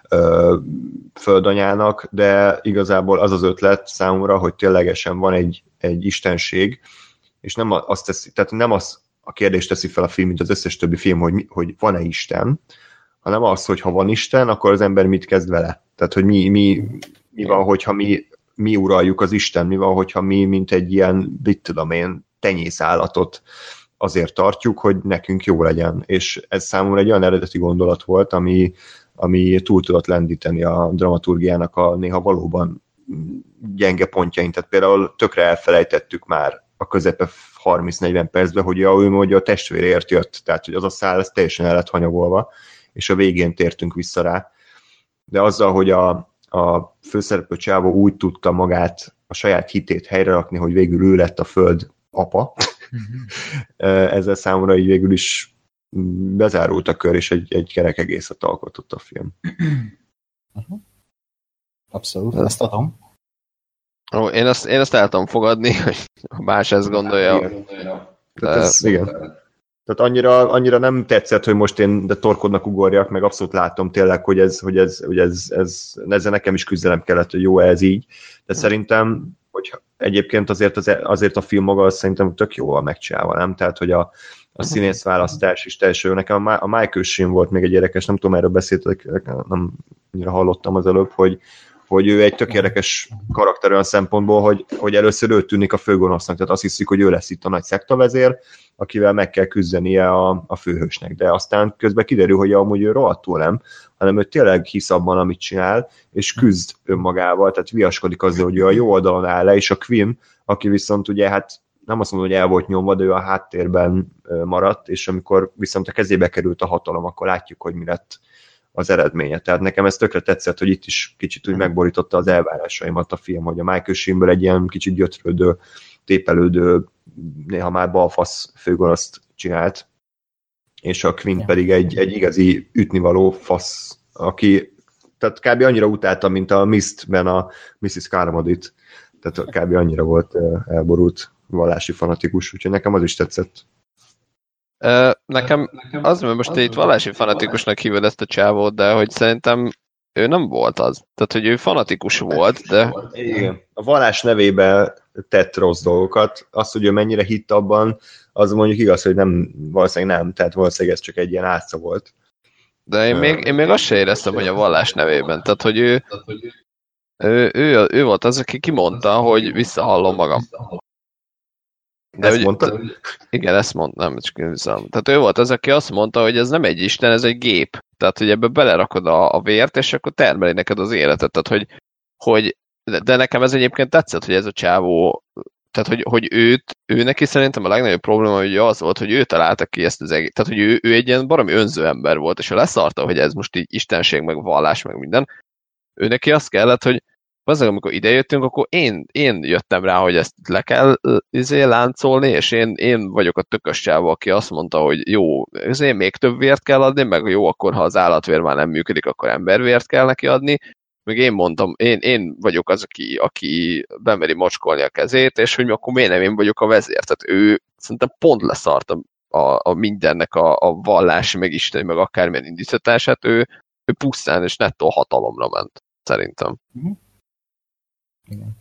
B: ö, földanyának, de igazából az az ötlet számomra, hogy ténylegesen van egy, egy istenség, és nem azt teszi, tehát nem az a kérdést teszi fel a film, mint az összes többi film, hogy, hogy van-e Isten, hanem az, hogy ha van Isten, akkor az ember mit kezd vele. Tehát, hogy mi, mi, mi van, hogyha mi, mi uraljuk az Isten, mi van, hogyha mi, mint egy ilyen, mit tudom én, tenyészállatot azért tartjuk, hogy nekünk jó legyen. És ez számomra egy olyan eredeti gondolat volt, ami, ami túl tudott lendíteni a dramaturgiának a néha valóban gyenge pontjain. Tehát például tökre elfelejtettük már a közepe harminc-negyven percben, hogy ja, ő mondja, a testvérért jött, tehát hogy az a szál ez teljesen el lett hanyagolva, és a végén tértünk vissza rá. De azzal, hogy a, a főszereplő csávó úgy tudta magát, a saját hitét helyrerakni, hogy végül ő lett a föld apa, ezzel számomra így végül is bezárult a kör, és egy, egy kerek egészet alkotott a film.
C: Abszolút, ezt adom.
D: Ó, én, azt, én azt el tudom fogadni, hogy más ezt gondolja.
B: Igen. De... Ez, igen. Tehát annyira, annyira nem tetszett, hogy most én de torkodnak ugorjak, meg abszolút látom tényleg, hogy ez, hogy ez, hogy ez, ez, ezzel nekem is küzdelem kellett, hogy jó ez így. De szerintem, hogy egyébként azért, az, azért a film maga az szerintem tök jóval megcsinálva, nem? Tehát, hogy a, a színészválasztás is teljesen jó. Nekem a Michael Sheen volt még egy érdekes, nem tudom, erről beszéltek, nem annyira hallottam az előbb, hogy hogy ő egy tök érdekes karakter olyan szempontból, hogy, hogy először ő tűnik a főgonosznak, tehát azt hiszik, hogy ő lesz itt a nagy szektavezér, akivel meg kell küzdenie a, a főhősnek, de aztán közben kiderül, hogy amúgy ő rohadtul nem, hanem ő tényleg hisz abban, amit csinál, és küzd önmagával, tehát viaskodik azzal, hogy ő a jó oldalon áll le, és a Quinn, aki viszont ugye hát nem azt mondom, hogy el volt nyomva, de ő a háttérben maradt, és amikor viszont a kezébe került a hatalom, akkor látjuk, hogy mi lett az eredménye. Tehát nekem ez tökre tetszett, hogy itt is kicsit úgy megborította az elvárásaimat a film, hogy a Michael Sheenből egy ilyen kicsit gyötrődő, tépelődő, néha már balfasz főgonoszt csinált, és a Quinn pedig egy, egy igazi ütnivaló fasz, aki tehát kb. Annyira utálta, mint a Mistben a missziz Carmodit. Tehát kb. Annyira volt elborult vallási fanatikus, úgyhogy nekem az is tetszett.
D: Uh, nekem az, mert most itt vallási fanatikusnak hívod ezt a csávót, de hogy szerintem ő nem volt az. Tehát, hogy ő fanatikus volt, de...
B: Igen. A vallás nevébe tett rossz dolgokat. Azt, hogy ő mennyire hitt abban, az mondjuk igaz, hogy nem, valószínűleg nem, tehát valószínűleg ez csak egy ilyen álca volt.
D: De én még, én még azt se éreztem, hogy a vallás nevében. Tehát, hogy ő, ő, ő, ő volt az, aki kimondta, hogy visszahallom magam.
B: De ezt mondta?
D: Igen, ezt mondta, nem csak viszont. Tehát ő volt az, aki azt mondta, hogy ez nem egy isten, ez egy gép. Tehát, hogy ebbe belerakod a, a vért, és akkor termeli neked az életet. Tehát, hogy, hogy de nekem ez egyébként tetszett, hogy ez a csávó, tehát, hogy, hogy őt, ő neki szerintem a legnagyobb probléma, hogy az volt, hogy ő találta ki ezt az egész. Tehát, hogy ő, ő egy ilyen baromi önző ember volt, és ha leszarta, hogy ez most így istenség, meg vallás, meg minden, ő neki azt kellett, hogy azért, amikor idejöttünk, akkor én, én jöttem rá, hogy ezt le kell izé, láncolni, és én, én vagyok a tökös csáva, aki azt mondta, hogy jó, ezért még több vért kell adni, meg jó, akkor ha az állatvér már nem működik, akkor embervért kell neki adni, meg én mondtam, én, én vagyok az, aki, aki bemeri mocskolni a kezét, és hogy akkor miért nem én vagyok a vezér. Tehát ő szerintem pont leszart a, a, a mindennek a, a vallási, meg isteni, meg akármilyen indítatását, ő, ő pusztán és nettó hatalomra ment, szerintem.
C: Uh-huh. Igen.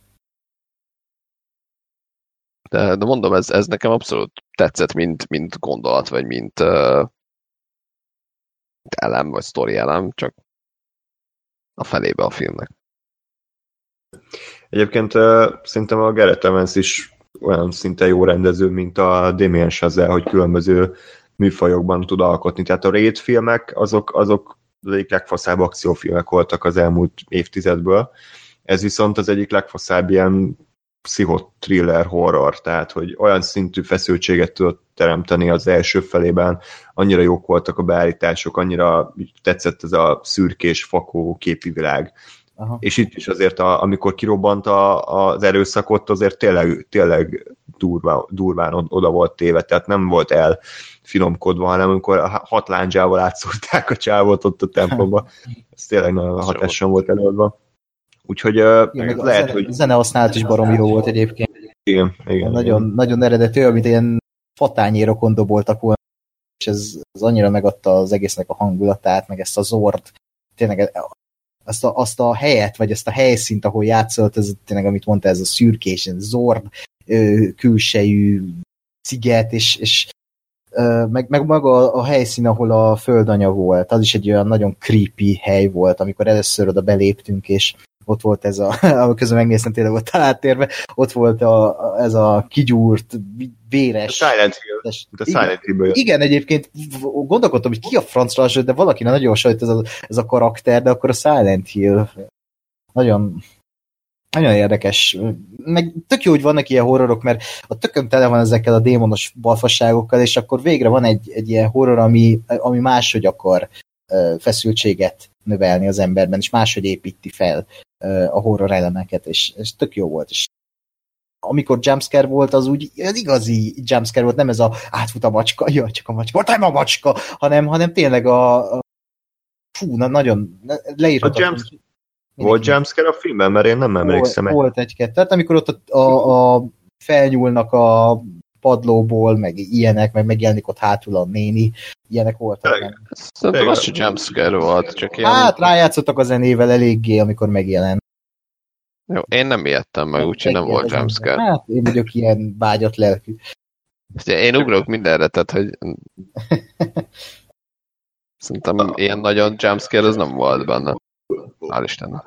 D: De, de mondom, ez, ez nekem abszolút tetszett, mint, mint gondolat, vagy mint, uh, mint elem, vagy sztori elem, csak a felébe a filmnek.
B: Egyébként uh, szerintem a Gareth Evans is olyan szinte jó rendező, mint a Damien Chazelle, hogy különböző műfajokban tud alkotni. Tehát a Raid filmek, azok, azok az egyik legfaszább akciófilmek voltak az elmúlt évtizedből. Ez viszont az egyik legfaszább ilyen pszichotriller horror, tehát hogy olyan szintű feszültséget tudott teremteni az első felében, annyira jók voltak a beállítások, annyira tetszett ez a szürkés, fakó képi világ. Aha. És itt is azért, a, amikor kirobbant a, az erőszakot, azért tényleg, tényleg durván, durván oda volt téve, tehát nem volt el finomkodva, hanem amikor a hat lándzsával átszúrták a csávot ott a templomba. Ez tényleg nagyon hatásosan volt előadva. Úgyhogy uh, igen, lehet,
C: zene,
B: hogy...
C: A zene használat is baromi jó volt egyébként.
B: Igen, igen.
C: Nagyon,
B: igen.
C: nagyon eredető, amit ilyen fatányérokon doboltak volna, és ez, ez annyira megadta az egésznek a hangulatát, meg ezt a Zord, tényleg azt a, azt a helyet, vagy ezt a helyszínt, ahol játszott, ez tényleg, amit mondta, ez a szürkés, Zord külsejű sziget, és, és meg, meg maga a helyszín, ahol a földanya volt, az is egy olyan nagyon creepy hely volt, amikor először oda beléptünk, és ott volt ez a, ahol közben megnéztem tényleg ott a háttérben, ott volt a, ez a kigyúrt, véres...
B: A Silent Hill. A Silent Hill.
C: Igen, egyébként gondolkodtam, hogy ki a francra hasonlít, de valaki nagyon hasonlít ez a, ez a karakter, de akkor a Silent Hill. Nagyon, nagyon érdekes. Meg tök jó, hogy vannak ilyen horrorok, mert a tököm tele van ezekkel a démonos balfasságokkal, és akkor végre van egy, egy ilyen horror, ami, ami máshogy akar feszültséget növelni az emberben, és máshogy építi fel a horror elemeket, és, és tök jó volt. És amikor jumpscare volt, az úgy az igazi jumpscare volt, nem ez a átfut a macska, jaj, csak a macska, nem a macska, hanem, hanem tényleg a, a fú, na, nagyon leírhatatlan.
B: Jumps- volt jumpscare a filmben, mert én nem emlékszem.
C: Volt, volt egy-kettő. Tehát amikor ott a, a, a felnyúlnak a padlóból, meg ilyenek, meg megjelenik ott hátul a néni, ilyenek voltak.
D: Szerintem az sem jumpscare volt, csak ilyen...
C: Hát rájátszottak a zenével eléggé, amikor megjelent.
D: Jó, én nem ijedtem meg, úgyhogy nem volt jumpscare.
C: Hát én vagyok ilyen vágyat lelkű.
D: Én ugrok mindenre, tehát hogy... Szerintem ilyen nagyon jumpscare az nem volt benne. Hál' Istennek.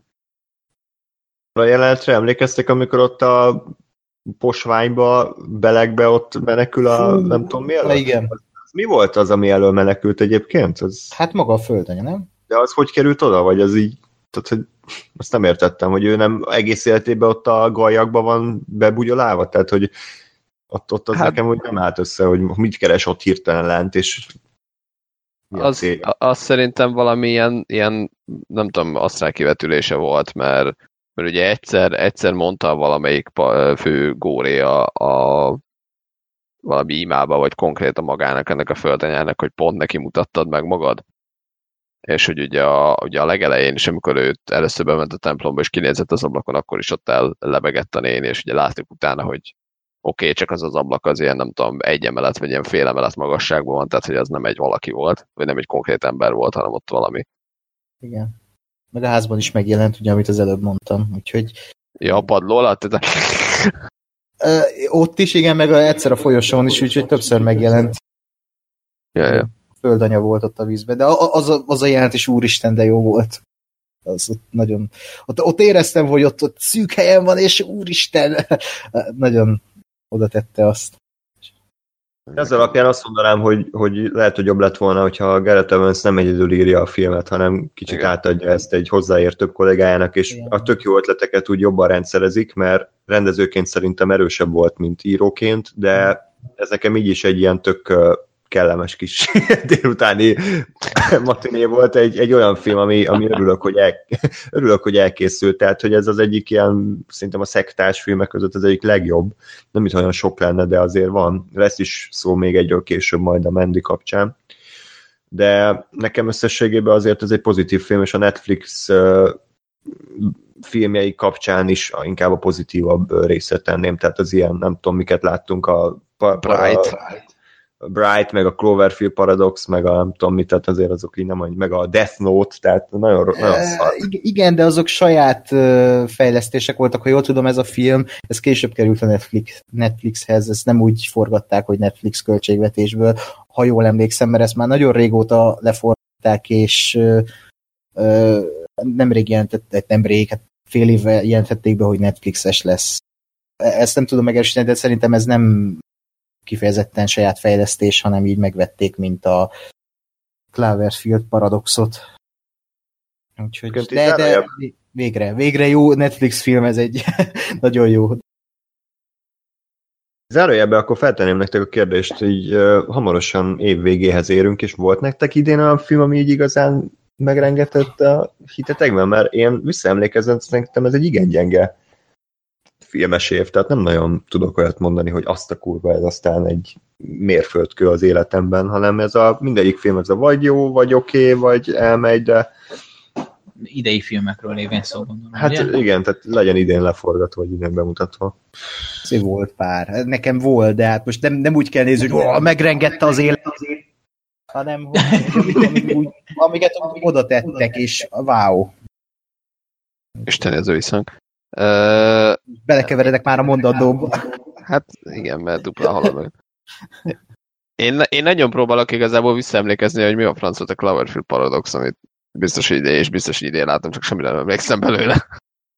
B: A jelenetre emlékeztek, amikor ott a posványba, belegbe ott menekül a Fú, nem tudom mi elő?
C: Igen.
B: Az, az mi volt az, ami elől menekült egyébként? Az...
C: Hát maga a földanya, nem?
B: De az hogy került oda? Vagy az így, tehát, hogy azt nem értettem, hogy ő nem egész életében ott a gallyakban van bebugyolálva? Tehát, hogy ott, ott az hát, nekem úgy nem állt össze, hogy mit keres ott hirtelen lent, és
D: az, az szerintem valami ilyen, ilyen nem tudom, asztrál kivetülése volt, mert mert ugye egyszer, egyszer mondta valamelyik fő góré a, a valami imába, vagy konkrétan magának, ennek a földanyának, hogy pont neki mutattad meg magad. És hogy ugye a, ugye a legelején is, amikor őt először bement a templomba, és kinézett az ablakon, akkor is ott ellebegett a néni, és ugye láttuk utána, hogy oké, okay, csak az az ablak az ilyen, nem tudom, egy emelet, vagy ilyen fél emelet magasságban van, tehát hogy az nem egy valaki volt, vagy nem egy konkrét ember volt, hanem ott valami.
C: Igen. Meg a házban is megjelent, ugye, amit az előbb mondtam, úgyhogy...
D: Ja, a padló alatt?
C: Ö, ott is, igen, meg egyszer a folyosón is, úgyhogy többször megjelent.
D: Ja, ja.
C: Földanya volt ott a vízben, de az a, az a jelent is úristen, de jó volt. Az ott nagyon... Ott, ott éreztem, hogy ott, ott szűk helyen van, és úristen, nagyon oda tette azt.
B: Ez alapján azt mondanám, hogy, hogy lehet, hogy jobb lett volna, hogyha Gareth Evans nem egyedül írja a filmet, hanem kicsit igen. átadja ezt egy hozzáértőbb kollégájának, és igen. a tök jó ötleteket úgy jobban rendszerezik, mert rendezőként szerintem erősebb volt, mint íróként, de ez nekem így is egy ilyen tök kellemes kis délutáni matiné volt, egy, egy olyan film, ami, ami örülök, hogy el, örülök, hogy elkészült, tehát, hogy ez az egyik ilyen, szerintem a szektás filmek között az egyik legjobb, nem itt olyan sok lenne, de azért van, lesz is szó még egyről később majd a Mandy kapcsán, de nekem összességében azért ez egy pozitív film, és a Netflix uh, filmjei kapcsán is inkább a pozitívabb részét tenném, tehát az ilyen, nem tudom, miket láttunk, a
D: Bright.
B: A Bright, meg a Cloverfield Paradox, meg a nem tudom mit, tehát azért azok így nem, meg a Death Note, tehát nagyon, nagyon szar.
C: Igen, de azok saját fejlesztések voltak, ha jól tudom, ez a film, ez később került a Netflix, Netflixhez, ezt nem úgy forgatták, hogy Netflix költségvetésből, ha jól emlékszem, mert ezt már nagyon régóta leforgatták, és nemrég jelentették, nemrég, hát fél évvel jelentették be, hogy Netflixes lesz. Ezt nem tudom megerősíteni, de szerintem ez nem kifejezetten saját fejlesztés, hanem így megvették, mint a Cloverfield Paradoxot. Úgyhogy, de, de végre, végre jó Netflix film, ez egy nagyon jó.
B: Zárójelben akkor feltenném nektek a kérdést, hogy uh, hamarosan év végéhez érünk, és volt nektek idén olyan film, ami így igazán megrengetett a hitetekben? Mert én visszaemlékezem, szerintem ez egy igen gyenge filmes év, tehát nem nagyon tudok olyat mondani, hogy azt a kurva, ez aztán egy mérföldkő az életemben, hanem ez a mindegyik film, ez a vagy jó, vagy oké, okay, vagy elmegy, de
E: idei filmekről lévén szó gondolom.
B: Hát ugye? Igen, tehát legyen idén leforgatva, vagy idén bemutatva.
C: Ez volt pár. Nekem volt, de hát most nem, nem úgy kell nézni, hogy oh, megrengette az élet, hanem hogy, amik úgy, amiket oda tettek, és wow.
D: Isten, ez viszont. Uh,
C: Belekeveredek már a mondatdóba.
D: Hát igen, mert dupla halad. Én, én nagyon próbálok igazából visszaemlékezni, hogy mi a franc volt a Cloverfield Paradox, amit biztos idén és biztos idén látom, csak semmire nem emlékszem belőle.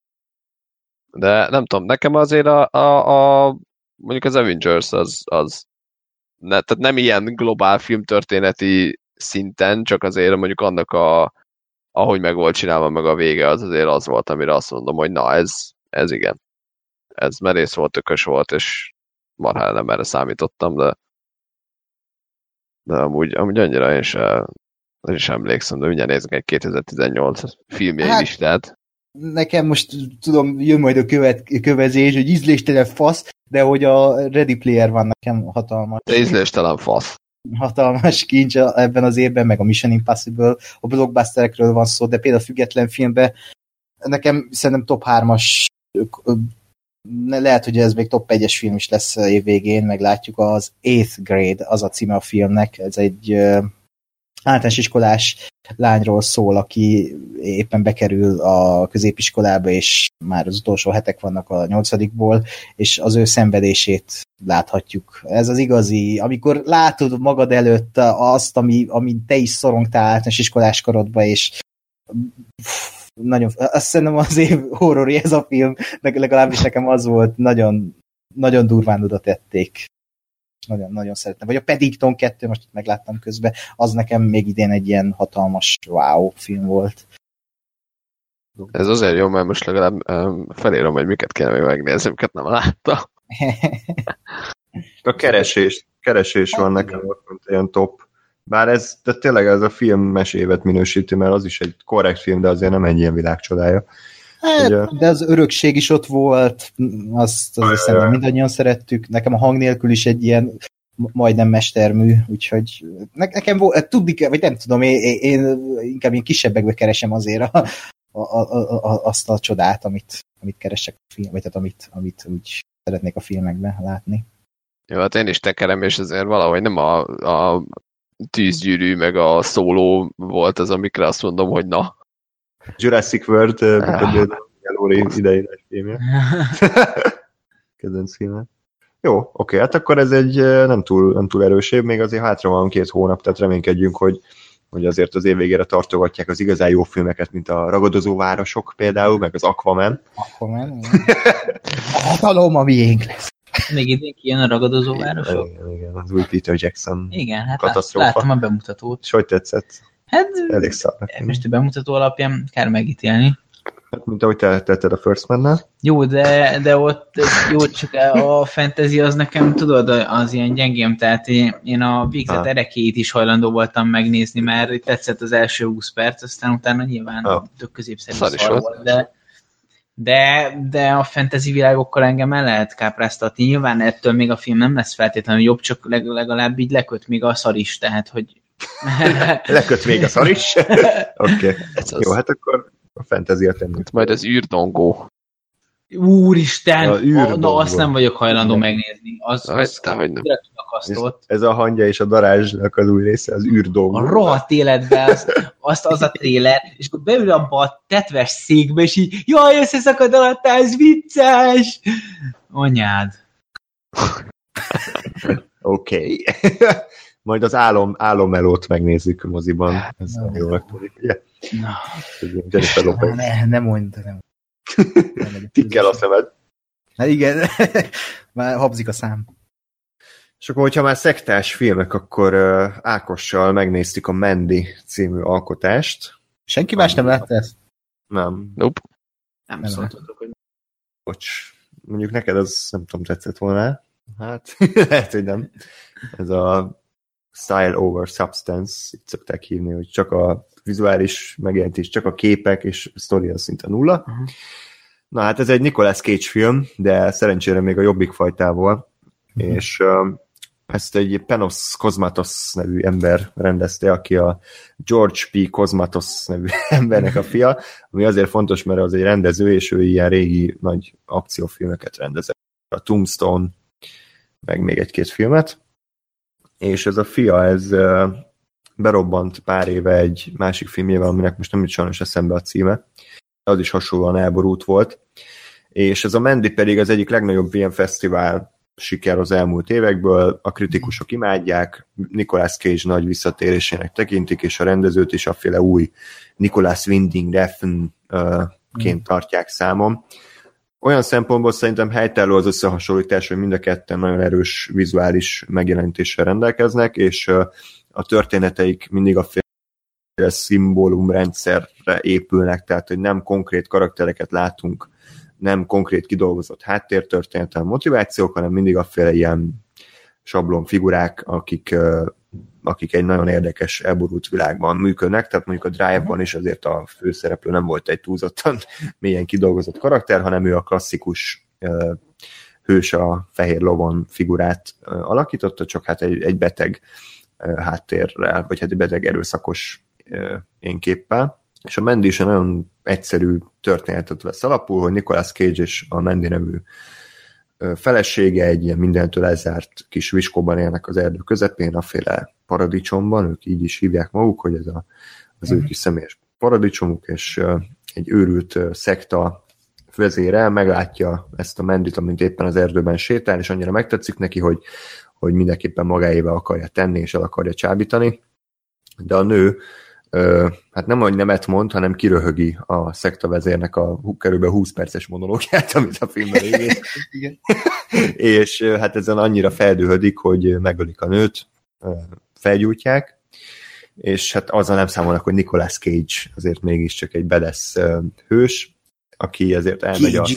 D: De nem tudom, nekem azért a, a, a mondjuk az Avengers az, az ne, tehát nem ilyen globál filmtörténeti szinten, csak azért mondjuk annak a ahogy meg volt csinálva meg a vége, az azért az volt, amire azt mondom, hogy na, ez, ez igen. Ez merész volt, tökös volt, és marhál nem erre számítottam, de de amúgy, amúgy annyira én sem, én sem emlékszem, de mindjárt nézzük egy kétezer-tizennyolc filmjei hát, listát.
C: Nekem most tudom, jön majd a követ, kövezés, hogy ízléstelen fasz, de hogy a Ready Player van nekem hatalmas.
D: De ízléstelen fasz.
C: Hatalmas kincs ebben az évben, meg a Mission Impossible, a blockbusterekről van szó, de például független filmben nekem szerintem top hármas, lehet, hogy ez még top egyes film is lesz évvégén, meglátjuk, az Eighth Grade, az a címe a filmnek, ez egy általános iskolás lányról szól, aki éppen bekerül a középiskolába, és már az utolsó hetek vannak a nyolcadikból, és az ő szenvedését láthatjuk. Ez az igazi, amikor látod magad előtt azt, ami, ami te is szorongtál általános iskolás korodba, és pff, nagyon, azt szerintem az év horrori ez a film, legalábbis nekem az volt, nagyon, nagyon durván oda tették. Nagyon, nagyon szeretem. Vagy a Paddington kettő, most itt megláttam közben, az nekem még idén egy ilyen hatalmas wow film volt.
D: Ez azért jó, mert most legalább um, felírom, hogy miket kéne még megnézni, miket nem láttam.
B: A keresés, keresés van nekem ott ilyen top. Bár ez, de tényleg ez a filmes évet minősíti, mert az is egy korrekt film, de azért nem egy ilyen világcsodája.
C: Hát, ugye, de az örökség is ott volt, azt azért szerintem mindannyian szerettük. Nekem a hang nélkül is egy ilyen majdnem mestermű, úgyhogy nekem volt, tudni kell, vagy nem tudom, én, én inkább én kisebbekbe keresem azért a, a, a, a, azt a csodát, amit, amit keresek a film, vagy tehát amit, amit úgy szeretnék a filmekben látni.
D: Jó, hát én is tekerem, és azért valahogy nem a, a tűzgyűrű, meg a szóló volt az, amikre azt mondom, hogy na.
B: Jurassic World, uh, Lóri idei nagy filmje. Kedvenc filmje. Jó, oké, hát akkor ez egy nem túl, nem túl erős év, még azért hátra van két hónap, tehát reménykedjünk, hogy, hogy azért az év végére tartogatják az igazán jó filmeket, mint a Ragadozó városok például, meg az Aquaman.
C: Aquaman? A hatalom a miénk lesz.
E: Még idén ilyen a Ragadozó városok?
B: Igen, igen, az új Peter Jackson
E: igen, hát katasztrófa. Láttam a bemutatót.
B: És hogy tetszett?
E: Hát,
B: elég szarnak.
E: Most a bemutató alapján kell megítélni.
B: Hát, mint ahogy te tetted a First Man-nel.
E: Jó, de, de ott jó, csak a fantasy az nekem, tudod, az ilyen gyengém, tehát én a végzett ah. erekéit is hajlandó voltam megnézni, mert tetszett az első húsz perc, aztán utána nyilván ah. tök középszerű szar volt, de, de, de a fantasy világokkal engem el lehet kápráztatni. Nyilván ettől még a film nem lesz feltétlenül jobb, csak legalább így leköt még a szar is, tehát hogy...
B: leköt még a szar is? Oké. Okay. Jó, hát akkor a fantasy-a tennünk.
D: Majd az űrdongó.
E: Úristen! A na, azt nem vagyok hajlandó megnézni. Az, az
D: te, hogy nem.
B: Ez a hangja és a darázsnak az új része, az űrdongó.
E: A rohadt életben az, azt az a tréler, és akkor beül abba a tetves székbe, és így, jaj, összeszakad alattá, ez vicces! Anyád.
B: Oké. Majd az álom, álommelót megnézzük moziban. Ez no. Jól megtudjuk, ugye?
E: No.
B: Jennifer Lopez.
C: Ne, nem mondj, nem.
B: Tikkel a szemed.
C: Na igen, már habzik a szám.
B: És akkor, hogyha már szektás filmek, akkor uh, Ákossal megnéztük a Mandy című alkotást.
C: Senki más nem látta ezt?
B: Nem.
D: Nope.
E: Nem, nem szóltatok, hogy...
B: Bocs. Mondjuk neked az nem tudom, tetszett volna. Hát, lehet, hogy nem. Ez a style over substance, így szokták hívni, hogy csak a vizuális megjelentés, csak a képek, és a sztori az szinte nulla. Uh-huh. Na hát ez egy Nicolas Cage film, de szerencsére még a jobbik fajtából, uh-huh. és um, ezt egy Panos Cosmatos nevű ember rendezte, aki a George P. Cosmatos nevű embernek a fia, ami azért fontos, mert az egy rendező, és ő ilyen régi nagy akciófilmeket rendezett. A Tombstone, meg még egy-két filmet. És ez a fia, ez uh, berobbant pár éve egy másik filmjével, aminek most nem jut sajnos eszembe a címe. Az is hasonlóan elborult volt. És ez a Mandy pedig az egyik legnagyobb ilyen fesztivál siker az elmúlt évekből. A kritikusok imádják, Nicolas Cage nagy visszatérésének tekintik, és a rendezőt is afféle új Nicolas Winding Refn-ként tartják számon. Olyan szempontból szerintem helytálló az összehasonlítás, hogy mind a ketten nagyon erős vizuális megjelenítéssel rendelkeznek, és a történeteik mindig a féle szimbólumrendszerre épülnek, tehát hogy nem konkrét karaktereket látunk, nem konkrét kidolgozott háttértörténetem, motivációk, hanem mindig a féle ilyen sablon figurák, akik, akik egy nagyon érdekes, elborult világban működnek, tehát mondjuk a Drive-ban is azért a főszereplő nem volt egy túlzottan mélyen kidolgozott karakter, hanem ő a klasszikus hős a fehér lovon figurát alakította, csak hát egy, egy beteg háttérrel, vagy hát egy beteg erőszakos énképpel. És a Mandy is nagyon egyszerű történetet vesz alapul, hogy Nicolas Cage és a Mandy nevű felesége egy ilyen mindentől elzárt kis viskóban élnek az erdő közepén, aféle paradicsomban, ők így is hívják maguk, hogy ez a, az ő kis személyes paradicsomuk, és egy őrült szekta vezére meglátja ezt a Mandyt, amint éppen az erdőben sétál, és annyira megtetszik neki, hogy, hogy mindenképpen magáével akarja tenni, és el akarja csábítani. De a nő hát nem, hogy nemet mond, hanem kiröhögi a szektavezérnek a körülbelül húsz perces monológiát, amit a filmben végén. És hát ezen annyira feldühödik, hogy megölik a nőt, felgyújtják, és hát azzal nem számolnak, hogy Nicolas Cage azért mégiscsak egy badass hős, aki azért elmegy a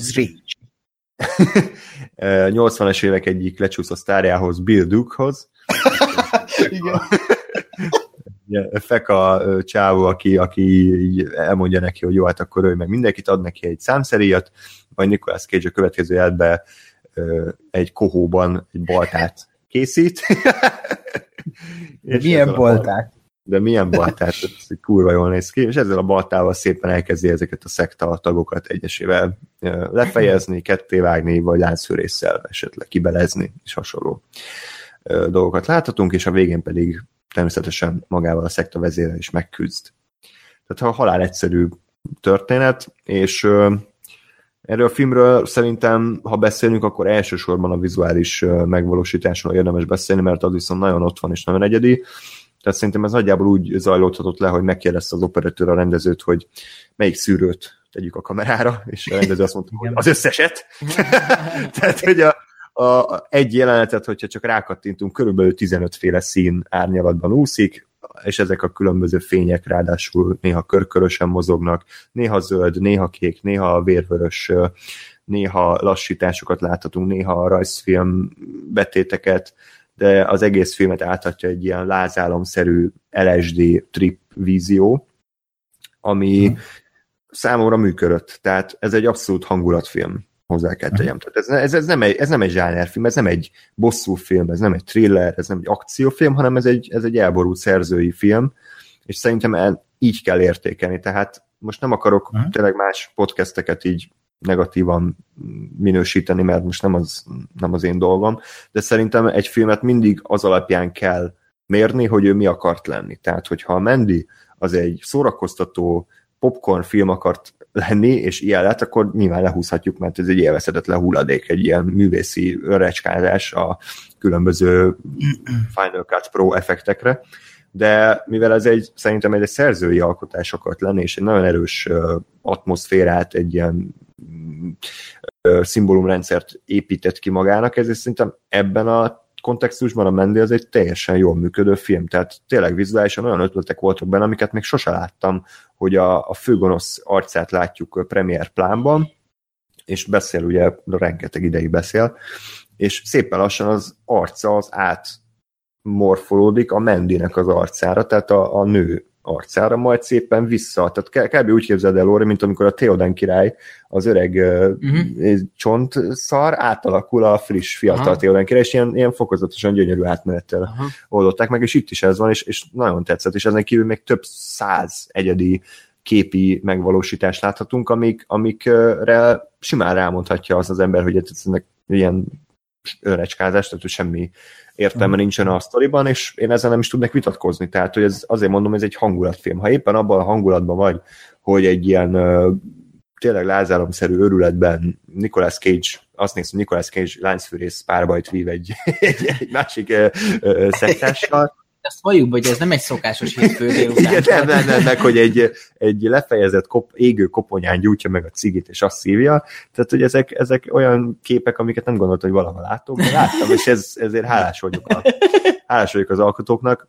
B: nyolcvanas évek egyik lecsúszó sztárjához, Bill Dukehoz. Igen. Fek a csávó, aki, aki így elmondja neki, hogy jó, hát akkor ő meg mindenkit ad neki egy számszeríjat, vagy Nicolas Cage a következő jelben egy kohóban egy baltát készít.
C: Milyen baltát?
B: De milyen baltát? Ez kurva jól néz ki, és ezzel a baltával szépen elkezdi ezeket a szekta tagokat egyesével lefejezni, kettévágni, vagy láncfűrésszel esetleg kibelezni, és hasonló dolgokat láthatunk, és a végén pedig természetesen magával a szekta vezérrel is megküzd. Tehát a halál egyszerű történet, és uh, erről a filmről szerintem, ha beszélünk, akkor elsősorban a vizuális uh, megvalósításról érdemes beszélni, mert az viszont nagyon ott van, és nagyon egyedi. Tehát szerintem ez nagyjából úgy zajlódhatott le, hogy megkérdezte az operatőr a rendezőt, hogy melyik szűrőt tegyük a kamerára, és a rendező azt mondta, hogy az összeset. Tehát, hogy a A, egy jelenetet, hogyha csak rákattintunk, körülbelül tizenöt féle szín árnyalatban úszik, és ezek a különböző fények ráadásul néha körkörösen mozognak, néha zöld, néha kék, néha vérvörös, néha lassításokat láthatunk, néha rajzfilm betéteket, de az egész filmet áthatja egy ilyen lázálomszerű el es dé trip vízió, ami hmm. számomra működött. Tehát ez egy abszolút hangulatfilm, hozzá kell tegyem. Tehát ez, ez, ez, nem egy, ez nem egy zsánerfilm, ez nem egy bosszúfilm, ez nem egy thriller, ez nem egy akciófilm, hanem ez egy, ez egy elborult szerzői film, és szerintem el, így kell értékelni. Tehát most nem akarok uh-huh. tényleg más podcasteket így negatívan minősíteni, mert most nem az, nem az én dolgom, de szerintem egy filmet mindig az alapján kell mérni, hogy ő mi akart lenni. Tehát, hogyha a Mandy az egy szórakoztató popcorn film akart lenni, és ilyen lett, akkor nyilván lehúzhatjuk, mert ez egy élvezhetetlen hulladék, egy ilyen művészi recskázás a különböző Final Cut Pro effektekre, de mivel ez egy, szerintem egy szerzői alkotás akart lenni, és egy nagyon erős uh, atmoszférát, egy ilyen uh, szimbólumrendszert épített ki magának, ezért szerintem ebben a kontextusban a Mandy az egy teljesen jól működő film, tehát tényleg vizuálisan olyan ötletek voltak benne, amiket még sose láttam, hogy a, a főgonosz arcát látjuk premier plánban, és beszél, ugye rengeteg ideig beszél, és szépen lassan az arca az átmorfolódik a Mandynek az arcára, tehát a, a nő arcára, majd szépen vissza. Tehát kb. Úgy képzeld el, Lóri, mint amikor a Théoden király, az öreg uh-huh. csontszar átalakul a friss, fiatal Théoden király, és ilyen, ilyen fokozatosan gyönyörű átmenettel uh-huh. oldották meg, és itt is ez van, és, és nagyon tetszett, és ezen kívül még több száz egyedi képi megvalósítást láthatunk, amik, amikre simán rámondhatja az az ember, hogy ez ilyen önrecskázás, tehát hogy semmi értelme nincsen a sztoriban, és én ezzel nem is tudnék vitatkozni. Tehát, hogy ez, azért mondom, ez egy hangulatfilm. Ha éppen abban a hangulatban vagy, hogy egy ilyen uh, tényleg lázálomszerű őrületben Nicolas Cage, azt nézem, Nicolas Cage láncfűrész párbajt vív egy, egy, egy másik uh, uh, szektással,
E: azt valljuk, hogy ez nem egy szokásos hétfő délután.
B: Igen, nem, nem, nem, meg, hogy egy, egy lefejezett kop, égő koponyán gyújtja meg a cigit, és azt szívja. Tehát, hogy ezek, ezek olyan képek, amiket nem gondoltam, hogy valahol látok, de láttam, és ez, ezért hálás vagyok, a, hálás vagyok az alkotóknak.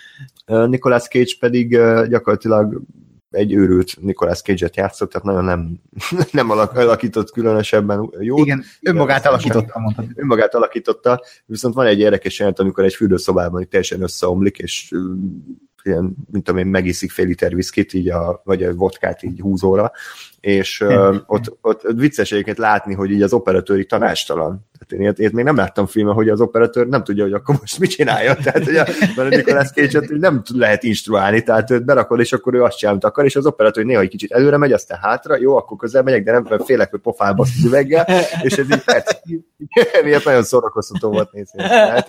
B: Nicolas Cage pedig gyakorlatilag egy őrült Nicolas Cage-et játszott, tehát nagyon nem, nem alakított különösebben jó.
C: Igen, önmagát alakította, mondtad.
B: Önmagát alakította, viszont van egy érdekes jelent, amikor egy fürdőszobában teljesen összeomlik, és ilyen, mint tudom én, megiszik fél liter viszkit, így a, vagy a vodkát így húzóra, és uh, ott, ott vicces egyébként látni, hogy így az operatőr így tanácstalan. Tehát én ilyet, ilyet még nem láttam filmen, hogy az operatőr nem tudja, hogy akkor most mit csinálja. Tehát, hogy a, a Nicolas Cage-et nem lehet instruálni, tehát őt berakod, és akkor ő azt csinál, amit akar, és az operatőr néha egy kicsit előre megy, aztán hátra, jó, akkor közel megyek, de nem félek, hogy pofába az üveggel, és ez így perc. Miért nagyon szórakoztató volt nézni.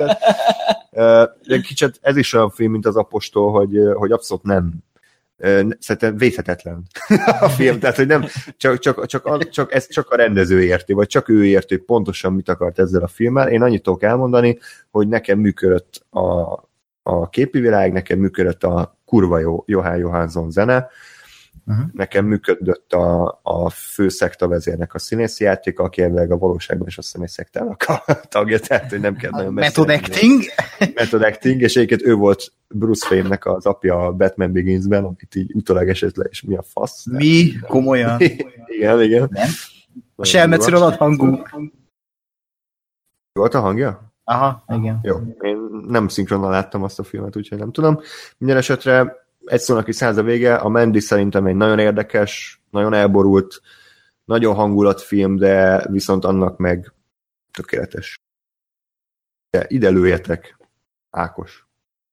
B: De kicsit ez is olyan film, mint az Apostol, hogy, hogy abszolút nem szerintem védhetetlen a film, tehát hogy nem, csak, csak, csak, csak, ez csak a rendező érti, vagy csak ő érti, hogy pontosan mit akart ezzel a filmmel. Én annyit tudok elmondani, hogy nekem működött a, a képi világ, nekem működött a kurva jó Johan Johansson zene, uh-huh. nekem működött a, a fő szektavezérnek a színészi játéka, aki ebben a valóságban is azt hiszem egy szektának a tagja, tehát hogy nem kell nagyon
C: Method acting.
B: Method acting, és egyébként ő volt Bruce Wayne-nek az apja a Batman Begins-ben, amit így utólag esett le, és mi a fasz.
C: Mi? Nem. Komolyan?
B: Igen, igen.
C: Nem? A Selmecről ad hangú.
B: Volt a hangja?
C: Aha, igen.
B: Jó, én nem szinkronnal láttam azt a filmet, úgyhogy nem tudom. Minden esetre egy szónak is száz a vége, a Mandy szerintem egy nagyon érdekes, nagyon elborult, nagyon hangulatfilm, de viszont annak meg tökéletes. De ide lőjetek, Ákos.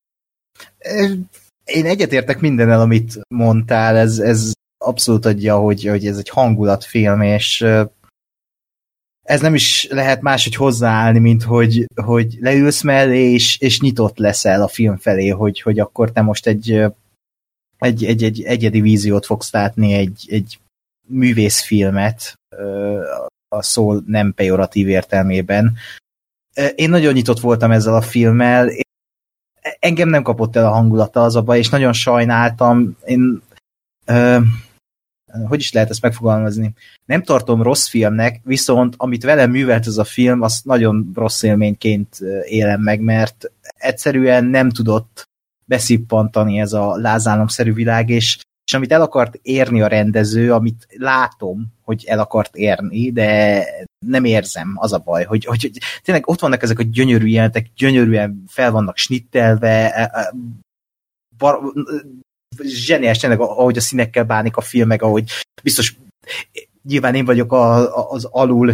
C: Én egyetértek mindennel, amit mondtál, ez, ez abszolút adja, hogy, hogy ez egy hangulatfilm, és ez nem is lehet máshogy hozzáállni, mint hogy, hogy leülsz mellé, és, és nyitott leszel a film felé, hogy, hogy akkor te most egy, egy, egy, egy egyedi víziót fogsz látni, egy, egy művészfilmet, a szó nem pejoratív értelmében. Én nagyon nyitott voltam ezzel a filmmel, engem nem kapott el a hangulata az a baj, és nagyon sajnáltam. Én, ö, hogy is lehet ezt megfogalmazni? Nem tartom rossz filmnek, viszont amit velem művelt ez a film, azt nagyon rossz élményként élem meg, mert egyszerűen nem tudott beszippantani ez a lázálomszerű világ, és, és amit el akart érni a rendező, amit látom, hogy el akart érni, de nem érzem, az a baj, hogy, hogy, hogy tényleg ott vannak ezek a gyönyörű jelenetek, gyönyörűen fel vannak snittelve, bar, zseniás tényleg, ahogy a színekkel bánik a film, meg ahogy biztos nyilván én vagyok a, az alul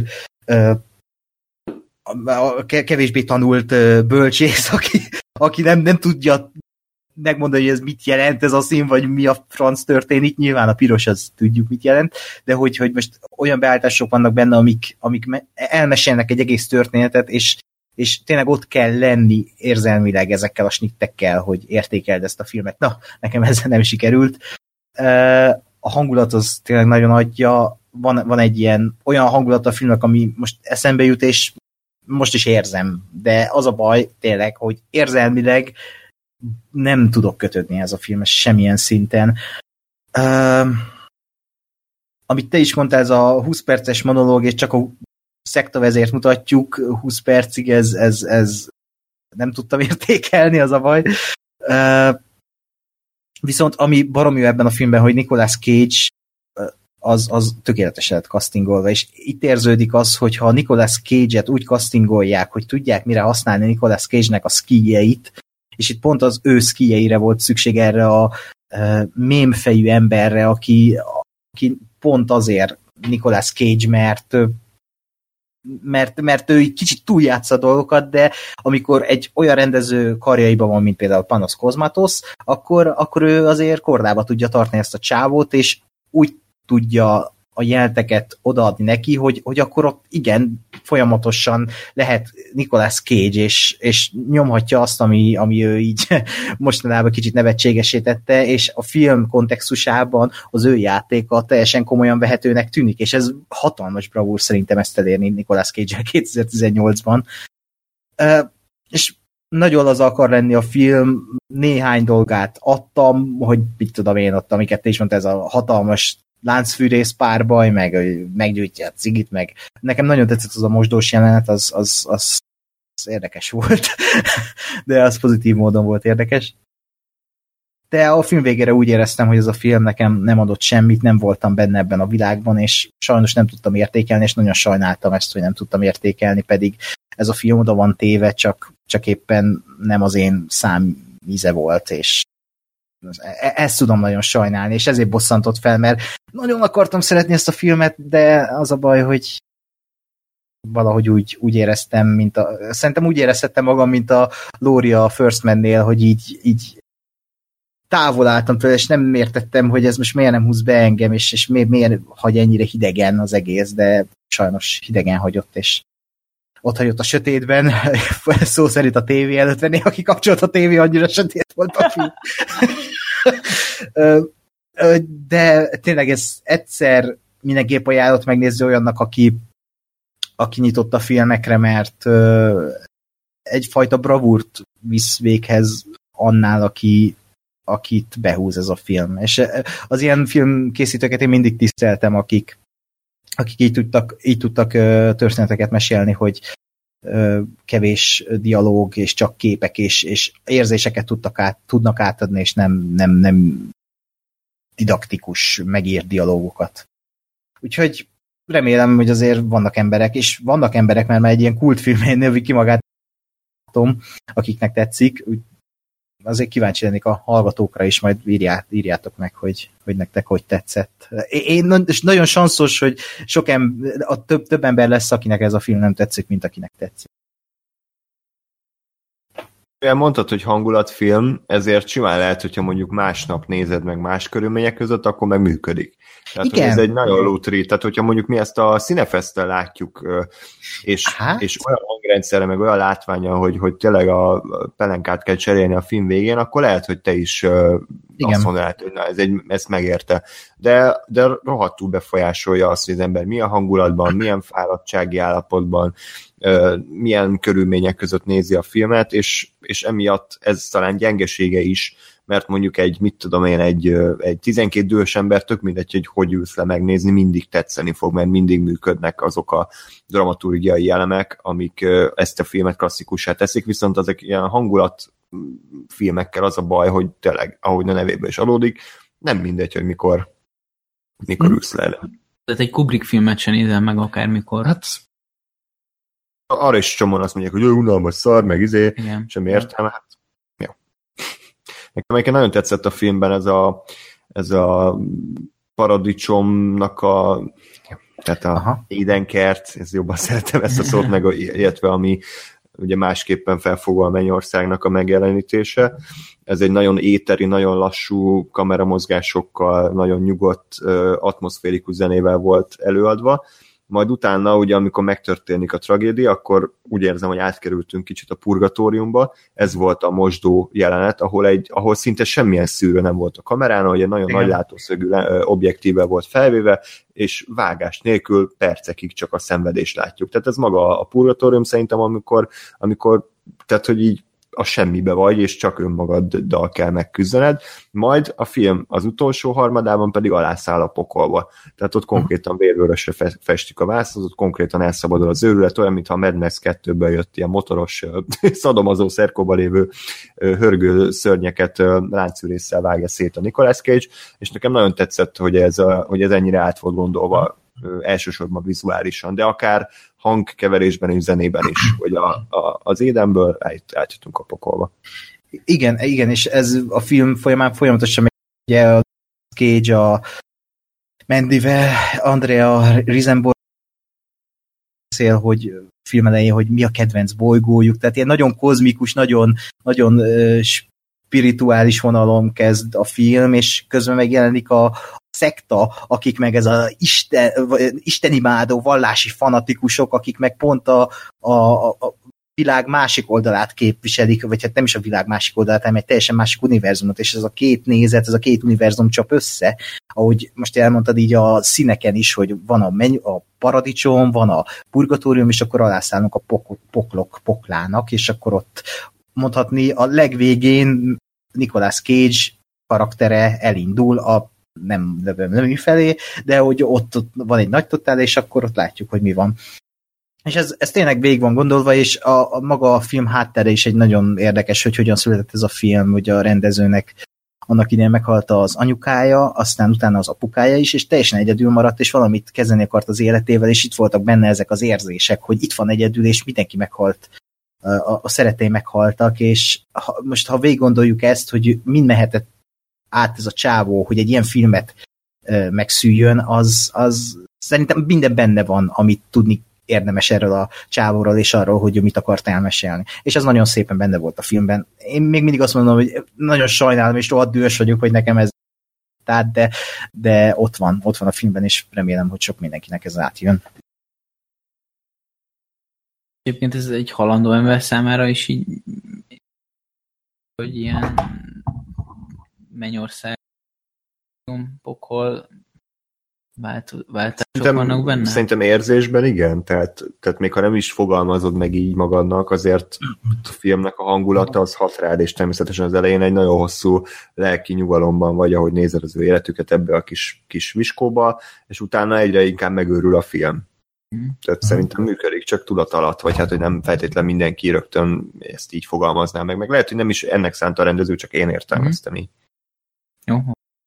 C: a kevésbé tanult bölcsész, aki, aki nem, nem tudja megmondani, hogy ez mit jelent ez a szín, vagy mi a franc történik. Nyilván a piros, az tudjuk, mit jelent, de hogy, hogy most olyan beállítások vannak benne, amik, amik elmesélnek egy egész történetet, és, és tényleg ott kell lenni érzelmileg ezekkel a snittekkel, hogy értékeld ezt a filmet. Na, nekem ezzel nem sikerült. A hangulat az tényleg nagyon adja. Van, van egy ilyen olyan hangulat a filmnek, ami most eszembe jut, és most is érzem, de az a baj tényleg, hogy érzelmileg nem tudok kötődni ez a filmes semmilyen szinten. Uh, amit te is mondtál, ez a húsz perces monológ, és csak a szektavezért mutatjuk húsz percig, ez, ez, ez nem tudtam értékelni, az a baj. Uh, viszont ami baromi jó ebben a filmben, hogy Nicolas Cage az, az tökéletesen lett castingolva, és itt érződik az, hogyha Nicolas Cage-et úgy castingolják, hogy tudják mire használni Nicolas Cage-nek a skijeit, és itt pont az ő skieire volt szükség erre a uh, mémfejű emberre, aki, aki pont azért Nicolas Cage, mert mert, mert ő kicsit túljátsza a dolgokat, de amikor egy olyan rendező karjaiban van, mint például Panos Cosmatos, akkor, akkor ő azért kordába tudja tartani ezt a csávót, és úgy tudja a jeleneteket odaadni neki, hogy, hogy akkor ott igen, folyamatosan lehet Nicolas Cage, és, és nyomhatja azt, ami, ami ő így mostanában kicsit nevetségesé tette, és a film kontextusában az ő játéka teljesen komolyan vehetőnek tűnik, és ez hatalmas bravúr szerintem ezt elérni Nicolas Cage-el kétezer-tizennyolcban. Uh, és nagyon az akar lenni a film, néhány dolgát adtam, hogy mit tudom én ott, amiket te is mondta, ez a hatalmas láncfűrész párbaj, meg meggyújtja a cigit, meg nekem nagyon tetszett az a mosdós jelenet, az, az, az, az érdekes volt, de az pozitív módon volt érdekes. De a film végére úgy éreztem, hogy ez a film nekem nem adott semmit, nem voltam benne ebben a világban, és sajnos nem tudtam értékelni, és nagyon sajnáltam ezt, hogy nem tudtam értékelni, pedig ez a film oda van téve, csak, csak éppen nem az én számíze volt, és ezt tudom nagyon sajnálni, és ezért bosszantott fel, mert nagyon akartam szeretni ezt a filmet, de az a baj, hogy valahogy úgy, úgy éreztem, mint a, szerintem úgy érezhettem magam, mint a Laurie a First Man-nél, hogy így, így távol álltam tőle, és nem értettem, hogy ez most miért nem húz be engem, és, és miért, miért hagy ennyire hidegen az egész, de sajnos hidegen hagyott, és ott hagyott a sötétben, szó szerint a tévé előtt venni, aki kapcsolt a tévé, annyira sötét volt a film. De tényleg ez egyszer mindenképp ajánlott megnézni olyannak, aki, aki nyitott a filmekre, mert egyfajta bravúrt visz véghez annál, aki, akit behúz ez a film. És az ilyen filmkészítőket én mindig tiszteltem, akik akik így tudtak, így tudtak történeteket mesélni, hogy kevés dialóg, és csak képek, és, és érzéseket tudtak át, tudnak átadni, és nem, nem, nem didaktikus, megírt dialógokat. Úgyhogy remélem, hogy azért vannak emberek, és vannak emberek, mert már egy ilyen kultfilmén növi ki magát, akiknek tetszik, úgy azért kíváncsi lennék a hallgatókra is, majd írját, írjátok meg, hogy, hogy nektek hogy tetszett. Én és nagyon sanszos, hogy sok ember, a több, több ember lesz, akinek ez a film nem tetszik, mint akinek tetszik.
B: Mondtad, hogy hangulatfilm, ezért simán lehet, hogyha mondjuk másnap nézed meg más körülmények között, akkor meg működik. Tehát hogy ez egy nagyon lútri, tehát hogyha mondjuk mi ezt a Cinefesten látjuk, és, hát? és olyan hangrendszerre, meg olyan látvánnyal, hogy, hogy tényleg a pelenkát kell cserélni a film végén, akkor lehet, hogy te is igen. azt mondanád, hogy na, ez egy, ezt megérte. De, de rohadtul befolyásolja azt, hogy az ember milyen hangulatban, milyen fáradtsági állapotban, milyen körülmények között nézi a filmet, és, és emiatt ez talán gyengesége is, mert mondjuk egy, mit tudom én, egy, egy tizenkét dühös ember, tök mindegy, hogy hogy ülsz le megnézni, mindig tetszeni fog, mert mindig működnek azok a dramaturgiai elemek, amik ezt a filmet klasszikussá teszik, viszont azok ilyen hangulat filmekkel az a baj, hogy tényleg, ahogy a nevéből is adódik, nem mindegy, hogy mikor, mikor ülsz le.
E: Tehát egy Kubrick filmet sem nézel meg akármikor.
B: Hát arra is csomóan azt mondják, hogy unalmas szar, meg izé,
E: igen.
B: Semmi értelme. Hát, jó. Nekem egyébként nagyon tetszett a filmben ez a, ez a paradicsomnak a tehát a Aha. édenkert, ez jobban szeretem ezt a szót, meg illetve ami ugye másképpen felfogva a Mennyországnak a megjelenítése. Ez egy nagyon éteri, nagyon lassú kameramozgásokkal, nagyon nyugodt, atmoszférikus zenével volt előadva. Majd utána, ugye, amikor megtörténik a tragédia, akkor úgy érzem, hogy átkerültünk kicsit a purgatóriumba. Ez volt a mosdó jelenet, ahol, egy, ahol szinte semmilyen szűrő nem volt a kamerán, hogy egy nagyon Igen. nagy látószögű objektíve volt felvéve, és vágás nélkül percekig csak a szenvedést látjuk. Tehát ez maga a purgatórium szerintem, amikor, amikor tehát, hogy így a semmibe vagy, és csak önmagaddal kell megküzdened, majd a film az utolsó harmadában pedig alászáll a pokolba. Tehát ott konkrétan vérvörösre festjük a vászon, ott konkrétan elszabadul az őrület, olyan, mintha a Mad Max kettőből jött ilyen motoros, szadomazó szerkóba lévő hörgő szörnyeket láncűrésszel vágja szét a Nicolas Cage, és nekem nagyon tetszett, hogy ez, a, hogy ez ennyire át volt gondolva elsősorban vizuálisan, de akár hangkeverésben és zenében is, hogy a, a, az édenből átjutunk a pokolba.
C: Igen, igen, és ez a film folyamán folyamatosan ugye a Cage, a Mandyvel, Andrea Riseborough beszél, hogy film elején, hogy mi a kedvenc bolygójuk, tehát ilyen nagyon kozmikus, nagyon, nagyon uh, spirituális vonalon kezd a film, és közben megjelenik a szekta, akik meg ez az isten, istenimádó vallási fanatikusok, akik meg pont a, a, a világ másik oldalát képviselik, vagy hát nem is a világ másik oldalát, hanem egy teljesen másik univerzumot, és ez a két nézet, ez a két univerzum csap össze, ahogy most elmondtad így a színeken is, hogy van a, menü, a paradicsom, van a purgatórium, és akkor alászállunk a pok, poklok poklának, és akkor ott mondhatni a legvégén Nicolas Cage karaktere elindul a nem nem felé, de hogy ott, ott van egy nagy totál, és akkor ott látjuk, hogy mi van. És ez, ez tényleg végig van gondolva, és a, a maga a film háttere is egy nagyon érdekes, hogy hogyan született ez a film, hogy a rendezőnek annak idején meghalt az anyukája, aztán utána az apukája is, és teljesen egyedül maradt, és valamit kezdeni akart az életével, és itt voltak benne ezek az érzések, hogy itt van egyedül, és mindenki meghalt, a, a szerettei meghaltak, és ha, most ha végig gondoljuk ezt, hogy mind mehetett át ez a csávó, hogy egy ilyen filmet ö, megszűjjön, az, az szerintem minden benne van, amit tudni érdemes erről a csávóról, és arról, hogy mit akart elmesélni. És ez nagyon szépen benne volt a filmben. Én még mindig azt mondom, hogy nagyon sajnálom, és rohadt dühös vagyok, hogy nekem ez tehát, de, de ott van, ott van a filmben, és remélem, hogy sok mindenkinek ez átjön.
E: Egyébként ez egy halandó ember számára is így, hogy ilyen Mennyország, pokol vált, váltások vannak benne?
B: Szerintem érzésben igen, tehát, tehát még ha nem is fogalmazod meg így magadnak, azért a filmnek a hangulata az hat rád, és természetesen az elején egy nagyon hosszú lelki nyugalomban vagy, ahogy nézed az ő életüket ebbe a kis, kis viskóba, és utána egyre inkább megőrül a film. Mm. Tehát mm. szerintem működik, csak tudat alatt, vagy hát, hogy nem feltétlen mindenki rögtön ezt így fogalmazná meg, meg lehet, hogy nem is ennek szánta a rendező, csak én értelmeztem mm. így.
E: Jó.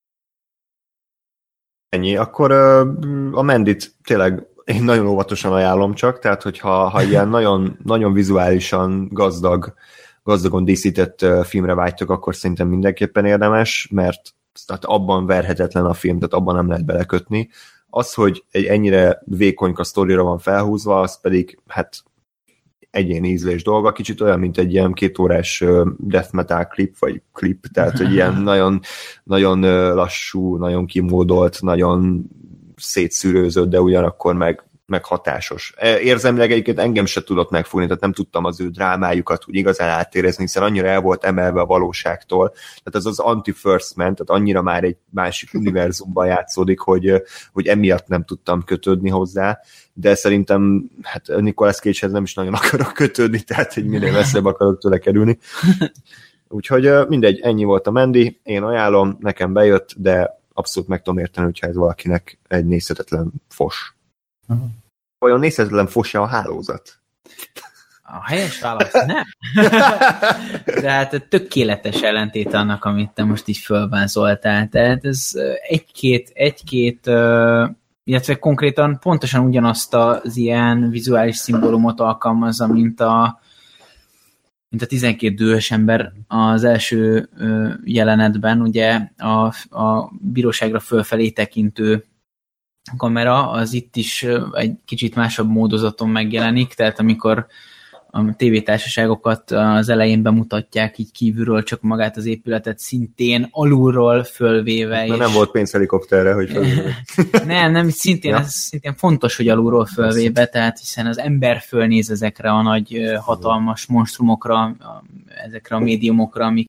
B: Ennyi. Akkor a Mandit tényleg én nagyon óvatosan ajánlom csak, tehát hogyha ha ilyen nagyon, nagyon vizuálisan gazdag, gazdagon díszített filmre vágytok, akkor szerintem mindenképpen érdemes, mert tehát abban verhetetlen a film, tehát abban nem lehet belekötni. Az, hogy egy ennyire vékonyka sztorira van felhúzva, az pedig hát egyéni ízlés dolga, kicsit olyan, mint egy ilyen kétórás death metal klip, vagy klip, tehát hogy ilyen nagyon, nagyon lassú, nagyon kimódolt, nagyon szétszűrőzött, de ugyanakkor meg, meg hatásos. Érzelmileg egyébként engem se tudott megfogni, tehát nem tudtam az ő drámájukat úgy igazán átérezni, hiszen annyira el volt emelve a valóságtól. Tehát ez az anti-First Man, tehát annyira már egy másik univerzumban játszódik, hogy, hogy emiatt nem tudtam kötődni hozzá, de szerintem hát Nicolas Cage-hez nem is nagyon akarok kötődni, tehát hogy minél messzebb akarok tőle kerülni. Úgyhogy mindegy, ennyi volt a Mandy, én ajánlom, nekem bejött, de abszolút meg tudom érteni, hogyha ez valakinek egy nézhetetlen fos. Uh-huh. Olyan nézhetetlen fos-e a hálózat?
E: A helyes válasz nem. De hát tökéletes ellentét annak, amit te most így fölvázoltál. Tehát ez egy-két, egy-két, illetve konkrétan pontosan ugyanazt az ilyen vizuális szimbólumot alkalmazza, mint a, mint a tizenkét dühös ember az első jelenetben, ugye a, a bíróságra fölfelé tekintő kamera, az itt is egy kicsit másabb módozaton megjelenik, tehát amikor a tévétársaságokat az elején bemutatják így kívülről, csak magát az épületet szintén alulról fölvéve.
B: Na, és... nem volt pénz helikopterre, hogy fölvéve.
E: nem, nem, szintén, ja. Ez szintén fontos, hogy alulról fölvéve, tehát hiszen az ember fölnéz ezekre a nagy, hatalmas monstrumokra, ezekre a médiumokra, amik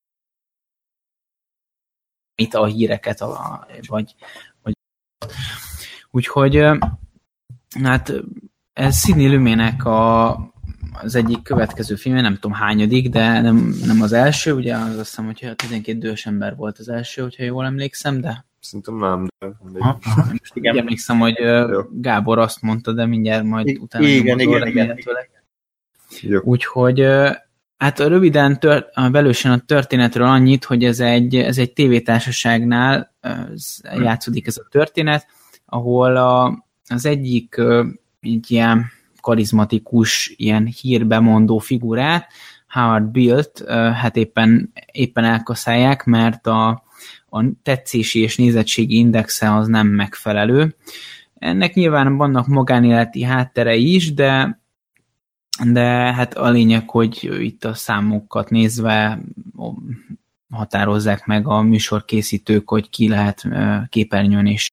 E: itt a híreket, a, vagy, vagy úgyhogy hát ez Sidney Lumetnek a az egyik következő film, nem tudom hányadik, de nem, nem az első, ugye az azt hiszem, hogyha a tizenkét dühös ember volt az első, hogyha jól emlékszem, de...
B: Szerintem nem, de...
E: Ha, most igen, emlékszem, hogy Gábor azt mondta, de mindjárt majd I- utána...
C: Igen, igen, igen.
E: Úgyhogy hát röviden tört, belősen a történetről annyit, hogy ez egy, ez egy tévétársaságnál ez játszódik ez a történet, ahol a, az egyik így ilyen karizmatikus, ilyen hírbemondó figurát, Howard Billt, hát éppen, éppen elkaszálják, mert a, a tetszési és nézettségi indexe az nem megfelelő. Ennek nyilván vannak magánéleti hátterei is, de, de hát a lényeg, hogy itt a számokat nézve határozzák meg a műsorkészítők, hogy ki lehet képernyőn és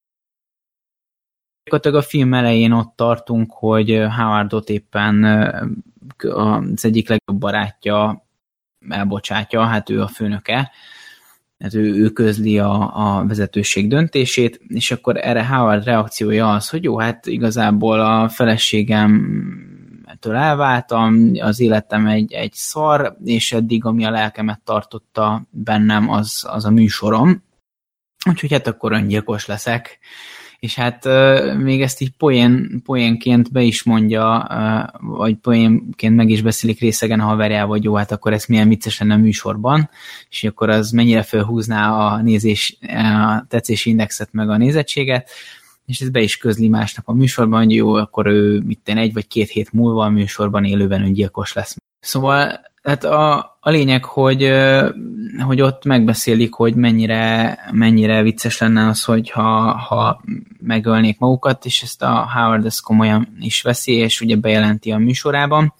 E: a film elején ott tartunk, hogy Howardot éppen az egyik legjobb barátja elbocsátja, hát ő a főnöke, hát ő, ő közli a, a vezetőség döntését, és akkor erre Howard reakciója az, hogy jó, hát igazából a feleségemtől elváltam, az életem egy, egy szar, és eddig ami a lelkemet tartotta bennem, az, az a műsorom, úgyhogy hát akkor öngyilkos leszek. És hát uh, még ezt így poén, poénként be is mondja, uh, vagy poénként meg is beszélik részegen a haverjával, hogy jó, hát akkor ez milyen vicces lenne a műsorban, és akkor az mennyire felhúzná a nézés, a tetszési indexet, meg a nézettséget, és ez be is közli másnap a műsorban, hogy jó, akkor ő mit egy vagy két hét múlva a műsorban élőben öngyilkos lesz. Szóval hát a, a lényeg, hogy, hogy ott megbeszélik, hogy mennyire, mennyire vicces lenne az, hogyha ha megölnék magukat, és ezt a Howard ezt komolyan is veszi, és ugye bejelenti a műsorában.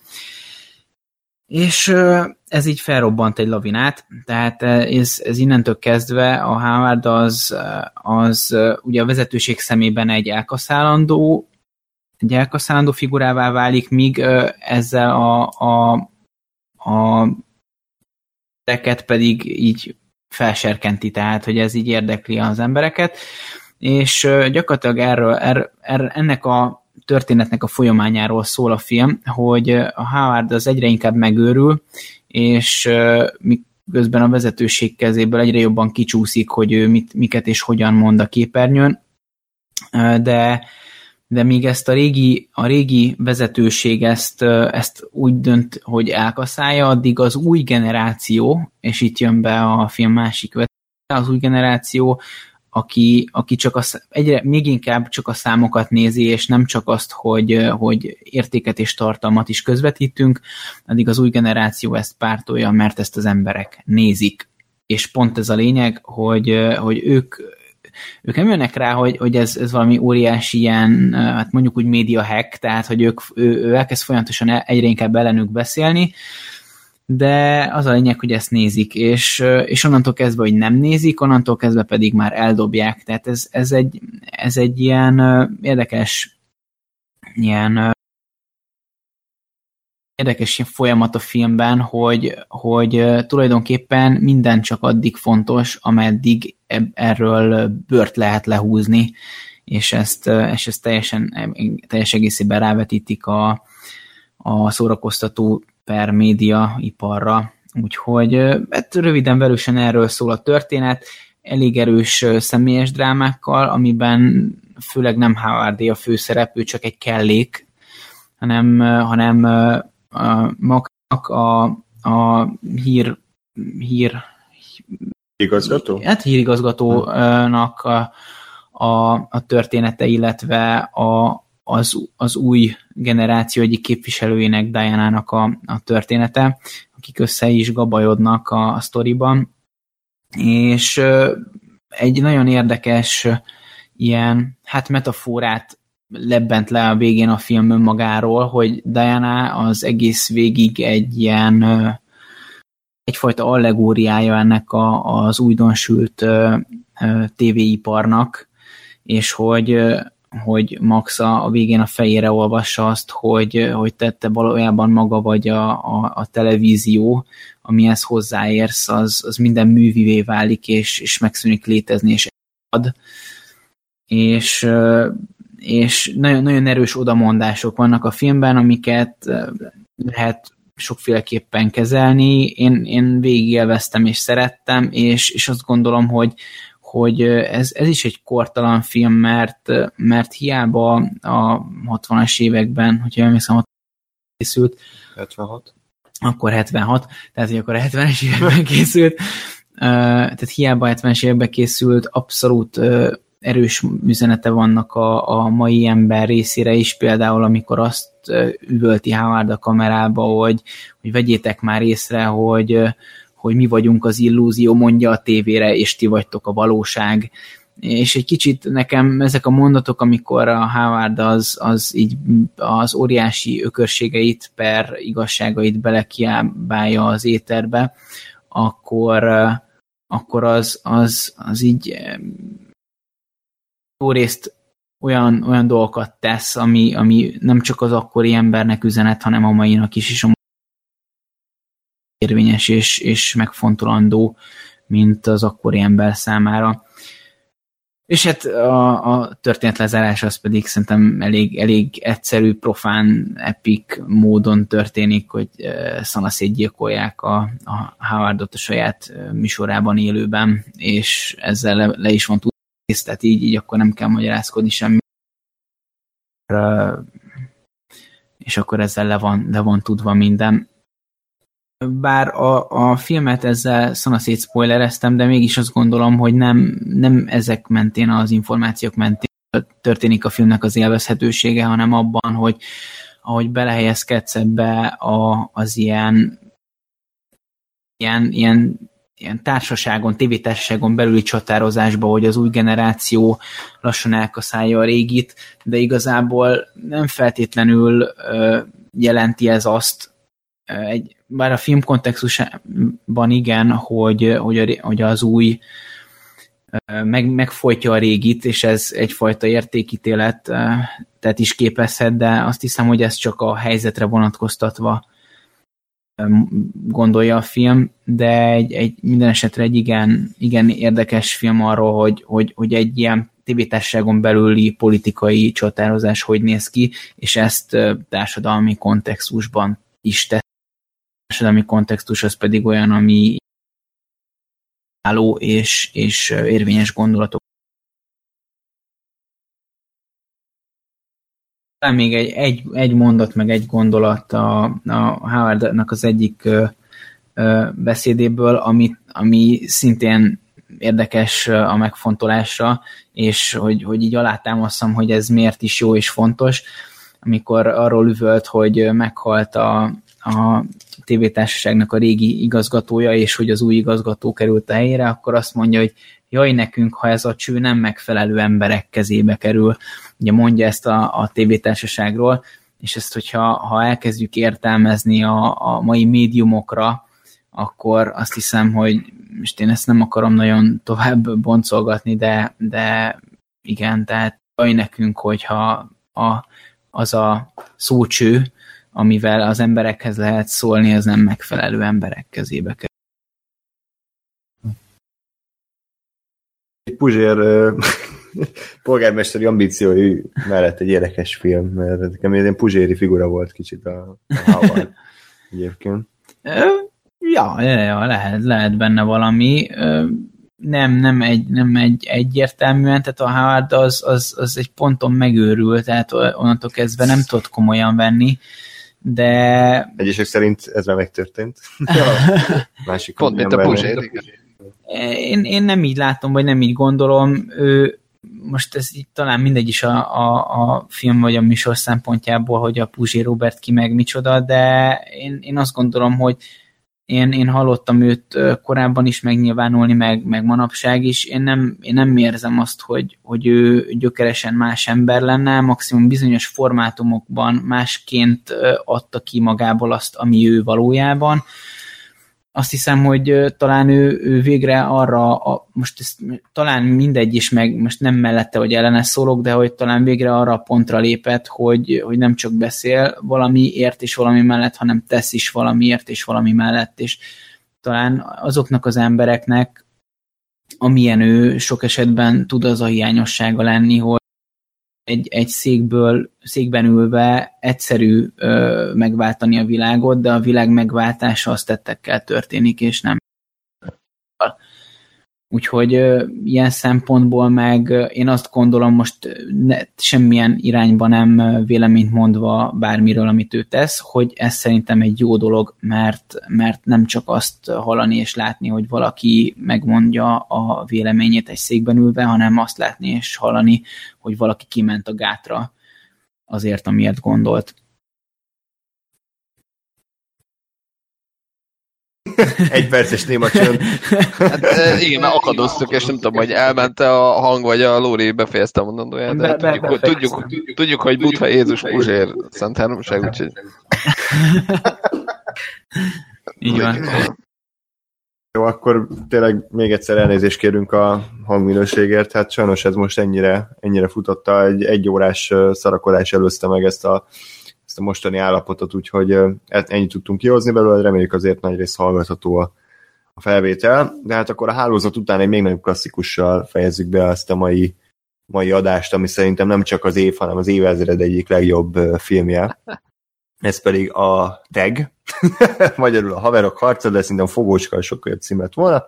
E: És ez így felrobbant egy lavinát, tehát ez, ez innentől kezdve a Howard az, az ugye a vezetőség szemében egy elkaszálandó, egy elkaszálandó figurává válik, míg ezzel a, a a teket pedig így felserkenti, tehát, hogy ez így érdekli az embereket, és gyakorlatilag erről, er, er, ennek a történetnek a folyamányáról szól a film, hogy a Howard az egyre inkább megőrül, és miközben a vezetőség kezéből egyre jobban kicsúszik, hogy ő mit, miket és hogyan mond a képernyőn, de de míg ezt a régi, a régi vezetőség ezt, ezt úgy dönt, hogy elkaszálja, addig az új generáció, és itt jön be a film másik vezetője, az új generáció, aki, aki csak a, egyre, még inkább csak a számokat nézi, és nem csak azt, hogy, hogy értéket és tartalmat is közvetítünk, addig az új generáció ezt pártolja, mert ezt az emberek nézik. És pont ez a lényeg, hogy, hogy ők ők nem jönnek rá, hogy, hogy ez, ez valami óriási ilyen, hát mondjuk úgy média hack, tehát hogy ők, ő, ő elkezd folyamatosan egyre inkább ellenük beszélni, de az a lényeg, hogy ezt nézik, és, és onnantól kezdve, hogy nem nézik, onnantól kezdve pedig már eldobják, tehát ez, ez, egy, ez egy ilyen érdekes ilyen érdekes ilyen folyamat a filmben, hogy, hogy tulajdonképpen minden csak addig fontos, ameddig erről bőrt lehet lehúzni, és ezt, és ezt teljesen, teljes egészében rávetítik a, a szórakoztató per média iparra. Úgyhogy hát röviden velősen erről szól a történet, elég erős személyes drámákkal, amiben főleg nem Howardé a főszereplő, csak egy kellék, hanem, hanem Maxnak a, a hír, hír
B: igazgató?
E: Hát hírigazgatónak a, a, a története, illetve a, az, az új generáció egyik képviselőjének, Diana-nak a, a története, akik össze is gabajodnak a, a sztoriban. És egy nagyon érdekes ilyen, hát metaforát lebbent le a végén a film önmagáról, hogy Diana az egész végig egy ilyen egyfajta allegóriája ennek a, az újdonsült tévéiparnak, és hogy, hogy Max a, a végén a fejére olvassa azt, hogy, hogy tette valójában maga vagy a, a, a televízió, amihez hozzáérsz, az, az minden művivé válik, és, és megszűnik létezni, és ad. És, és nagyon, nagyon erős odamondások vannak a filmben, amiket lehet sokféleképpen kezelni. Én, én végigélveztem és szerettem, és, és azt gondolom, hogy, hogy ez, ez is egy kortalan film, mert, mert hiába a hatvanas években, hogyha emlékszem, hatvanas készült,
B: hetvenhat
E: akkor hetvenhat, tehát hogy akkor a hetvenes években készült, tehát hiába a hetvenes években készült, abszolút erős üzenete vannak a, a mai ember részére is, például amikor azt üvölti Howard a kamerába, hogy, hogy vegyétek már észre, hogy, hogy mi vagyunk az illúzió, mondja a tévére, és ti vagytok a valóság. És egy kicsit nekem ezek a mondatok, amikor a Howard az, az így az óriási ökörségeit per igazságait belekiábálja az éterbe, akkor, akkor az, az, az így jó részt olyan, olyan dolgokat tesz, ami, ami nem csak az akkori embernek üzenet, hanem a mainak is, és a érvényes és, és megfontolandó, mint az akkori ember számára. És hát a, a történet lezárás az pedig szerintem elég, elég egyszerű, profán, epic módon történik, hogy szanaszétgyilkolják a, a Howardot a saját műsorában élőben, és ezzel le, le is van tudni, tehát így, így akkor nem kell magyarázkodni semmi. És akkor ezzel le van, le van tudva minden. Bár a, a filmet ezzel szanaszét spoilereztem, de mégis azt gondolom, hogy nem, nem ezek mentén, az információk mentén történik a filmnek az élvezhetősége, hanem abban, hogy ahogy belehelyezkedsz ebbe a, az ilyen, ilyen, ilyen, ilyen társaságon, tévétársaságon belüli csatározásba, hogy az új generáció lassan elkaszálja a régit, de igazából nem feltétlenül ö, jelenti ez azt, egy, bár a film kontextusban igen, hogy, hogy, a, hogy az új meg, megfojtja a régit, és ez egyfajta értékítélet, tehát is képezhet, de azt hiszem, hogy ez csak a helyzetre vonatkoztatva gondolja a film, de egy, egy minden esetre egy igen, igen érdekes film arról, hogy, hogy, hogy egy ilyen tévétársaságon belüli politikai csatározás hogy néz ki, és ezt társadalmi kontextusban is tesz. A társadalmi kontextus az pedig olyan, ami álló és, és érvényes gondolatok. Talán még egy, egy, egy mondat, meg egy gondolat a, a Howardnak az egyik ö, ö, beszédéből, ami, ami szintén érdekes a megfontolásra, és hogy, hogy így alátámasztam, hogy ez miért is jó és fontos, amikor arról üvölt, hogy meghalt a, a tévétársaságnak a régi igazgatója, és hogy az új igazgató került a helyére, akkor azt mondja, hogy jaj nekünk, ha ez a cső nem megfelelő emberek kezébe kerül. Ugye mondja ezt a, a tévétársaságról, és ezt, hogyha ha elkezdjük értelmezni a, a mai médiumokra, akkor azt hiszem, hogy most én ezt nem akarom nagyon tovább boncolgatni, de, de igen, tehát jaj nekünk, hogyha a, az a szócső, amivel az emberekhez lehet szólni, az nem megfelelő emberek kezébe kerül.
B: Puzsér polgármesteri ambíciói mellett egy érdekes film, mert nekem egy puzséri figura volt kicsit a, a Howard egyébként.
E: Ja, ja, lehet, lehet benne valami. Nem, nem, egy, nem egy egyértelműen, tehát a Howard az, az, az egy ponton megőrül, tehát onnantól kezdve nem tudod komolyan venni, de...
B: Egyesek szerint ez már megtörtént. Másik
D: pont, mint a Puzsér.
E: Én, én nem így látom, vagy nem így gondolom. Ő, most ez így talán mindegy is a, a, a film vagy a műsor szempontjából, hogy a Puzsé Robert ki meg micsoda, de én, én azt gondolom, hogy Én, én hallottam őt korábban is megnyilvánulni, meg, meg manapság is. Én nem, én nem érzem azt, hogy, hogy ő gyökeresen más ember lenne, maximum bizonyos formátumokban másként adta ki magából azt, ami ő valójában. Azt hiszem, hogy talán ő, ő végre arra, a, most ezt, talán mindegy is, meg most nem mellette, hogy ellene szólok, de hogy talán végre arra a pontra lépett, hogy, hogy nem csak beszél valamiért és valami mellett, hanem tesz is valamiért és valami mellett, és talán azoknak az embereknek, amilyen ő, sok esetben tud az a hiányossága lenni, hogy egy, egy székből, székben ülve egyszerű ö, megváltani a világot, de a világ megváltása azt tettekkel történik, és nem. Úgyhogy ö, ilyen szempontból meg ö, én azt gondolom, most ne, semmilyen irányba nem véleményt mondva bármiről, amit ő tesz, hogy ez szerintem egy jó dolog, mert, mert nem csak azt hallani és látni, hogy valaki megmondja a véleményét egy székben ülve, hanem azt látni és hallani, hogy valaki kiment a gátra azért, amiért gondolt.
B: Egy perces néma csönd.
D: Hát, igen, mert akadoztuk, és nem tudom, hogy elmente a hang, vagy a Lóri befejezte a mondandóját, de be, tudjuk, be, hogy, tudjuk, tudjuk, hogy Butha Jézus Puzsér Szent Háromság, úgyhogy...
E: Így van.
B: Jó, akkor tényleg még egyszer elnézést kérünk a hangminőségért, hát sajnos ez most ennyire, ennyire futotta, egy egyórás szarakodás előzte meg ezt a, ezt a mostani állapotot, úgyhogy ennyit tudtunk kihozni belőle, reméljük azért nagy rész hallgatható a, a felvétel, de hát akkor a hálózat után egy még nagyobb klasszikussal fejezzük be ezt a mai, mai adást, ami szerintem nem csak az év, hanem az évezred egyik legjobb filmje. Ez pedig a Tag, magyarul a Haverok harca, de szerintem Fogócska sokkal jobb címet volna.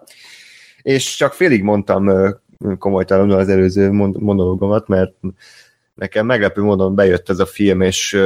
B: És csak félig mondtam komolytalanul az előző monológomat, mert nekem meglepő módon bejött ez a film, és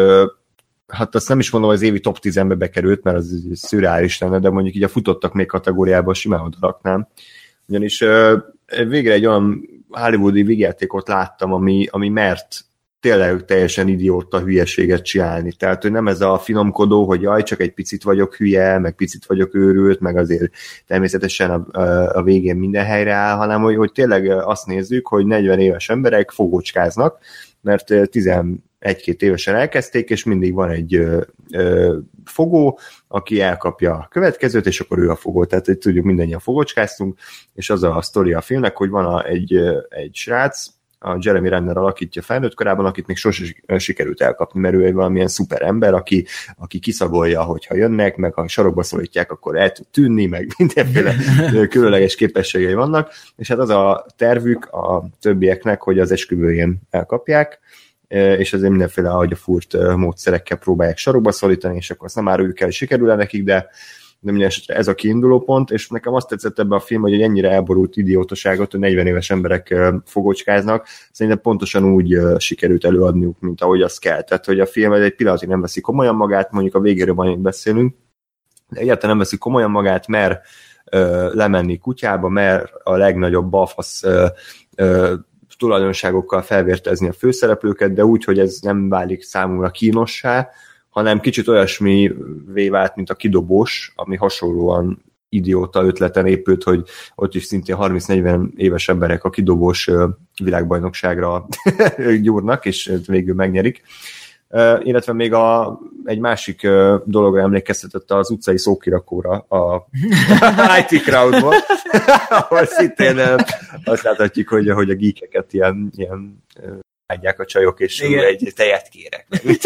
B: hát azt nem is mondom, hogy az évi top tízbe bekerült, mert az szürreális lenne, de mondjuk így a futottak még kategóriában simán oda raknám. Ugyanis végre egy olyan hollywoodi vígjátékot láttam, ami, ami mert tényleg teljesen idióta hülyeséget csinálni. Tehát, hogy nem ez a finomkodó, hogy jaj, csak egy picit vagyok hülye, meg picit vagyok őrült, meg azért természetesen a, a végén minden helyre áll, hanem hogy, hogy tényleg azt nézzük, hogy negyven éves emberek fogócskáznak, mert tizenegy-két évesen elkezdték, és mindig van egy ö, ö, fogó, aki elkapja a következőt, és akkor ő a fogó. Tehát hogy tudjuk, mindannyian fogócskáztunk, és az a sztoria a filmnek, hogy van a, egy, egy srác, a Jeremy Renner alakítja felnőtt korában, akit még sose sikerült elkapni, mert ő egy valamilyen szuper ember, aki, aki kiszagolja, hogyha jönnek, meg ha sarokba szólítják, akkor el tud tűnni, meg mindenféle különleges képességei vannak, és hát az a tervük a többieknek, hogy az esküvőjén elkapják, és azért mindenféle agyafúrt módszerekkel próbálják sarokba szólítani, és akkor azt nem áruljuk el, hogy sikerül nekik, de de minden esetre ez a kiinduló pont, és nekem azt tetszett ebben a film, hogy egy ennyire elborult idiótaságot, hogy negyven éves emberek fogócskáznak, szerintem pontosan úgy sikerült előadniuk, mint ahogy az kell. Tehát, hogy a film egy pillanatig nem veszi komolyan magát, mondjuk a végéről majd beszélünk, de egyáltalán nem veszi komolyan magát, mer ö, lemenni kutyába, mer a legnagyobb balfasz ö, ö, tulajdonságokkal felvértezni a főszereplőket, de úgy, hogy ez nem válik számomra kínossá, hanem kicsit olyasmivé vált, mint a Kidobós, ami hasonlóan idióta ötleten épült, hogy ott is szintén harminc-negyven éves emberek a Kidobós világbajnokságra gyúrnak, és végül megnyerik. Uh, illetve még a, egy másik uh, dologra emlékeztetett az utcai szókirakóra a i té Crowdból, ahol szintén uh, azt láthatjuk, hogy, hogy a geekeket ilyen, ilyen uh, adják a csajok, és igen, egy tejet kérek.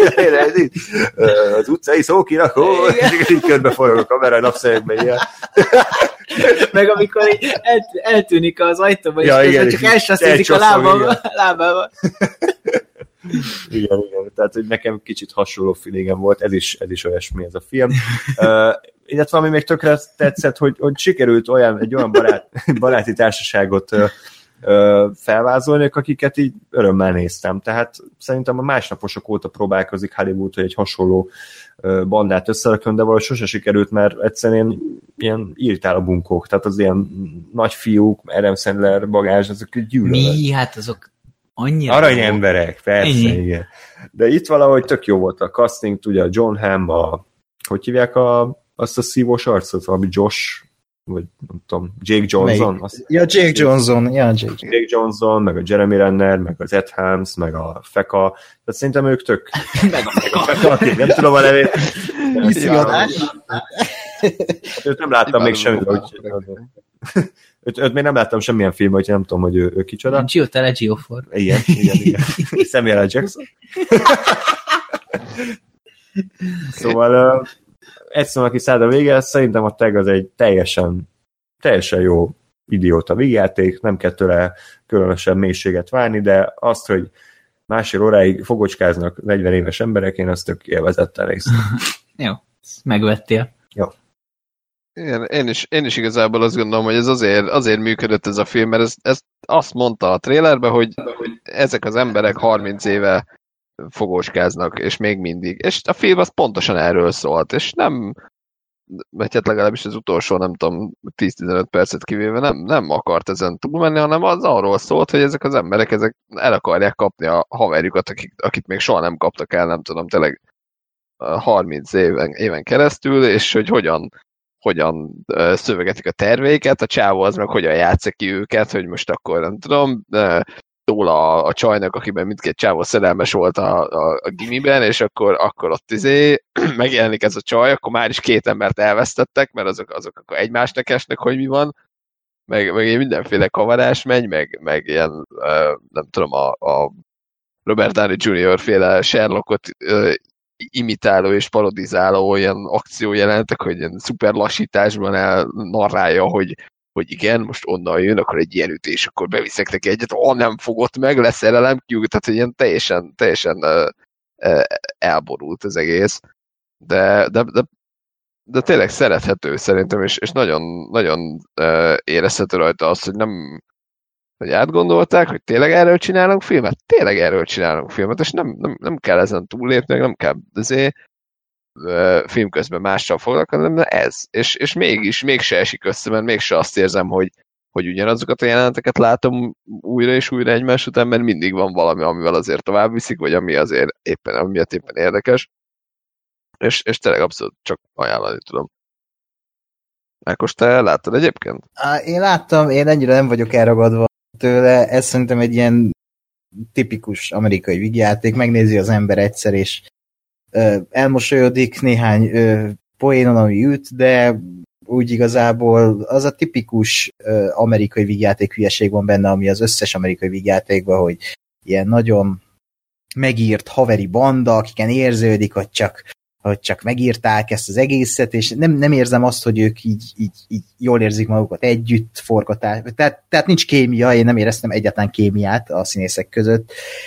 B: Az utcai szókirakó, és így körbeforog a kamera, napszemekben ilyen.
E: Meg amikor így el, eltűnik az ajtóban,
B: ja,
E: és
B: igen,
E: csak elsasszízik a lábával. lábával.
B: Igen, igen, tehát hogy nekem kicsit hasonló feelingem volt, ez is, ez is olyasmi ez a film. Uh, illetve ami még tökre tetszett, hogy, hogy sikerült olyan, egy olyan barát, baráti társaságot uh, ö, felvázolni, akiket így örömmel néztem. Tehát szerintem a másnaposok óta próbálkozik Hollywood, hogy egy hasonló ö, bandát összerakjon, de valahogy sose sikerült, mert egyszerűen ilyen irritál a bunkók, tehát az ilyen nagy fiúk, Adam Sandler bagázs, azok gyűlölnek.
E: Mi? Hát azok annyira...
B: Aranyemberek, persze, ennyi. Igen. De itt valahogy tök jó volt a casting, ugye a John Hamm, a, hogy hívják a, azt a szívós arcot, valami Josh, vagy nem tudom, Jake Johnson. Azt,
C: ja, Jake Johnson, ja, Jake.
B: Jake Johnson, meg a Jeremy Renner, meg az Ed Helms, meg a Feka, tehát szerintem ők tök... meg a Feka, akik nem tudom a nevét. Őt nem láttam még semmit, hogy... Őt, őt még nem láttam semmilyen film, hogy nem tudom, hogy ő, ő kicsoda.
E: Giotele Geofor.
B: Igen, igen, igen. Samuel L. Jackson. Szóval uh, egyszerűen, aki száll a vége, szerintem a tag az egy teljesen, teljesen jó idióta vígjáték, nem kell tőle különösen mélységet várni, de azt, hogy másfél óráig fogocskáznak negyven éves emberek, én azt tök élvezettel néztem.
E: Jó, megvettél.
B: Jó.
D: Igen, én is, én is igazából azt gondolom, hogy ez azért, azért működött ez a film, mert ez, ez azt mondta a trélerben, hogy, hogy ezek az emberek harminc éve fogóskáznak, és még mindig. És a film az pontosan erről szólt, és nem, mert hát legalábbis az utolsó, nem tudom, tíz-tizenöt percet kivéve nem, nem akart ezen túlmenni, hanem az arról szólt, hogy ezek az emberek ezek el akarják kapni a haverjukat, akik, akit még soha nem kaptak el, nem tudom, tényleg harminc éven, éven keresztül, és hogy hogyan hogyan uh, szövegetik a terveiket, a csávó az meg hogyan játsza ki őket, hogy most akkor nem tudom, uh, tól a, a csajnak, akiben mindkét csávó szerelmes volt a, a, a gimiben, és akkor, akkor ott izé megjelenik ez a csaj, akkor már is két embert elvesztettek, mert azok, azok akkor egymásnak esnek, hogy mi van, meg, meg mindenféle kavarás megy, meg, meg ilyen, uh, nem tudom, a, a Robert Downey junior féle Sherlockot uh, imitáló és parodizáló ilyen akciójelentek, hogy ilyen szuper lassításban el narrálja, hogy, hogy igen, most onnan jön, akkor egy ilyen ütés, akkor beviszek neki egyet, ha nem fogott meg, leszerelem ki, tehát ilyen teljesen, teljesen uh, uh, elborult az egész. De, de, de, de tényleg szerethető szerintem, és, és nagyon, nagyon uh, érezhető rajta az, hogy nem hogy átgondolták, hogy tényleg erről csinálunk filmet? Tényleg erről csinálunk filmet, és nem, nem, nem kell ezen túllépni, nem kell azért film közben mással foglalkozni, de ez. És, és mégis, mégse esik össze, mert mégse azt érzem, hogy, hogy ugyanazokat a jeleneteket látom újra és újra egymás után, mert mindig van valami, amivel azért tovább viszik, vagy ami azért éppen, ami miatt éppen érdekes. És, és tényleg abszolút csak ajánlani tudom. Ákos, te láttad egyébként?
C: Én láttam, én ennyire nem vagyok elragadva tőle, ez szerintem egy ilyen tipikus amerikai vígjáték, megnézi az ember egyszer, és ö, elmosolyodik néhány ö, poénon, ami üt, de úgy igazából az a tipikus ö, amerikai vígjáték hülyeség van benne, ami az összes amerikai vígjátékban, hogy ilyen nagyon megírt haveri banda, akiken érződik, hogy csak hogy csak megírták ezt az egészet, és nem, nem érzem azt, hogy ők így, így, így jól érzik magukat együtt, forgatás. Tehát, tehát nincs kémia, én nem éreztem egyáltalán kémiát a színészek között.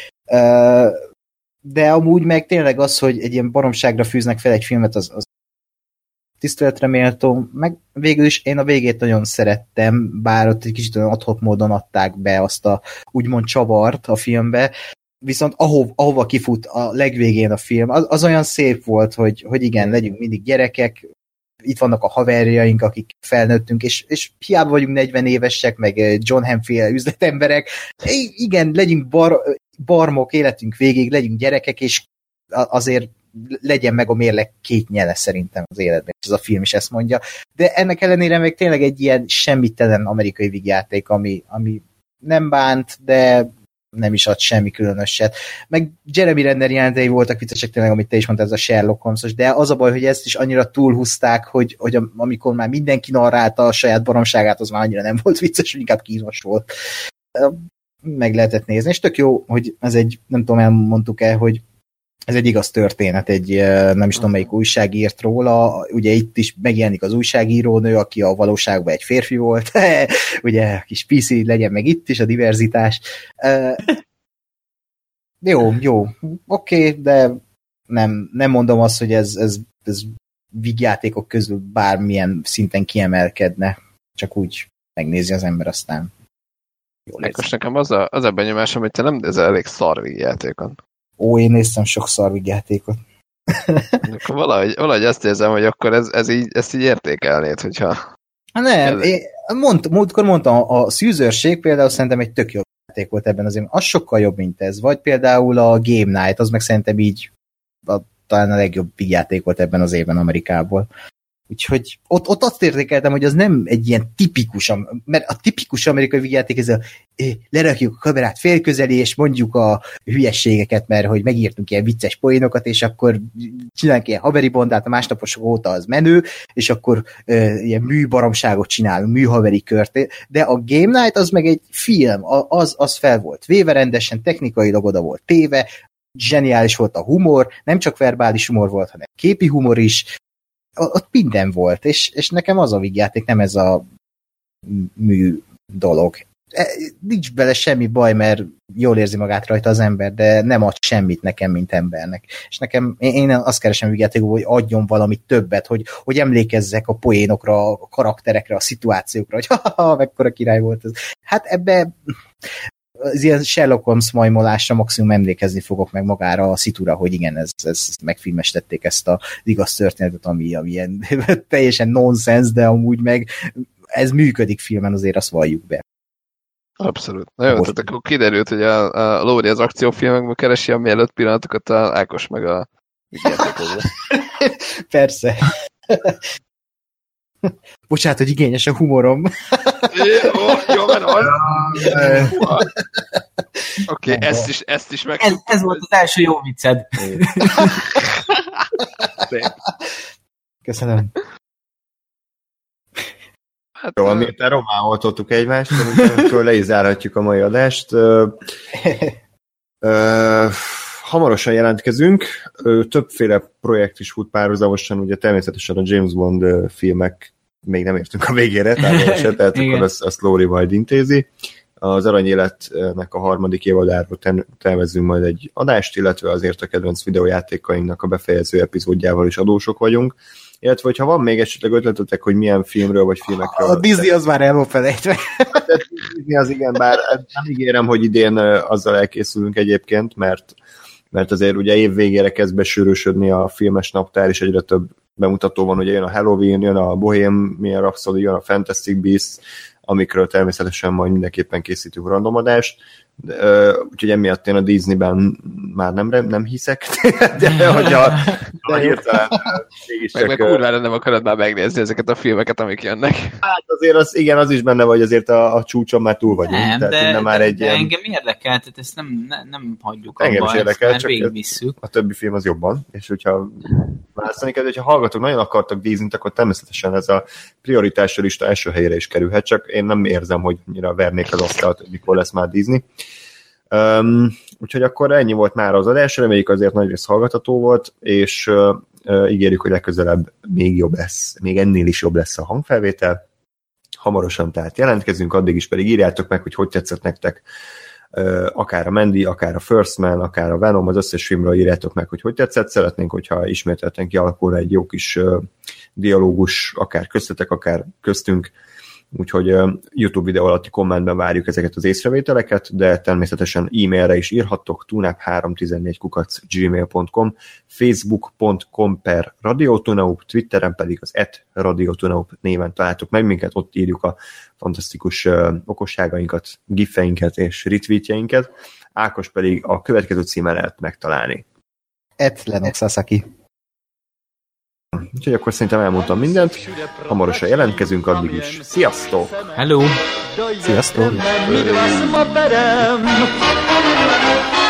C: De amúgy meg tényleg az, hogy egy ilyen baromságra fűznek fel egy filmet, az, az tiszteletre méltó, meg végül is én a végét nagyon szerettem, bár ott egy kicsit olyan ad-hoc módon adták be azt a úgymond csavart a filmbe, viszont ahova, ahova kifut a legvégén a film, az, az olyan szép volt, hogy, hogy igen, legyünk mindig gyerekek, itt vannak a haverjaink, akik felnőttünk, és, és hiába vagyunk negyven évesek, meg John Hamm-féle üzletemberek, igen, legyünk bar, barmok életünk végig, legyünk gyerekek, és azért legyen meg a mérleg két nyele szerintem az életben, és ez a film is ezt mondja. De ennek ellenére meg tényleg egy ilyen semmitelen amerikai vígjáték, ami, ami nem bánt, de nem is ad semmi különöset. Meg Jeremy Renner jelentei voltak viccesek tényleg, amit te is mondtad, ez a Sherlock Holmes-os, de az a baj, hogy ezt is annyira túlhúzták, hogy, hogy amikor már mindenki narrálta a saját baromságát, az már annyira nem volt vicces, hogy inkább kínos volt. Meg lehetett nézni, és tök jó, hogy ez egy, nem tudom, elmondtuk-e, hogy ez egy igaz történet, egy nem is tudom, melyik újság írt róla, ugye itt is megjelenik az újságírónő, aki a valóságban egy férfi volt, ugye kis pé cé legyen meg itt is a diverzitás. Uh, jó, jó, oké, okay, de nem, nem mondom azt, hogy ez, ez, ez vígjátékok közül bármilyen szinten kiemelkedne, csak úgy megnézi az ember aztán.
D: Most nekem az a, az a benyomásom, hogy te nem nézel elég szarvígjátékon.
C: Ó, én néztem sok szarvígjátékot.
D: valahogy, valahogy azt érzem, hogy akkor ez, ez így, ezt így értékelnéd, hogyha...
C: Hát nem, én mond, múltkor mondtam, a szűzőrség például szerintem egy tök jó játék volt ebben az évben. Az sokkal jobb, mint ez. Vagy például a Game Night, az meg szerintem így a, talán a legjobb játék volt ebben az évben Amerikából. Úgyhogy ott, ott azt értékeltem, hogy az nem egy ilyen tipikus, mert a tipikus amerikai vígjáték ez a lerakjuk a kamerát félközeli, és mondjuk a hülyességeket, mert hogy megírtunk ilyen vicces poénokat, és akkor csinálunk ilyen haveri bondát, a másnaposok óta az menő, és akkor e, ilyen műbaromságot csinálunk, műhaveri kört. De a Game Night az meg egy film, az, az fel volt véve rendesen, technikailag oda volt téve, zseniális volt a humor, nem csak verbális humor volt, hanem képi humor is, ott minden volt, és, és nekem az a vígjáték, nem ez a mű dolog. Nincs bele semmi baj, mert jól érzi magát rajta az ember, de nem ad semmit nekem, mint embernek. És nekem, én azt keresem vígjátékból, hogy adjon valamit többet, hogy, hogy emlékezzek a poénokra, a karakterekre, a szituációkra, hogy ha-ha, mekkora király volt ez. Hát ebbe az ilyen Sherlock Holmes majmolásra maximum emlékezni fogok meg magára a szitura, hogy igen, ez, ez megfilmestették ezt az igaz történetet, ami, ami ilyen teljesen nonsens, de amúgy meg ez működik filmen, azért azt valljuk be.
D: Abszolút. Na jó, tehát akkor kiderült, hogy a, a Lóri az akciófilmekben keresi a mielőtt pillanatokat, a Ákos meg a játékozó.
C: Persze. Bocsánat, hogy igényes a humorom.
D: Jó, jó, van az. Oké, okay, ezt is, ezt is meg...
E: Ez, ez volt az első jó vicced.
C: Köszönöm.
B: Hát, jó, amiért románoltottuk egymást, akkor le is zárhatjuk a mai adást. Hamarosan jelentkezünk, többféle projekt is fut párhuzamosan, ugye természetesen a James Bond filmek még nem értünk a végére, tehát, tehát akkor azt, azt Lóri majd intézi. Az Aranyéletnek a harmadik évadáról tervezzünk majd egy adást, illetve azért a kedvenc videójátékainknak a befejező epizódjával is adósok vagyunk. Illetve, hogyha van még esetleg ötletetek, hogy milyen filmről vagy filmekről...
C: A Disney az már el volt felejtve.
B: A Disney az igen, bár nem ígérem, hogy idén azzal elkészülünk egyébként, mert, mert azért ugye év végére kezd besűrűsödni a filmes naptár, és egyre több bemutató van, ugye jön a Halloween, jön a Bohemian Rhapsody, jön a Fantastic Beasts, amikről természetesen majd mindenképpen készítünk randomadást. Úgyhogy emiatt én a Disneyben már nem, nem hiszek, de hogyha de hirtelen mégis
D: meg, meg kurvára nem akarod már megnézni ezeket a filmeket, amik jönnek.
B: Hát azért az, igen, az is benne vagy, azért a, a csúcson már túl vagyunk.
E: Nem,
B: tehát
E: de,
B: de, már
E: de,
B: egy
E: de
B: ilyen...
E: engem érdekel, tehát ezt nem, ne, nem hagyjuk
B: engem
E: abba,
B: is érdekel,
E: ezt
B: csak
E: végigvisszük.
B: A többi film az jobban, és hogyha választani kell, hogyha hallgatók nagyon akartak Disneyt, akkor természetesen ez a prioritásra lista első helyre is kerülhet, csak én nem érzem, hogy annyira vernék az asztalt, hogy mikor lesz már Disney. Um, úgyhogy akkor ennyi volt már az adás, reméljük azért nagyrészt hallgatható volt, és uh, uh, ígérjük, hogy legközelebb még jobb lesz, még ennél is jobb lesz a hangfelvétel. Hamarosan tehát jelentkezünk, addig is pedig írjátok meg, hogy hogy tetszett nektek uh, akár a Mandy, akár a First Man, akár a Venom, az összes filmről írjátok meg, hogy hogy tetszett. Szeretnénk, hogyha ismételten kialakulna egy jó kis uh, dialógus, akár köztetek, akár köztünk. Úgyhogy uh, YouTube videó alatti kommentben várjuk ezeket az észrevételeket, de természetesen e-mailre is írhattok, tunap három tizennégy kukac gmail pont com, facebook pont com per radiotunaup, Twitteren pedig az et radiotunaup néven találtok meg minket, ott írjuk a fantasztikus uh, okosságainkat, gifeinket és retweetjeinket, Ákos pedig a következő címen lehet megtalálni.
C: Et Lennox Sasaki.
B: Úgyhogy akkor szerintem elmondtam mindent. Hamarosan jelentkezünk, addig is. Sziasztok!
E: Hello!
C: Sziasztok!
A: Mi dva s motorem.